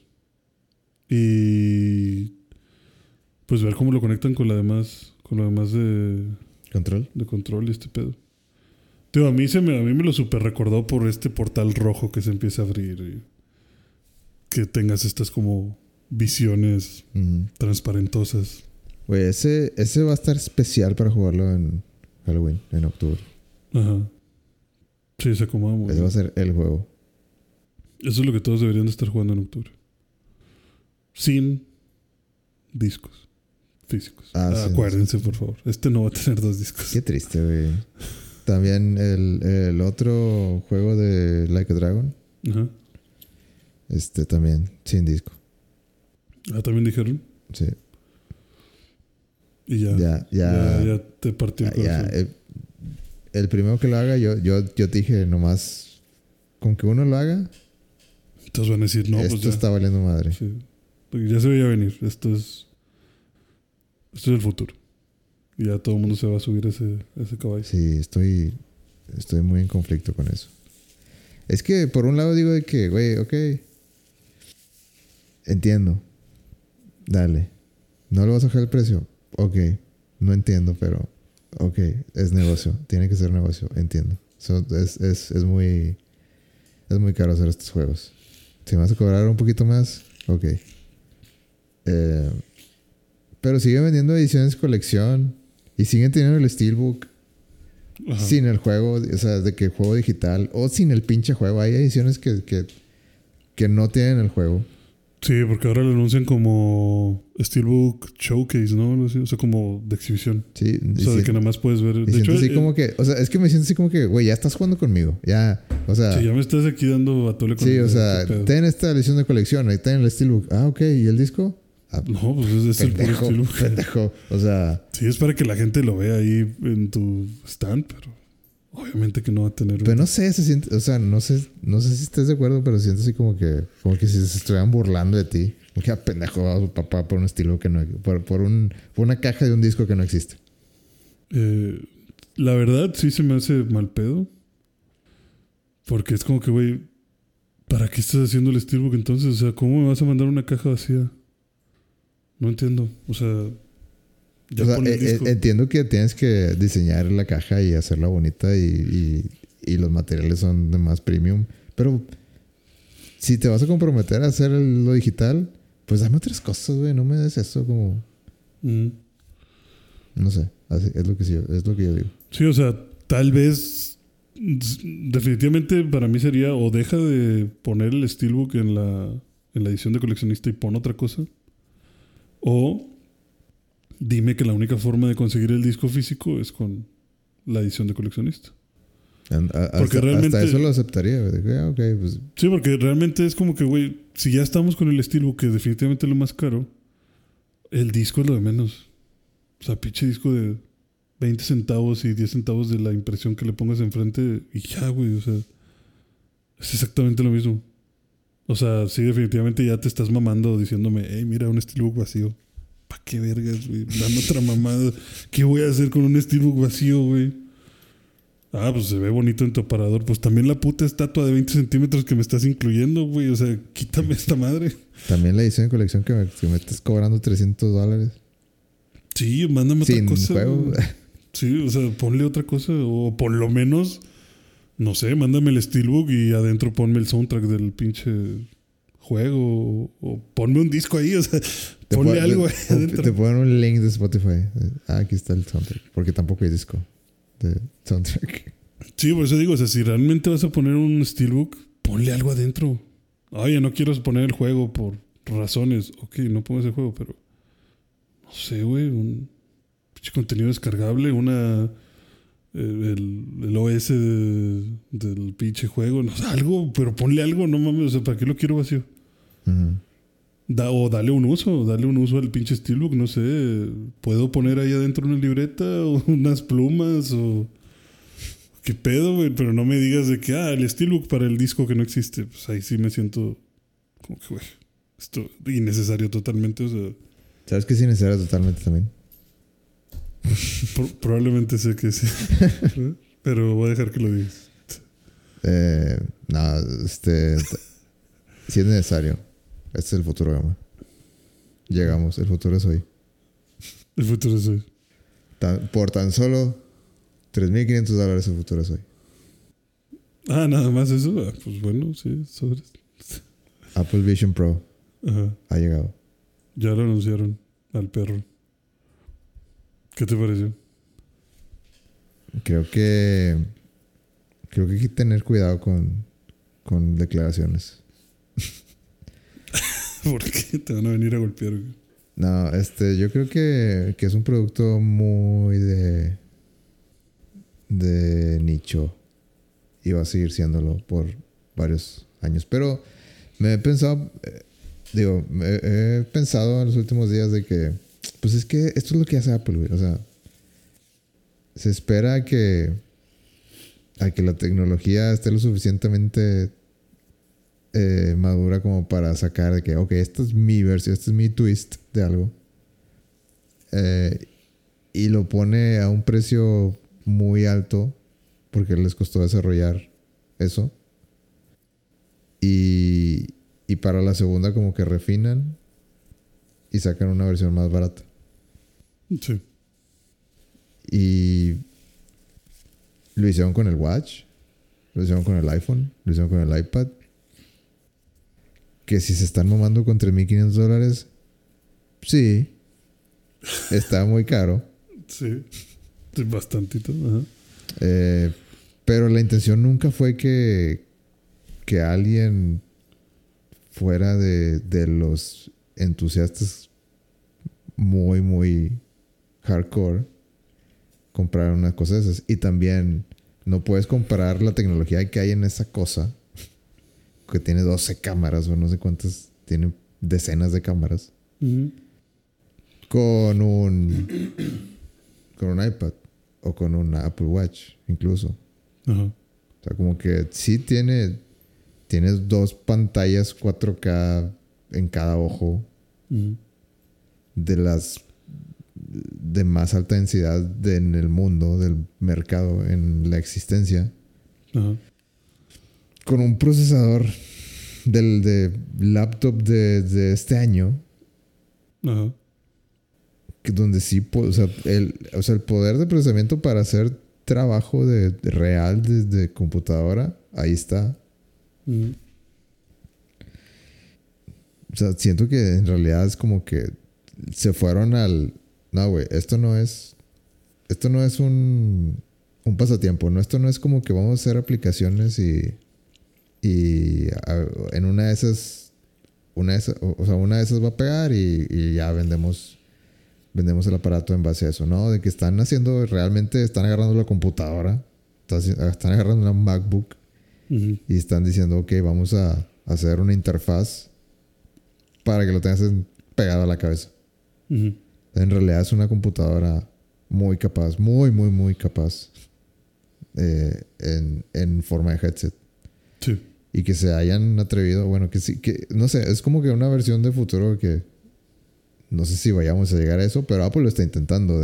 Y pues ver cómo lo conectan con lo demás de control y este pedo. Tío, a mí me lo super recordó por este portal rojo que se empieza a abrir y que tengas estas como visiones transparentosas. Güey, ese va a estar especial para jugarlo en Halloween, en octubre. Ajá. Sí, se acomoda muy bien. Ese va a ser el juego. Eso es lo que todos deberían de estar jugando en octubre. Sin discos físicos. Sí, acuérdense, por favor. Este no va a tener 2 discos. Qué triste, güey. También el otro juego de Like a Dragon. Ajá. También sin disco. También dijeron. Sí. Y ya te partió el corazón. El primero que lo haga, yo te dije nomás, con que uno lo haga, entonces van a decir, no, esto pues ya está valiendo madre. Sí. Porque ya se veía venir. Esto es el futuro. Y ya todo el mundo se va a subir a ese caballo. Sí, estoy muy en conflicto con eso. Es que por un lado digo de que, güey, ok, entiendo, dale, ¿no le vas a bajar el precio? Ok, no entiendo, pero ok, es negocio, tiene que ser negocio, entiendo. Es muy caro hacer estos juegos. Si me vas a cobrar un poquito más, ok. Pero siguen vendiendo ediciones colección y siguen teniendo el Steelbook. Ajá. Sin el juego, o sea, de que juego digital o sin el pinche juego. Hay ediciones que no tienen el juego. Sí, porque ahora lo anuncian como Steelbook Showcase, ¿no? O sea, como de exhibición. Sí. O sea, de que nada más puedes ver. De hecho, así como que, o sea, es que me siento así como que, güey, ya estás jugando conmigo. Ya, o sea. Sí, ya me estás aquí dando a tole con sí, o sea, ten esta edición de colección, ahí ten el Steelbook. Ok, ¿y el disco? No, pues es el puro Steelbook. Pendejo, o sea. Sí, es para que la gente lo vea ahí en tu stand, pero obviamente que no va a tener. Pero no sé, se siente, o sea, no sé si estés de acuerdo, pero siento así como que si se estuvieran burlando de ti. Como que pendejo a su papá por un estilo que no, por una caja de un disco que no existe. La verdad sí se me hace mal pedo. Porque es como que, güey, ¿para qué estás haciendo el Steelbook entonces? O sea, ¿cómo me vas a mandar una caja vacía? No entiendo. O sea, Ya O sea, pone el disco. entiendo que tienes que diseñar la caja y hacerla bonita y los materiales son de más premium. Pero si te vas a comprometer a hacer lo digital, pues dame otras cosas, güey. No me des eso como... Mm. No sé. Así, es lo que yo digo. Sí, o sea, tal vez definitivamente para mí sería o deja de poner el Steelbook en la edición de coleccionista y pon otra cosa, o dime que la única forma de conseguir el disco físico es con la edición de coleccionista. Porque realmente... hasta eso lo aceptaría, güey. De que, ok, pues... Sí, porque realmente es como que, güey, si ya estamos con el Steelbook, que definitivamente es lo más caro, el disco es lo de menos. O sea, pinche disco de 20 centavos y 10 centavos de la impresión que le pongas enfrente y ya, güey, o sea, es exactamente lo mismo. O sea, sí, definitivamente ya te estás mamando diciéndome, hey, mira, un Steelbook vacío. ¿Pa' qué vergas, güey? Dame otra mamada. ¿Qué voy a hacer con un Steelbook vacío, güey? Ah, pues se ve bonito en tu aparador. Pues también la puta estatua de 20 centímetros que me estás incluyendo, güey. O sea, quítame esta madre. También la edición de colección que me estás cobrando $300. Sí, mándame otra Sin cosa. juego. Sí, o sea, ponle otra cosa. O por lo menos, no sé, mándame el Steelbook y adentro ponme el soundtrack del pinche juego. O ponme un disco ahí, o sea, ponle algo ahí adentro. Te ponen un link de Spotify. Ah, aquí está el soundtrack. Porque tampoco hay disco de soundtrack. Sí, por eso digo, o sea, si realmente vas a poner un Steelbook, ponle algo adentro. Oye, no quiero poner el juego por razones. Ok, no pongas el juego, pero no sé, güey, un pinche contenido descargable, el OS del pinche juego, no sé, algo, pero ponle algo, no mames, o sea, ¿para qué lo quiero vacío? Ujú. O dale un uso al pinche Steelbook, no sé, puedo poner ahí adentro una libreta o unas plumas o qué pedo, güey, pero no me digas de que, el Steelbook para el disco que no existe, pues ahí sí me siento como que, güey, esto innecesario totalmente, o sea, ¿Sabes qué es innecesario totalmente también? probablemente sé que sí, pero voy a dejar que lo digas. No, si es necesario. Este es el futuro, Gama. Llegamos, el futuro es hoy. El futuro es hoy. Por tan solo $3,500 el futuro es hoy. Nada más eso. Pues bueno, sí, sobres. Apple Vision Pro Ajá. ha llegado. Ya lo anunciaron al perro. ¿Qué te pareció? Creo que hay que tener cuidado con declaraciones. ¿Por qué te van a venir a golpear, güey? No, yo creo que es un producto muy de nicho y va a seguir siéndolo por varios años. Pero me he pensado, he pensado en los últimos días de que, pues es que esto es lo que hace Apple, güey. O sea, se espera a que la tecnología esté lo suficientemente madura como para sacar de que, ok, esta es mi versión, este es mi twist de algo. Y lo pone a un precio muy alto porque les costó desarrollar eso. Y para la segunda como que refinan y sacan una versión más barata. Sí. Y lo hicieron con el Watch, lo hicieron con el iPhone, lo hicieron con el iPad. Que si se están mamando con $3,500, sí, está muy caro. Sí. Sí, bastantito. Ajá. Pero la intención nunca fue que alguien fuera de los entusiastas muy, muy hardcore comprar una cosa de esas. Y también no puedes comparar la tecnología que hay en esa cosa, que tiene 12 cámaras o no sé cuántas, tiene decenas de cámaras, Uh-huh. con un iPad o con un Apple Watch incluso. Ajá. O sea, como que sí tienes 2 pantallas 4K en cada ojo, Uh-huh. de las de más alta densidad en el mundo, del mercado, en la existencia, Ajá. con un procesador de laptop de este año Ajá. donde sí, o sea, el poder de procesamiento para hacer trabajo de real desde computadora, ahí está. O sea, siento que en realidad es como que se fueron al... No, güey, esto no es un pasatiempo, ¿no? Esto no es como que vamos a hacer aplicaciones y en una de esas va a pegar y ya vendemos el aparato en base a eso, ¿no? De que están agarrando la computadora, están agarrando una MacBook y están diciendo, ok, vamos a hacer una interfaz para que lo tengas pegado a la cabeza. En realidad es una computadora muy capaz, muy, muy, muy capaz en forma de headset. Sí. Y que se hayan atrevido, bueno, que sí, que no sé, es como que una versión de futuro que no sé si vayamos a llegar a eso, pero Apple lo está intentando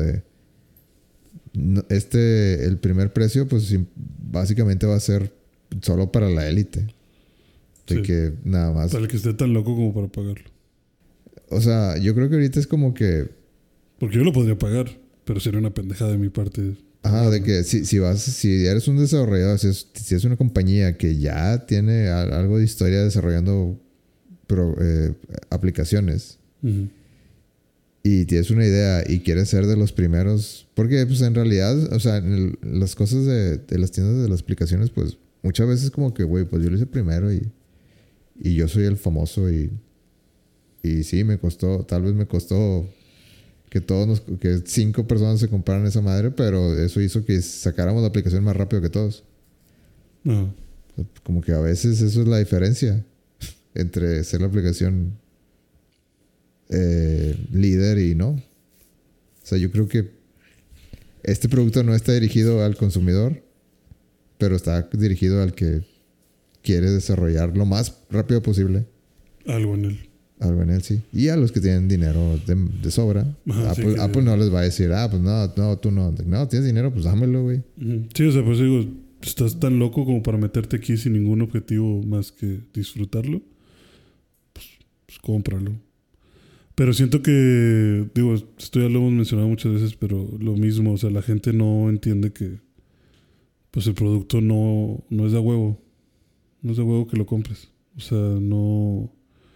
el primer precio, pues sí, básicamente va a ser solo para la élite. De Sí. que nada más. Para el que esté tan loco como para pagarlo. O sea, yo creo que ahorita es como que... Porque yo lo podría pagar, pero sería una pendejada de mi parte. Ajá, de que si eres un desarrollador, si es una compañía que ya tiene algo de historia desarrollando aplicaciones y tienes una idea y quieres ser de los primeros, porque pues en realidad, o sea, las cosas de las tiendas de las aplicaciones, pues muchas veces como que, güey, pues yo lo hice primero y yo soy el famoso y sí, tal vez me costó que 5 personas se compraran esa madre, pero eso hizo que sacáramos la aplicación más rápido que todos. No. O sea, como que a veces eso es la diferencia entre ser la aplicación líder y no. O sea, yo creo que este producto no está dirigido al consumidor, pero está dirigido al que quiere desarrollar lo más rápido posible. Algo en él. Algo en él, sí. Y a los que tienen dinero de sobra. Ajá, Apple no les va a decir, pues no, tú no. No, tienes dinero, pues dámelo, güey. Sí, o sea, pues digo, estás tan loco como para meterte aquí sin ningún objetivo más que disfrutarlo. Pues cómpralo. Pero siento que, digo, esto ya lo hemos mencionado muchas veces, pero lo mismo, o sea, la gente no entiende que pues el producto no es de a huevo. No es de huevo que lo compres. O sea, no...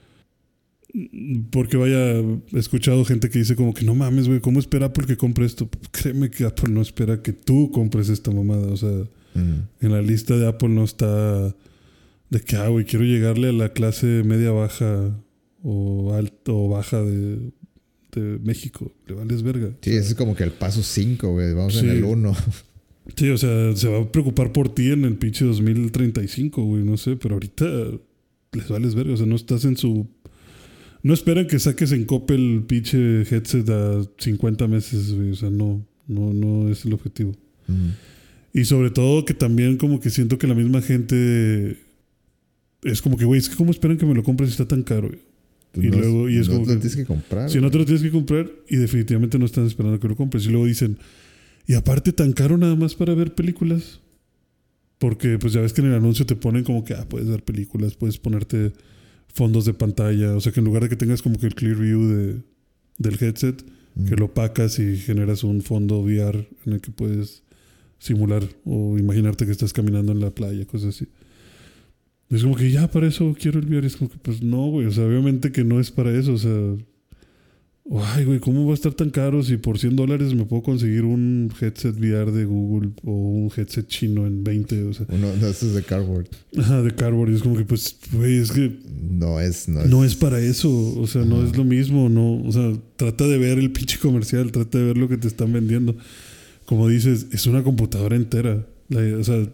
Porque vaya, he escuchado gente que dice como que no mames, güey, ¿cómo espera Apple que compre esto? Créeme que Apple no espera que tú compres esta mamada. O sea, en la lista de Apple no está de que, güey, quiero llegarle a la clase media baja o alto o baja de México. Le vales verga. Sí, ese es como que el paso 5, güey. Vamos Sí. en el 1. Sí, o sea, se va a preocupar por ti en el pinche 2035, güey, no sé, pero ahorita les vales verga. O sea, no estás en su... No esperan que saques en Coppel el pinche headset a 50 meses, güey. O sea, no es el objetivo. Y sobre todo que también como que siento que la misma gente es como que, güey, es que ¿cómo esperan que me lo compres si está tan caro? Pues Y luego, y es no como te lo que... tienes que comprar. Si no te lo tienes que comprar y definitivamente no están esperando que lo compres. Y luego dicen, y aparte tan caro nada más para ver películas. Porque pues ya ves que en el anuncio te ponen como que, puedes ver películas, puedes ponerte fondos de pantalla. O sea que en lugar de que tengas como que el clear view del headset, que lo opacas y generas un fondo VR en el que puedes simular o imaginarte que estás caminando en la playa, cosas así. Es como que ya para eso quiero el VR. Es como que pues no, güey. O sea, obviamente que no es para eso. O sea, ay, güey, ¿cómo va a estar tan caro si por $100 me puedo conseguir un headset VR de Google o un headset chino en 20? O sea, Uno de esos de cardboard. Ajá, de cardboard. Y es como que pues, güey, es que No es para eso. O sea, no es lo mismo. No, o sea, trata de ver el pinche comercial. Trata de ver lo que te están vendiendo. Como dices, es una computadora entera. O sea,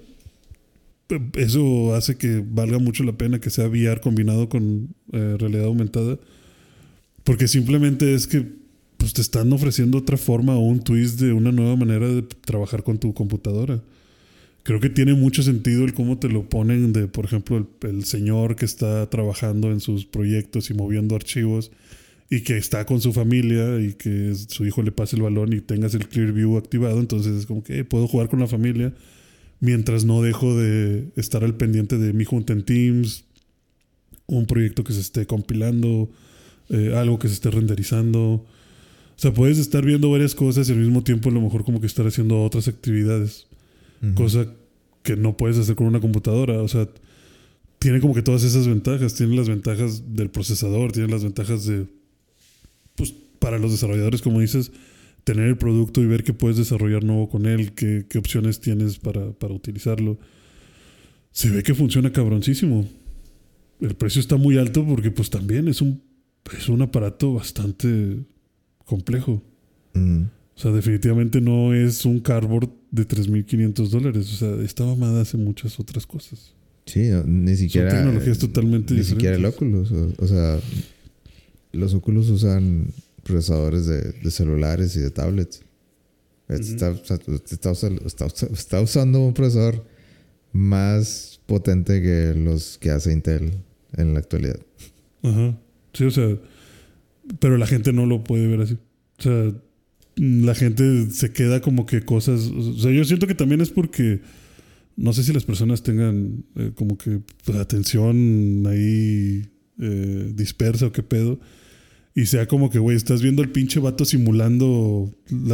eso hace que valga mucho la pena que sea VR combinado con realidad aumentada. Porque simplemente es que pues, te están ofreciendo otra forma o un twist de una nueva manera de trabajar con tu computadora. Creo que tiene mucho sentido el cómo te lo ponen de, por ejemplo, el señor que está trabajando en sus proyectos y moviendo archivos y que está con su familia y que su hijo le pase el balón y tengas el Clear View activado. Entonces es como que puedo jugar con la familia mientras no dejo de estar al pendiente de mi junta en Teams, un proyecto que se esté compilando, algo que se esté renderizando. O sea, puedes estar viendo varias cosas y al mismo tiempo a lo mejor como que estar haciendo otras actividades. Cosa que no puedes hacer con una computadora. O sea, tiene como que todas esas ventajas. Tiene las ventajas del procesador, tiene las ventajas de... Pues para los desarrolladores, como dices, tener el producto y ver qué puedes desarrollar nuevo con él, qué opciones tienes para utilizarlo. Se ve que funciona cabroncísimo. El precio está muy alto porque pues también es un aparato bastante complejo. O sea, definitivamente no es un cardboard de $3,500. O sea, esta mamada hace muchas otras cosas. Sí, no, ni siquiera... Son tecnologías totalmente ni diferentes. siquiera el Oculus. O sea, los Oculus usan procesadores de celulares y de tablets. Está usando un procesador más potente que los que hace Intel en la actualidad. Ajá. Sí, o sea, pero la gente no lo puede ver así. O sea, la gente se queda como que cosas... O sea, yo siento que también es porque... No sé si las personas tengan como que pues, atención ahí dispersa o qué pedo. Y sea como que, güey, estás viendo al pinche vato simulando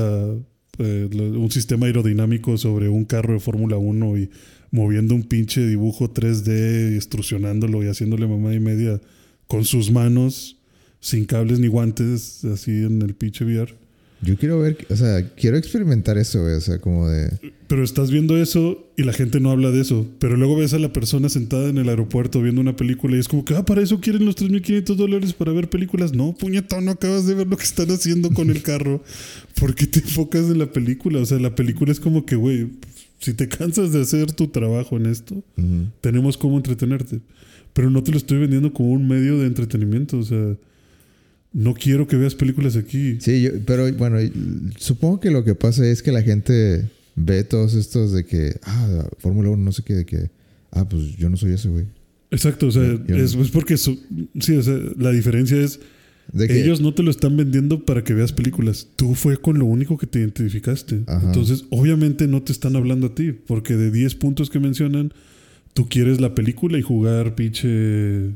un sistema aerodinámico sobre un carro de Fórmula 1 y moviendo un pinche dibujo 3D, instruccionándolo y haciéndole mamá y media con sus manos, sin cables ni guantes, así en el pinche VR. Yo quiero ver, o sea, quiero experimentar eso, güey, o sea, como de... Pero estás viendo eso y la gente no habla de eso. Pero luego ves a la persona sentada en el aeropuerto viendo una película y es como que, para eso quieren los $3,500 para ver películas. No, puñetón, no acabas de ver lo que están haciendo con el carro. ¿Por qué te enfocas en la película? O sea, la película es como que, güey, si te cansas de hacer tu trabajo en esto, tenemos cómo entretenerte. Pero no te lo estoy vendiendo como un medio de entretenimiento, o sea... No quiero que veas películas aquí. Sí, pero bueno, supongo que lo que pasa es que la gente ve todos estos de que, Fórmula 1, no sé qué, de que, pues yo no soy ese, güey. Exacto, o sea, es porque, sí, o sea, la diferencia es, de que ellos no te lo están vendiendo para que veas películas. Tú fue con lo único que te identificaste. Ajá. Entonces, obviamente no te están hablando a ti, porque de 10 puntos que mencionan, tú quieres la película y jugar pinche...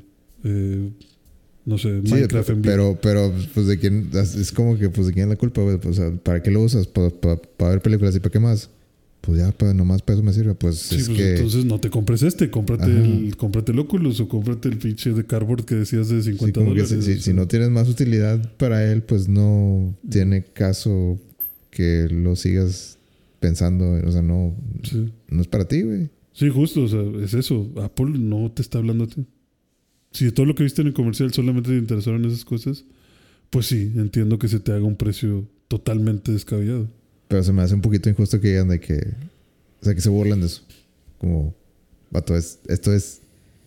no sé, Minecraft en vivo. Pero pues de quién, es como que pues de quién es la culpa, güey. Pues, o sea, ¿para qué lo usas? ¿Para ver películas y para qué más? Pues ya, nomás para eso me sirve. Pues sí, es pues que... entonces no te compres cómprate el Oculus o cómprate el pinche de cardboard que decías de $50. Sí, si no tienes más utilidad para él, pues no tiene caso que lo sigas pensando. O sea, no es para ti, güey. Sí, justo, o sea, es eso. Apple no te está hablando a ti. Si todo lo que viste en el comercial solamente te interesaron esas cosas, pues sí, entiendo que se te haga un precio totalmente descabellado. Pero se me hace un poquito injusto que digan de que... O sea, que se burlan de eso. Como... Vato, esto es...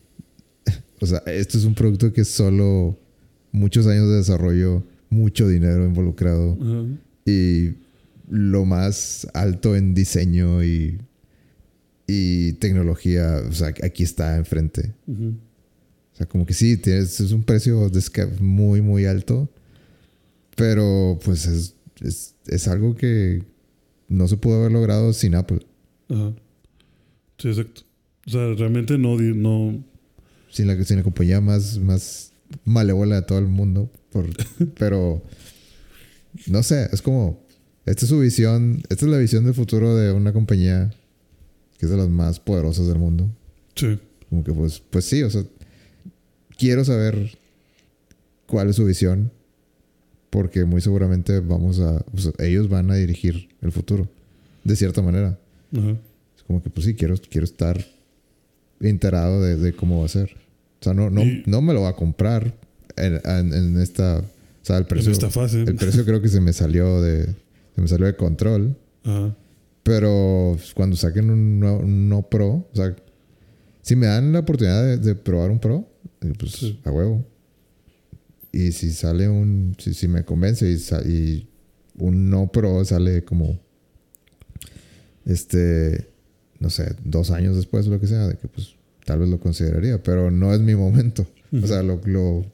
O sea, esto es un producto que es solo muchos años de desarrollo, mucho dinero involucrado. Y lo más alto en diseño y tecnología, o sea, aquí está enfrente. O sea, como que sí, es un precio muy, muy alto. Pero pues es algo que no se pudo haber logrado sin Apple. Ajá. Sí, exacto. O sea, realmente no... Sin la compañía más malévola de todo el mundo. Pero no sé, es como... Esta es su visión. Esta es la visión del futuro de una compañía que es de las más poderosas del mundo. Sí. Como que pues sí, o sea... Quiero saber cuál es su visión, porque muy seguramente ellos van a dirigir el futuro, de cierta manera. Ajá. Es como que, pues sí, quiero estar enterado de cómo va a ser. O sea, no me lo va a comprar en esta... O sea, el precio... En esta fase. El precio creo que se me salió de control. Ajá. Pero si saquen un no Pro, o sea, si me dan la oportunidad de probar un Pro, pues sí, a huevo. Y si sale si me convence y un no Pro sale como no sé, 2 años después o lo que sea, de que pues tal vez lo consideraría, pero no es mi momento. O sea, lo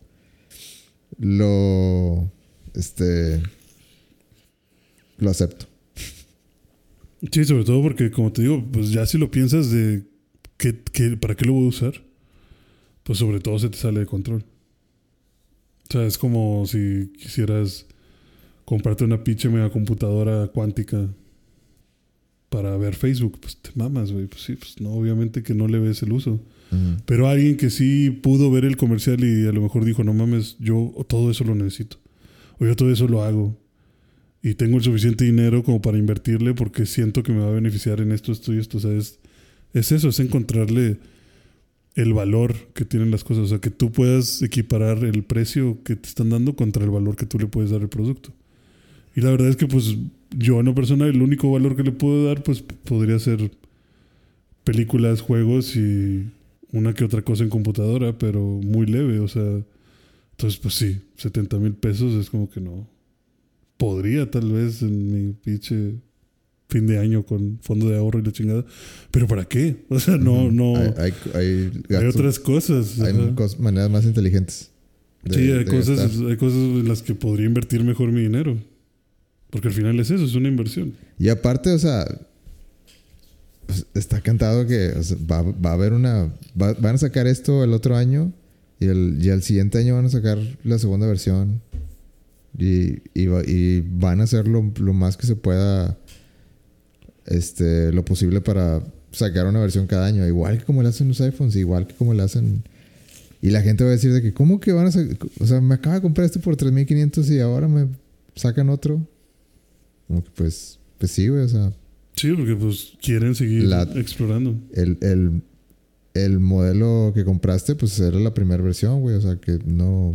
acepto. Sí, sobre todo porque, como te digo, pues ya si lo piensas de ¿para qué lo voy a usar? Pues sobre todo se te sale de control. O sea, es como si quisieras comprarte una pinche mega computadora cuántica para ver Facebook. Pues te mamas, güey. Pues sí, pues no, obviamente que no le ves el uso. Pero alguien que sí pudo ver el comercial y a lo mejor dijo, no mames, yo todo eso lo necesito. O yo todo eso lo hago. Y tengo el suficiente dinero como para invertirle porque siento que me va a beneficiar en esto y esto. O sea, es eso, es encontrarle el valor que tienen las cosas. O sea, que tú puedas equiparar el precio que te están dando contra el valor que tú le puedes dar al producto. Y la verdad es que, pues, yo en lo personal, el único valor que le puedo dar, pues, podría ser películas, juegos y una que otra cosa en computadora, pero muy leve. O sea, entonces, pues sí, 70,000 pesos es como que no. Podría, tal vez, en mi pinche fin de año con fondo de ahorro y la chingada. ¿Pero para qué? O sea, no. Hay Otras cosas. Hay maneras más inteligentes. Hay cosas en las que podría invertir mejor mi dinero. Porque al final es eso, es una inversión. Y aparte, o sea, pues está cantado que o sea, va a haber van a sacar esto el otro año y al siguiente año van a sacar la segunda versión. Y van a hacer lo más que se pueda, lo posible para sacar una versión cada año. Igual que como le hacen los iPhones, igual que como le hacen. Y la gente va a decir de que, ¿cómo que van a sacar? O sea, me acaba de comprar este por 3,500 y ahora me sacan otro. Como que pues sí, güey, o sea. Sí, porque pues quieren seguir explorando. El modelo que compraste, pues era la primera versión, güey. O sea, que no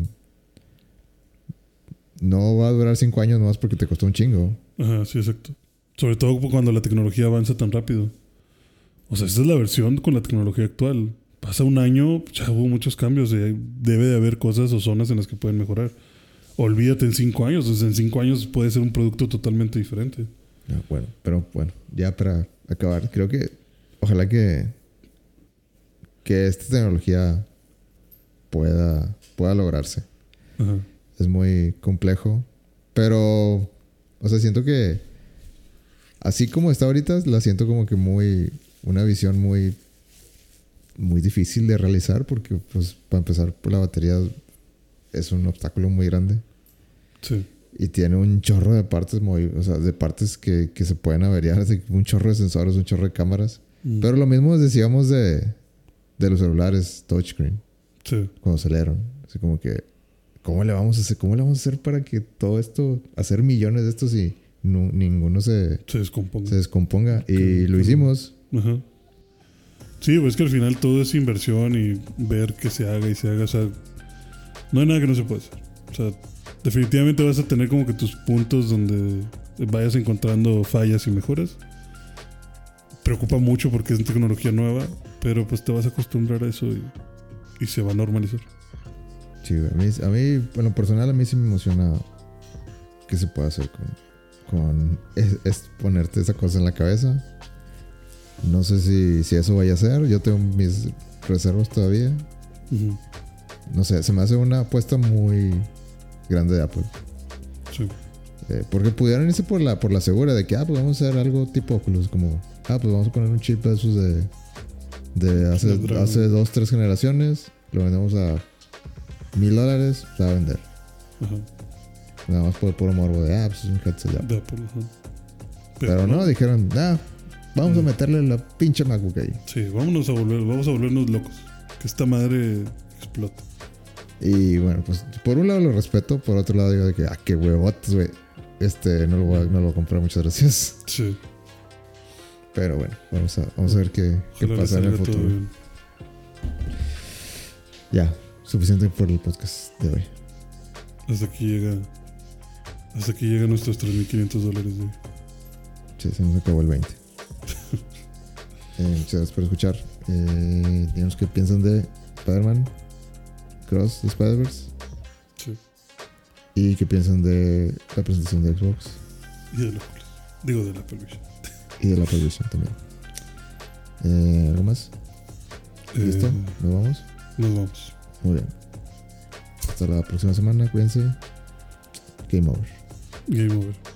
va a durar 5 años nomás porque te costó un chingo. Ajá, sí, exacto. Sobre todo cuando la tecnología avanza tan rápido. O sea, esta es la versión con la tecnología actual. Pasa un año, ya hubo muchos cambios. Debe de haber cosas o zonas en las que pueden mejorar. Olvídate en 5 años. O sea, en 5 años puede ser un producto totalmente diferente. Bueno, pero bueno, ya para acabar, creo que ojalá que esta tecnología pueda lograrse. Ajá. Es muy complejo, pero o sea, siento que así como está ahorita, la siento como que una visión muy muy difícil de realizar porque pues para empezar por la batería es un obstáculo muy grande. Sí. Y tiene un chorro de partes o sea, de partes que se pueden averiar, así, un chorro de sensores, un chorro de cámaras. Pero lo mismo decíamos de los celulares touchscreen. Sí. Cuando salieron. Así como que ¿cómo le vamos a hacer para que todo esto, hacer millones de estos y ninguno se descomponga? Y lo hicimos. Ajá. Sí, pues que al final todo es inversión y ver que se haga y se haga. O sea, no hay nada que no se pueda hacer. O sea, definitivamente vas a tener como que tus puntos donde vayas encontrando fallas y mejoras. Preocupa mucho porque es tecnología nueva, pero pues te vas a acostumbrar a eso y se va a normalizar. Sí, a mí, en lo personal, a mí sí me emociona que se pueda hacer con ponerte esa cosa en la cabeza. No sé si eso vaya a ser. Yo tengo mis reservas todavía. Uh-huh. No sé, se me hace una apuesta muy grande de Apple. Sí. Porque pudieran irse por la segura de que, pues vamos a hacer algo tipo Oculus, como, pues vamos a poner un chip de esos de hace 2-3 generaciones, lo vendemos a $1,000, se va a vender. Ajá. Nada más por puro morbo de, pues es un headset de Apple. Pero no, dijeron, vamos a meterle la pinche MacBook ahí. Sí, vamos a volvernos locos. Que esta madre explote. Y bueno, pues por un lado lo respeto, por otro lado digo de que, qué huevotes, güey. No lo voy a comprar, muchas gracias. Sí. Pero bueno, vamos a ver qué pasa en el futuro. Ya, suficiente por el podcast de hoy. Hasta aquí llega nuestros $3,500, güey. Sí, se nos acabó el 20. Muchas gracias por escuchar. Digamos qué piensan de Spider-Man Cross the Spider-Verse. Sí. Y qué piensan de la presentación de Xbox. Y de la Oculus. Digo, de la Apple Vision. Y de la Apple Vision también. ¿Algo más? ¿Listo? ¿Nos vamos? Nos vamos. Muy bien. Hasta la próxima semana. Cuídense. Game over. Game over.